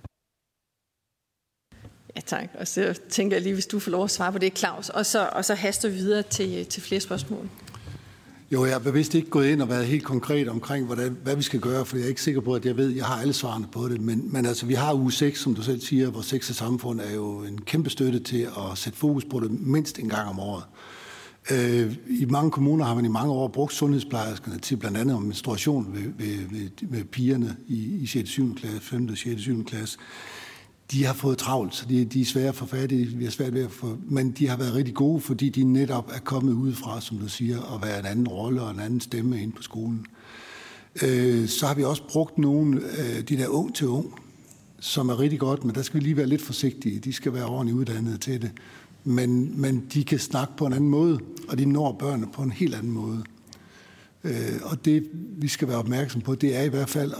Ja, tak. Og så tænker jeg lige, hvis du får lov at svare på det, Claus, og så haster vi videre til flere spørgsmål. Jo, jeg har bevidst ikke gået ind og været helt konkret omkring, hvad vi skal gøre, for jeg er ikke sikker på, at jeg har alle svarene på det. Men altså, vi har uge 6, som du selv siger, hvor Sex og Samfund er jo en kæmpe støtte til at sætte fokus på det mindst en gang om året. I mange kommuner har man i mange år brugt sundhedsplejerskerne til blandt andet om menstruation ved pigerne i 6. 7. klasse, 5. og 6. 7. klasse. De har fået travlt, så de er svære at få fat i, vi har svært ved at få, men de har været rigtig gode, fordi de netop er kommet udefra, som du siger, og være en anden rolle og en anden stemme inde på skolen. Så har vi også brugt nogle af de der ung til ung, som er rigtig godt, men der skal vi lige være lidt forsigtige. De skal være ordentligt uddannede til det. Men de kan snakke på en anden måde, og de når børnene på en helt anden måde. Og det, vi skal være opmærksom på, det er i hvert fald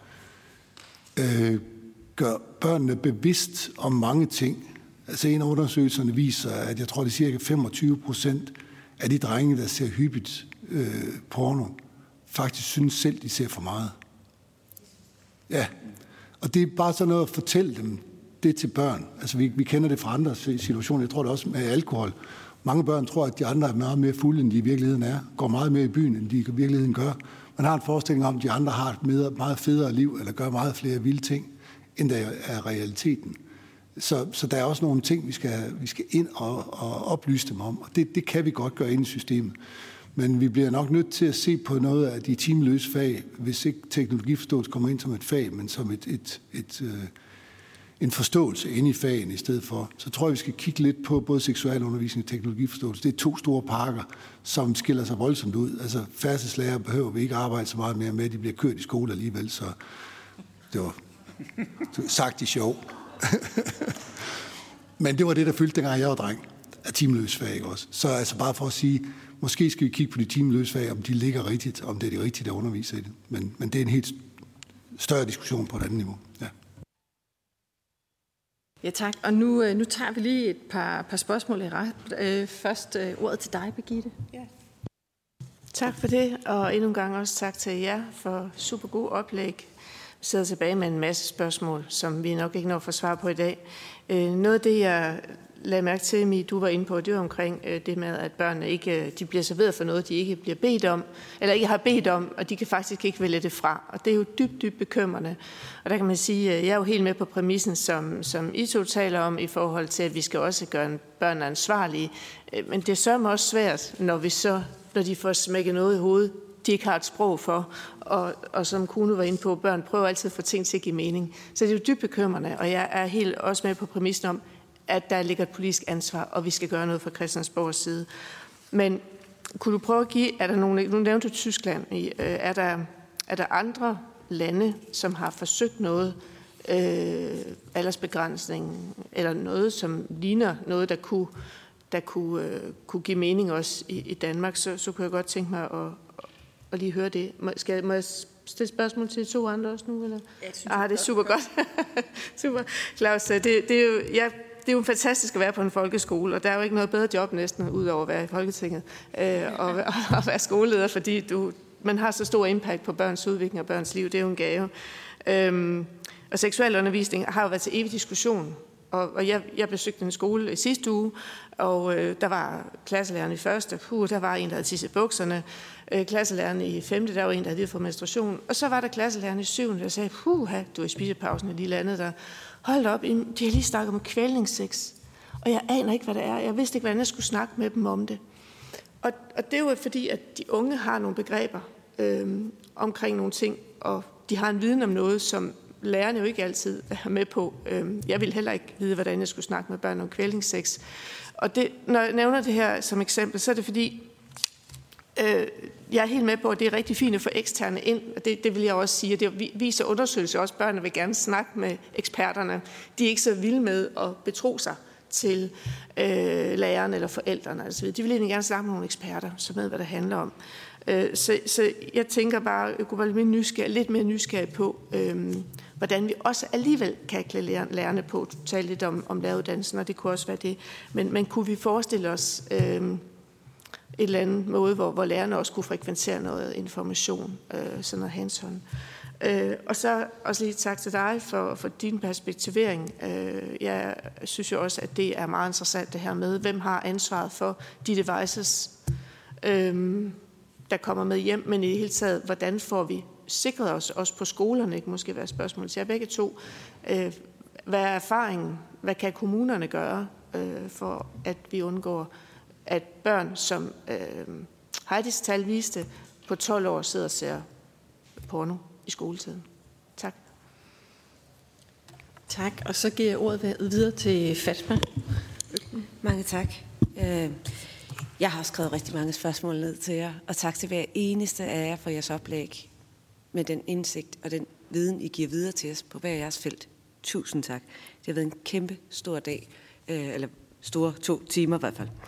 at gøre børnene bevidst om mange ting. Altså en af undersøgelserne viser, at jeg tror, det er cirka 25% af de drenge, der ser hyppigt porno, faktisk synes selv, de ser for meget. Ja, og det er bare sådan noget at fortælle dem det til børn. Altså vi kender det fra andre situationer. Jeg tror det også med alkohol. Mange børn tror, at de andre er meget mere fulde, end de i virkeligheden er. Går meget mere i byen, end de i virkeligheden gør. Man har en forestilling om, at de andre har et meget federe liv, eller gør meget flere vilde ting, end der er realiteten. Så der er også nogle ting, vi skal ind og oplyse dem om. Og det kan vi godt gøre ind i systemet. Men vi bliver nok nødt til at se på noget af de timeløse fag, hvis ikke teknologiforståelse kommer ind som et fag, men som en forståelse inde i fagen i stedet for. Så tror jeg, vi skal kigge lidt på både seksualundervisning og teknologiforståelse. Det er 2 store pakker, som skiller sig voldsomt ud. Altså færdselslærer behøver vi ikke arbejde så meget mere med. De bliver kørt i skole alligevel, så det var sagt i sjov. Men det var det, der fyldte, dengang jeg var dreng, af timeløse fag også. Så altså bare for at sige, måske skal vi kigge på de timeløse fag, om de ligger rigtigt, om det er det rigtige, der underviser i det. Men det er en helt større diskussion på et andet niveau. Ja. Ja, tak. Og nu tager vi lige et par spørgsmål i ret. Først ordet til dig, Birgitte. Ja. Tak for det, og endnu en gang også tak til jer for super god oplæg. Vi sidder tilbage med en masse spørgsmål, som vi nok ikke når at få svar på i dag. Noget af det, jeg lagde mærke til, Mi, du var inde på, det var omkring det med, at børnene ikke, de bliver serveret for noget, de ikke bliver bedt om, eller ikke har bedt om, og de kan faktisk ikke vælge det fra. Og det er jo dybt bekymrende. Og der kan man sige, jeg er jo helt med på præmissen, som I to taler om, i forhold til, at vi skal også gøre børnene ansvarlige. Men det er sørme også svært, når de får smækket noget i hovedet, de ikke har et sprog for, og som Kuno var inde på, børn prøver altid at få ting til at give mening. Så det er jo dybt bekymrende, og jeg er helt også med på præmissen om, at der ligger et politisk ansvar, og vi skal gøre noget fra Christiansborgs side. Men kunne du prøve at give, er der nu nævnte Tyskland, er der andre lande, som har forsøgt noget, aldersbegrænsning, eller noget, som ligner noget, der kunne give mening også i Danmark, så kunne jeg godt tænke mig at lige høre det. Må jeg stille spørgsmål til de 2 andre også nu? Eller? Ja, det er super godt. Super. Claus, det er jo fantastisk at være på en folkeskole, og der er jo ikke noget bedre job næsten, ud over at være i Folketinget og være skoleleder, fordi man har så stor impact på børns udvikling og børns liv. Det er jo en gave. Og seksualundervisning har jo været til evig diskussion. Og jeg besøgte en skole i sidste uge, og der var klasselæreren i første. Der var en, der havde tisset bukserne. Klasselæreren i 5. der var en, der havde fået menstruation. Og så var der klasselæreren i 7. der sagde, du var i spisepausen og lige landet der. Hold op, de har lige snakket om kvælningssex. Og jeg aner ikke, hvad det er. Jeg vidste ikke, hvordan jeg skulle snakke med dem om det. Og det er jo fordi, at de unge har nogle begreber omkring nogle ting, og de har en viden om noget, som lærerne jo ikke altid er med på. Jeg ville heller ikke vide, hvordan jeg skulle snakke med børn om kvælningssex. Og det, når jeg nævner det her som eksempel, så er det fordi, jeg er helt med på, at det er rigtig fint at få eksterne ind. Og det vil jeg også sige. Det viser undersøgelser også, at børnene vil gerne snakke med eksperterne. De er ikke så vilde med at betro sig til lærerne eller forældrene. Altså, de vil egentlig gerne snakke med nogle eksperter, som ved, hvad det handler om. Så jeg tænker bare, jeg kunne være lidt mere nysgerrig på, hvordan vi også alligevel kan klæde lærerne på. Du talte lidt om læreruddannelsen, og det kunne også være det. Men kunne vi forestille os et eller andet måde, hvor lærerne også kunne frekventere noget information, sådan noget hands-on. Og så også lige tak til dig for din perspektivering. Jeg synes jo også, at det er meget interessant det her med, hvem har ansvaret for de devices, der kommer med hjem, men i det hele taget, hvordan får vi sikret os også på skolerne, ikke måske være spørgsmål til jer begge to. Hvad er erfaringen? Hvad kan kommunerne gøre for, at vi undgår, at børn, som Heidis tal viste, på 12 år sidder og ser porno i skoletiden? Tak. Tak, og så giver jeg ordet videre til Fatma. Mange tak. Jeg har skrevet rigtig mange spørgsmål ned til jer, og tak til hver eneste af jer for jeres oplæg med den indsigt og den viden, I giver videre til os på hver jeres felt. Tusind tak. Det har været en kæmpe stor dag, eller store 2 timer i hvert fald.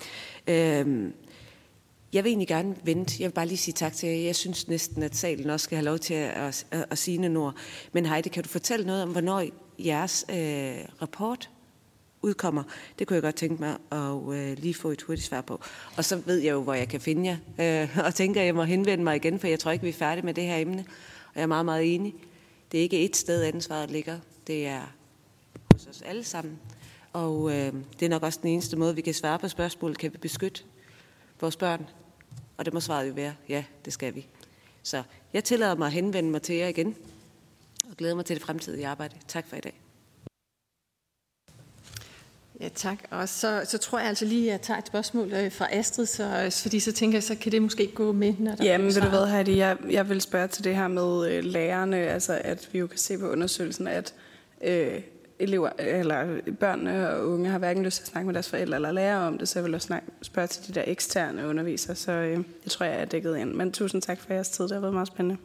Jeg vil egentlig gerne vente. Jeg vil bare lige sige tak til jer. Jeg synes næsten, at salen også skal have lov til at sige nogle ord. Men Heidi, kan du fortælle noget om, hvornår jeres rapport udkommer? Det kunne jeg godt tænke mig at lige få et hurtigt svar på. Og så ved jeg jo, hvor jeg kan finde jer. Og tænker, at jeg må henvende mig igen, for jeg tror ikke, vi er færdige med det her emne. Og jeg er meget, meget enig. Det er ikke et sted, ansvaret ligger. Det er hos os alle sammen. Og det er nok også den eneste måde, vi kan svare på spørgsmålet. Kan vi beskytte vores børn? Og det må svaret jo være, ja, det skal vi. Så jeg tillader mig at henvende mig til jer igen. Og glæder mig til det fremtidige arbejde. Tak for i dag. Ja, tak. Og så tror jeg altså lige, at jeg tager et spørgsmål fra Astrid, fordi så tænker jeg, så kan det måske gå med, når der Jamen, ved du hvad, Heidi, jeg vil spørge til det her med lærerne, altså at vi jo kan se på undersøgelsen, at elever, eller børnene og unge har hverken lyst til at snakke med deres forældre eller lærer om det, så jeg vil også spørge til de der eksterne undervisere, så det tror jeg er dækket ind. Men tusind tak for jeres tid, det har været meget spændende.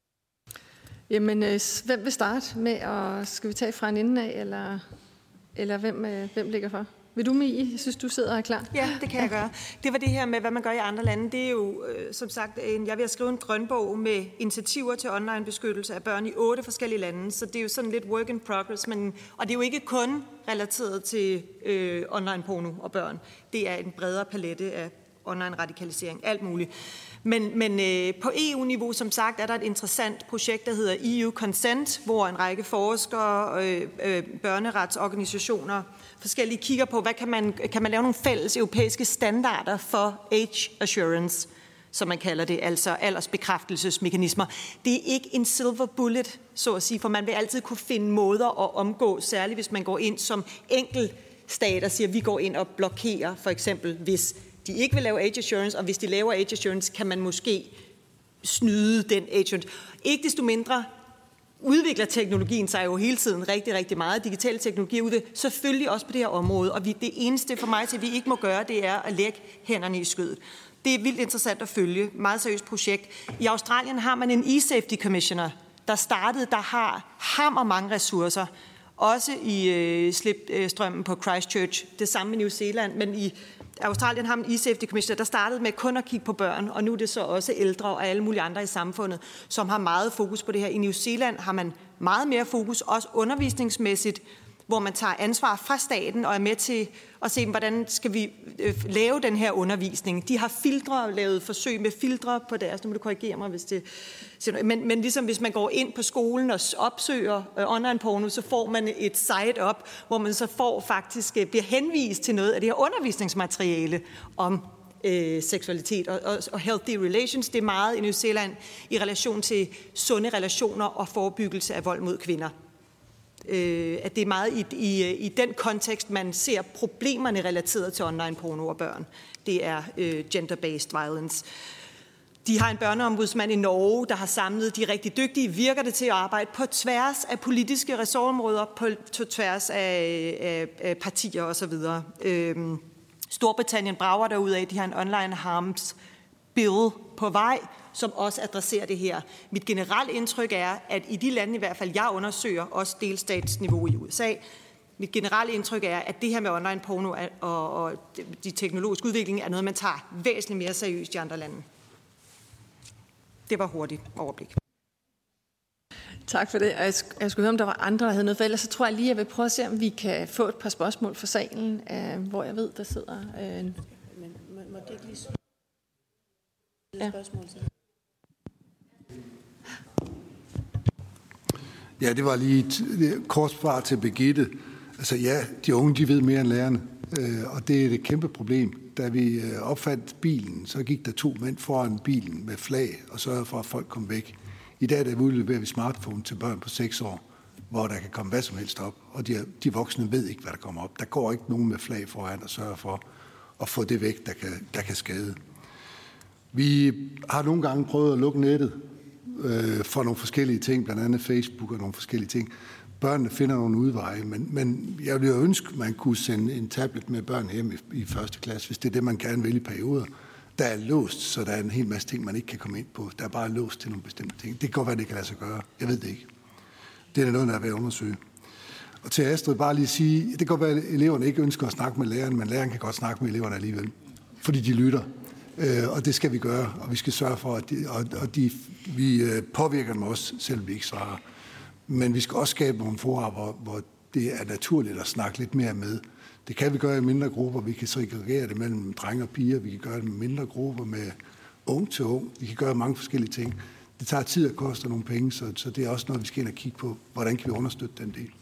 Jamen, hvem vil starte med, og skal vi tage fra en ende af, eller hvem ligger for? Vil du, Mie? Jeg synes, du sidder her klar. Ja, det kan jeg gøre. Det var det her med, hvad man gør i andre lande. Det er jo, som sagt, jeg vil have skrevet en grønbog med initiativer til online beskyttelse af børn i 8 forskellige lande, så det er jo sådan lidt work in progress, og det er jo ikke kun relateret til online porno og børn. Det er en bredere palette af online radikalisering, alt muligt. Men på EU-niveau, som sagt, er der et interessant projekt, der hedder EU Consent, hvor en række forskere, børneretsorganisationer, forskellige kigger på, hvad kan man lave nogle fælles europæiske standarder for age assurance, som man kalder det, altså aldersbekræftelsesmekanismer. Det er ikke en silver bullet, så at sige, for man vil altid kunne finde måder at omgå, særligt hvis man går ind som enkeltstat og siger, at vi går ind og blokerer, for eksempel hvis de ikke vil lave age assurance, og hvis de laver age assurance, kan man måske snyde den age assurance. Ikke desto mindre udvikler teknologien sig jo hele tiden rigtig, rigtig meget. Digitale teknologier udvikler selvfølgelig også på det her område, og det eneste for mig til, at vi ikke må gøre, det er at lægge hænderne i skødet. Det er vildt interessant at følge. Meget seriøst projekt. I Australien har man en e-safety commissioner, der har hammer mange ressourcer. Også i slipstrømmen på Christchurch. Det samme i New Zealand, men i Australien har man en e-safety commissioner, der startede med kun at kigge på børn, og nu er det så også ældre og alle mulige andre i samfundet, som har meget fokus på det her. I New Zealand har man meget mere fokus, også undervisningsmæssigt, hvor man tager ansvar fra staten og er med til at se, hvordan skal vi lave den her undervisning. De har filtre, lavet forsøg med filtre på deres, nu må du korrigere mig, hvis det... Men ligesom hvis man går ind på skolen og opsøger online porno, så får man et site op, hvor man så bliver henvist til noget af det her undervisningsmateriale om seksualitet og healthy relations. Det er meget i New Zealand i relation til sunde relationer og forebyggelse af vold mod kvinder. At det er meget i den kontekst, man ser problemerne relateret til online porno og børn. Det er gender-based violence. De har en børneombudsmand i Norge, der har samlet de rigtig dygtige, virker det til at arbejde på tværs af politiske ressortområder, på tværs af partier osv. Storbritannien brager derudad, de har en online harms bill på vej, som også adresserer det her. Mit generelle indtryk er, at i de lande, i hvert fald jeg undersøger, også delstatsniveau i USA, mit generelle indtryk er, at det her med online porno og de teknologiske udvikling er noget, man tager væsentligt mere seriøst i andre lande. Det var hurtigt overblik. Tak for det. Jeg skulle høre, om der var andre, der havde noget for. Ellers så tror jeg lige, jeg vil prøve at se, om vi kan få et par spørgsmål fra salen, hvor jeg ved, der sidder... Men må det ikke lige spørgsmål til? Ja, det var lige et kort svar til Birgitte. Altså ja, de unge, de ved mere end lærerne, og det er et kæmpe problem. Da vi opfandt bilen, så gik der 2 mænd foran bilen med flag og sørgede for, at folk kom væk. I dag der udleverer vi smartphone til børn på 6 år, hvor der kan komme hvad som helst op, og de voksne ved ikke, hvad der kommer op. Der går ikke nogen med flag foran og sørger for at få det væk, der kan skade. Vi har nogle gange prøvet at lukke nettet for nogle forskellige ting, blandt andet Facebook og nogle forskellige ting. Børnene finder nogle udveje, men jeg ville jo ønske, at man kunne sende en tablet med børn hjem i 1. klasse, hvis det er det, man gerne vil i perioder. Der er låst, så der er en hel masse ting, man ikke kan komme ind på. Der er bare låst til nogle bestemte ting. Det kan godt være, det kan lade sig gøre. Jeg ved det ikke. Det er noget, der er ved at undersøge. Og til Astrid bare lige sige, det kan godt være, at eleverne ikke ønsker at snakke med læreren, men læreren kan godt snakke med eleverne alligevel, fordi de lytter. Og det skal vi gøre, og vi skal sørge for, at vi påvirker dem også, selvom vi ikke svarer. Men vi skal også skabe nogle fora, hvor det er naturligt at snakke lidt mere med. Det kan vi gøre i mindre grupper. Vi kan segregere det mellem drenge og piger. Vi kan gøre det med mindre grupper, med ung til ung. Vi kan gøre mange forskellige ting. Det tager tid og koster nogle penge, så det er også noget, vi skal ind og kigge på. Hvordan kan vi understøtte den del?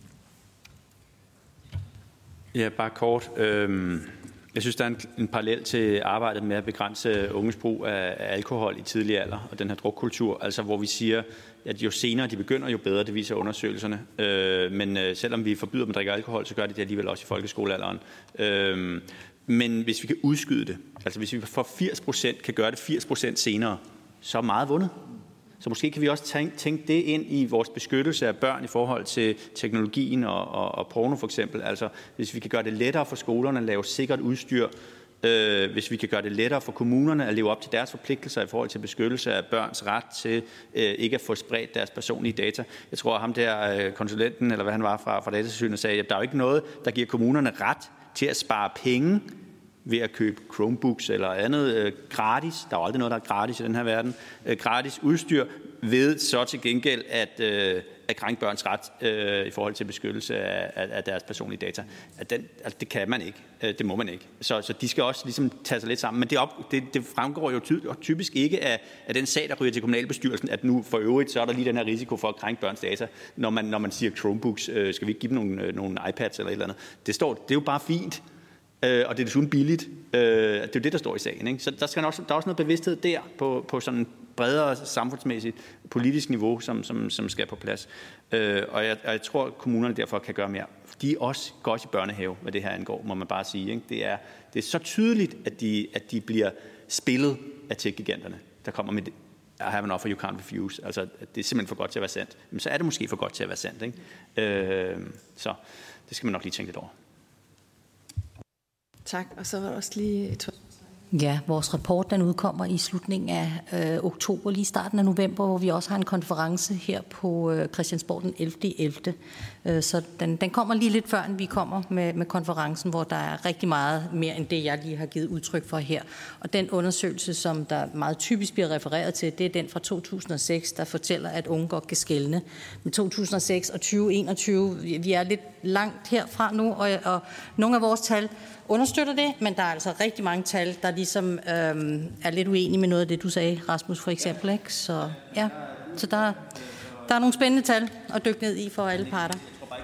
Ja, bare kort. Jeg synes, der er en parallel til arbejdet med at begrænse unges brug af alkohol i tidlig alder og den her drukkultur, altså hvor vi siger, at jo senere de begynder, jo bedre, det viser undersøgelserne. Men selvom vi forbyder dem at drikke alkohol, så gør de det alligevel også i folkeskolealderen. Men hvis vi kan udskyde det, altså hvis vi for 80% kan gøre det 80% senere, så er meget vundet. Så måske kan vi også tænke det ind i vores beskyttelse af børn i forhold til teknologien og porno for eksempel. Altså hvis vi kan gøre det lettere for skolerne at lave sikkert udstyr, hvis vi kan gøre det lettere for kommunerne at leve op til deres forpligtelser i forhold til beskyttelse af børns ret til ikke at få spredt deres personlige data. Jeg tror, at ham der konsulenten, eller hvad han var fra Datatilsynet, sagde, at der er jo ikke noget, der giver kommunerne ret til at spare penge ved at købe Chromebooks eller andet gratis. Der er jo aldrig noget, der er gratis i den her verden. Gratis udstyr ved så til gengæld at krænke børns ret i forhold til beskyttelse af deres personlige data. Det kan man ikke. Det må man ikke. Så de skal også ligesom tage sig lidt sammen. Men det fremgår jo typisk ikke af den sag, der ryger til kommunalbestyrelsen, at nu for øvrigt, så er der lige den her risiko for at krænke børns data, når man siger Chromebooks. Skal vi ikke give dem nogle iPads eller et eller andet? Det er jo bare fint. Og det er desuden billigt. Det er jo det, der står i sagen. Ikke? Så der er også noget bevidsthed der på sådan en bredere samfundsmæssigt politisk niveau, som skal på plads. Og jeg tror, at kommunerne derfor kan gøre mere. De er også godt i børnehave, hvad det her angår, må man bare sige. Ikke? Det er så tydeligt, at de bliver spillet af tech-giganterne, der kommer med det. I have an offer you can't refuse. Altså, det er simpelthen for godt til at være sandt. Men så er det måske for godt til at være sandt. Ikke? Så det skal man nok lige tænke lidt over. Tak, og så var der også lige et... Ja, vores rapport den udkommer i slutningen af oktober, lige starten af november, hvor vi også har en konference her på Christiansborg den 11.11. Så den kommer lige lidt før, end vi kommer med konferencen, hvor der er rigtig meget mere end det, jeg lige har givet udtryk for her. Og den undersøgelse, som der meget typisk bliver refereret til, det er den fra 2006, der fortæller, at unge godt kan skelne. Med 2006 og 2021, vi er lidt langt herfra nu, og nogle af vores tal understøtter det, men der er altså rigtig mange tal, der ligesom er lidt uenige med noget af det, du sagde, Rasmus, for eksempel. Ikke? Så ja, så der er nogle spændende tal at dykke ned i for alle parter.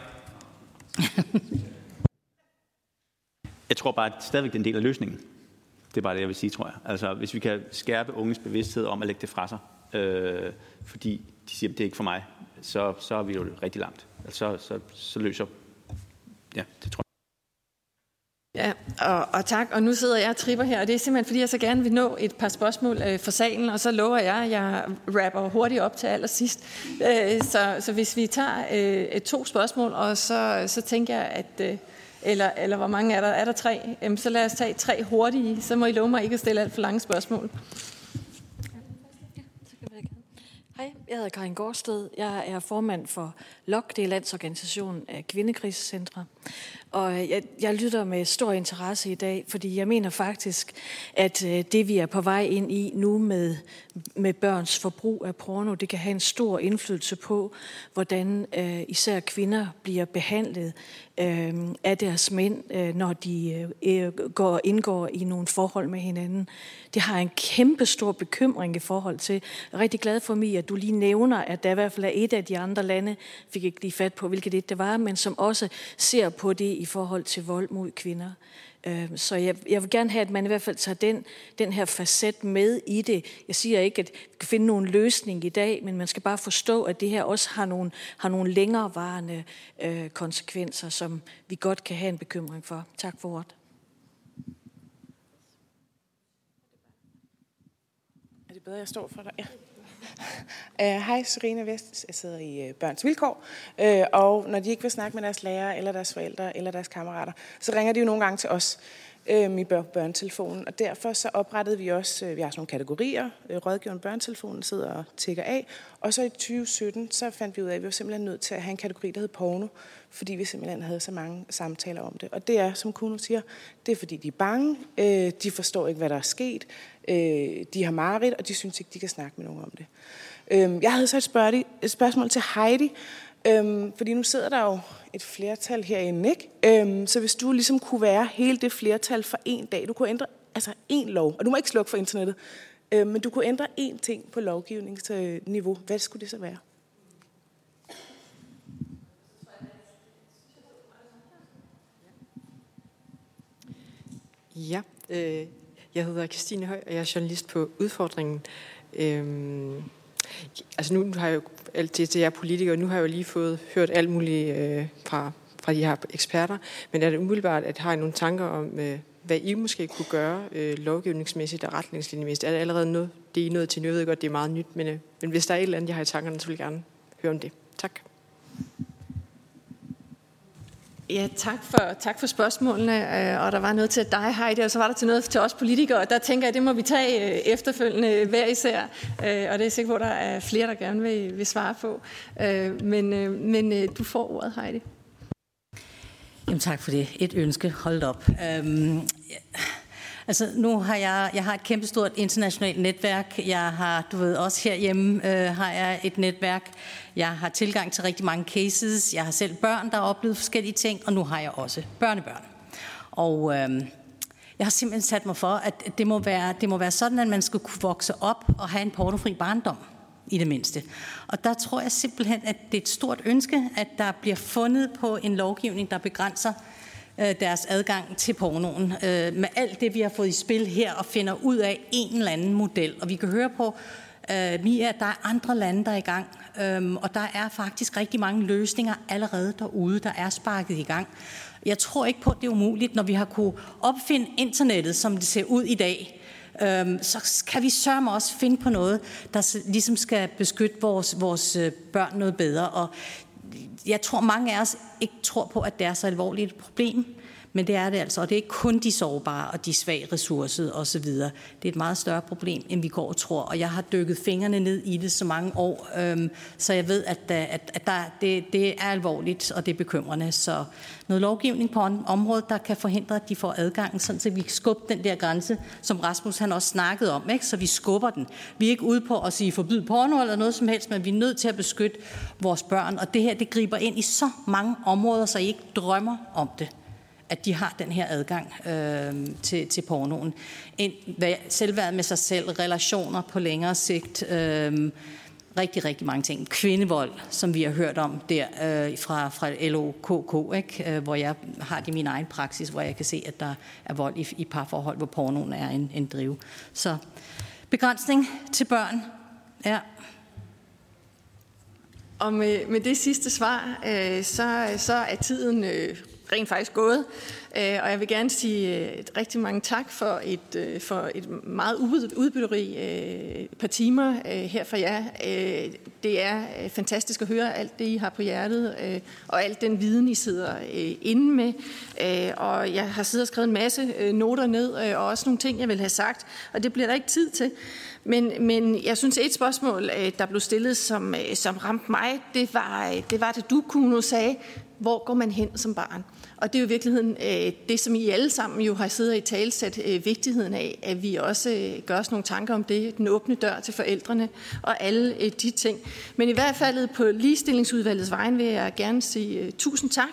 Jeg tror bare, at stadigvæk det er en del af løsningen. Det er bare det, jeg vil sige, tror jeg. Altså, hvis vi kan skærpe unges bevidsthed om at lægge det fra sig, fordi de siger, at det er ikke for mig, så er vi jo rigtig langt. Altså, så løser... Ja, det tror jeg. Ja, og tak. Og nu sidder jeg og tripper her, og det er simpelthen, fordi jeg så gerne vil nå et par spørgsmål fra salen, og så lover jeg, at jeg rapper hurtigt op til allersidst. Så hvis vi tager 2 spørgsmål, og så tænker jeg, at... Eller hvor mange er der? Er der 3? Så lad os tage 3 hurtige, så må I love mig ikke at stille alt for lange spørgsmål. Hej, jeg hedder Karin Gårdsted. Jeg er formand for LOK, det er Landsorganisationen af Kvindekrisecentre. Og jeg lytter med stor interesse i dag, fordi jeg mener faktisk, at det vi er på vej ind i nu med børns forbrug af porno, det kan have en stor indflydelse på, hvordan især kvinder bliver behandlet af deres mænd, når de indgår i nogle forhold med hinanden. Det har en kæmpe stor bekymring i forhold til. Jeg er rigtig glad for mig, at du lige nævner, at der i hvert fald er et af de andre lande, fik ikke lige fat på, hvilket det var, men som også ser på det i forhold til vold mod kvinder. Så jeg vil gerne have, at man i hvert fald tager den her facet med i det. Jeg siger ikke, at vi kan finde nogen løsning i dag, men man skal bare forstå, at det her også har nogle længerevarende konsekvenser, som vi godt kan have en bekymring for. Tak for ordet. Er det bedre, jeg står for dig? Ja. Hej, Serena Vest. Jeg sidder i Børns Vilkår, og når de ikke vil snakke med deres lærere, eller deres forældre, eller deres kammerater, så ringer de jo nogle gange til os i børnetelefonen, og derfor så oprettede vi også, vi har sådan nogle kategorier, rådgivende børnetelefonen sidder og tækker af, og så i 2017, så fandt vi ud af, at vi var simpelthen nødt til at have en kategori, der hed porno, fordi vi simpelthen havde så mange samtaler om det. Og det er, som Kuno siger, det er fordi de er bange, de forstår ikke, hvad der er sket, de har mareridt, og de synes ikke, de kan snakke med nogen om det. Jeg havde så et spørgsmål til Heidi, fordi nu sidder der jo et flertal herinde, ikke? Så hvis du ligesom kunne være hele det flertal for en dag, du kunne ændre altså en lov, og du må ikke slukke for internettet, men du kunne ændre én ting på lovgivningsniveau, hvad skulle det så være? Ja, jeg hedder Christine Høj, og jeg er journalist på Udfordringen. Altså nu har jeg jo alt det, jeg er politiker, og nu har jeg jo lige hørt alt muligt fra de her eksperter, men er det umiddelbart, at har I nogle tanker om, hvad I måske kunne gøre lovgivningsmæssigt og retningslinjemæssigt? Er det allerede noget, det I er nået til? Jeg ved godt, det er meget nyt, men hvis der er et eller andet, jeg har i tankerne, så vil jeg gerne høre om det. Tak. Ja, tak for spørgsmålene, og der var noget til dig, Heidi, og så var der til noget til os politikere, og der tænker jeg, det må vi tage efterfølgende hver især, og det er sikkert, hvor der er flere, der gerne vil svare på. Men du får ordet, Heidi. Jamen tak for det. Et ønske. Hold op. Altså nu har jeg har et kæmpestort internationalt netværk. Jeg har, du ved, også herhjemme har jeg et netværk. Jeg har tilgang til rigtig mange cases. Jeg har selv børn, der har oplevet forskellige ting, og nu har jeg også børnebørn. Og jeg har simpelthen sat mig for, at det må være sådan, at man skal kunne vokse op og have en pornofri barndom, i det mindste. Og der tror jeg simpelthen, at det er et stort ønske, at der bliver fundet på en lovgivning, der begrænser deres adgang til pornoen. Med alt det, vi har fået i spil her, og finder ud af en eller anden model. Og vi kan høre på, Mia, at der er andre lande, der er i gang. Og der er faktisk rigtig mange løsninger allerede derude, der er sparket i gang. Jeg tror ikke på, at det er umuligt, når vi har kunne opfinde internettet, som det ser ud i dag. Så kan vi sørme også finde på noget, der ligesom skal beskytte vores børn noget bedre. Og jeg tror, mange af os ikke tror på, at det er så alvorligt et problem. Men det er det altså, og det er ikke kun de sårbare og de svage ressourcer osv. Det er et meget større problem, end vi går og tror, og jeg har dykket fingrene ned i det så mange år, så jeg ved, at det er alvorligt, og det er bekymrende. Så noget lovgivning på området, der kan forhindre, at de får adgang, sådan så vi skubber den der grænse, som Rasmus han også snakkede om, ikke? Så vi skubber den. Vi er ikke ude på at sige forbyd porno eller noget som helst, men vi er nødt til at beskytte vores børn, og det her, det griber ind i så mange områder, så I ikke drømmer om det, at de har den her adgang til pornoen. Selvværd med sig selv, relationer på længere sigt, rigtig, rigtig mange ting. Kvindevold, som vi har hørt om der fra LOKK, ikke? Hvor jeg har det i min egen praksis, hvor jeg kan se, at der er vold i parforhold, hvor pornoen er en drive. Så begrænsning til børn, ja. Og med det sidste svar, så er tiden rent faktisk gået. Og jeg vil gerne sige rigtig mange tak for et meget udbytterigt par timer her for jer. Det er fantastisk at høre alt det, I har på hjertet, og alt den viden, I sidder inde med. Og jeg har siddet og skrevet en masse noter ned, og også nogle ting, jeg vil have sagt, og det bliver der ikke tid til. Men jeg synes, et spørgsmål, der blev stillet, som ramte mig, det var det du, Kuno, sagde, hvor går man hen som barn? Og det er jo i virkeligheden det, som I alle sammen jo har siddet i talsat vigtigheden af, at vi også gør os nogle tanker om det, den åbne dør til forældrene og alle de ting. Men i hvert fald på Ligestillingsudvalgets vegne vil jeg gerne sige tusind tak.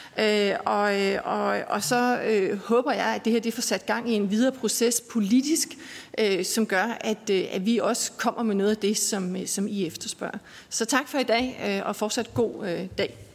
Og så håber jeg, at det her det får sat gang i en videre proces politisk, som gør, at vi også kommer med noget af det, som I efterspørger. Så tak for i dag, og fortsat god dag.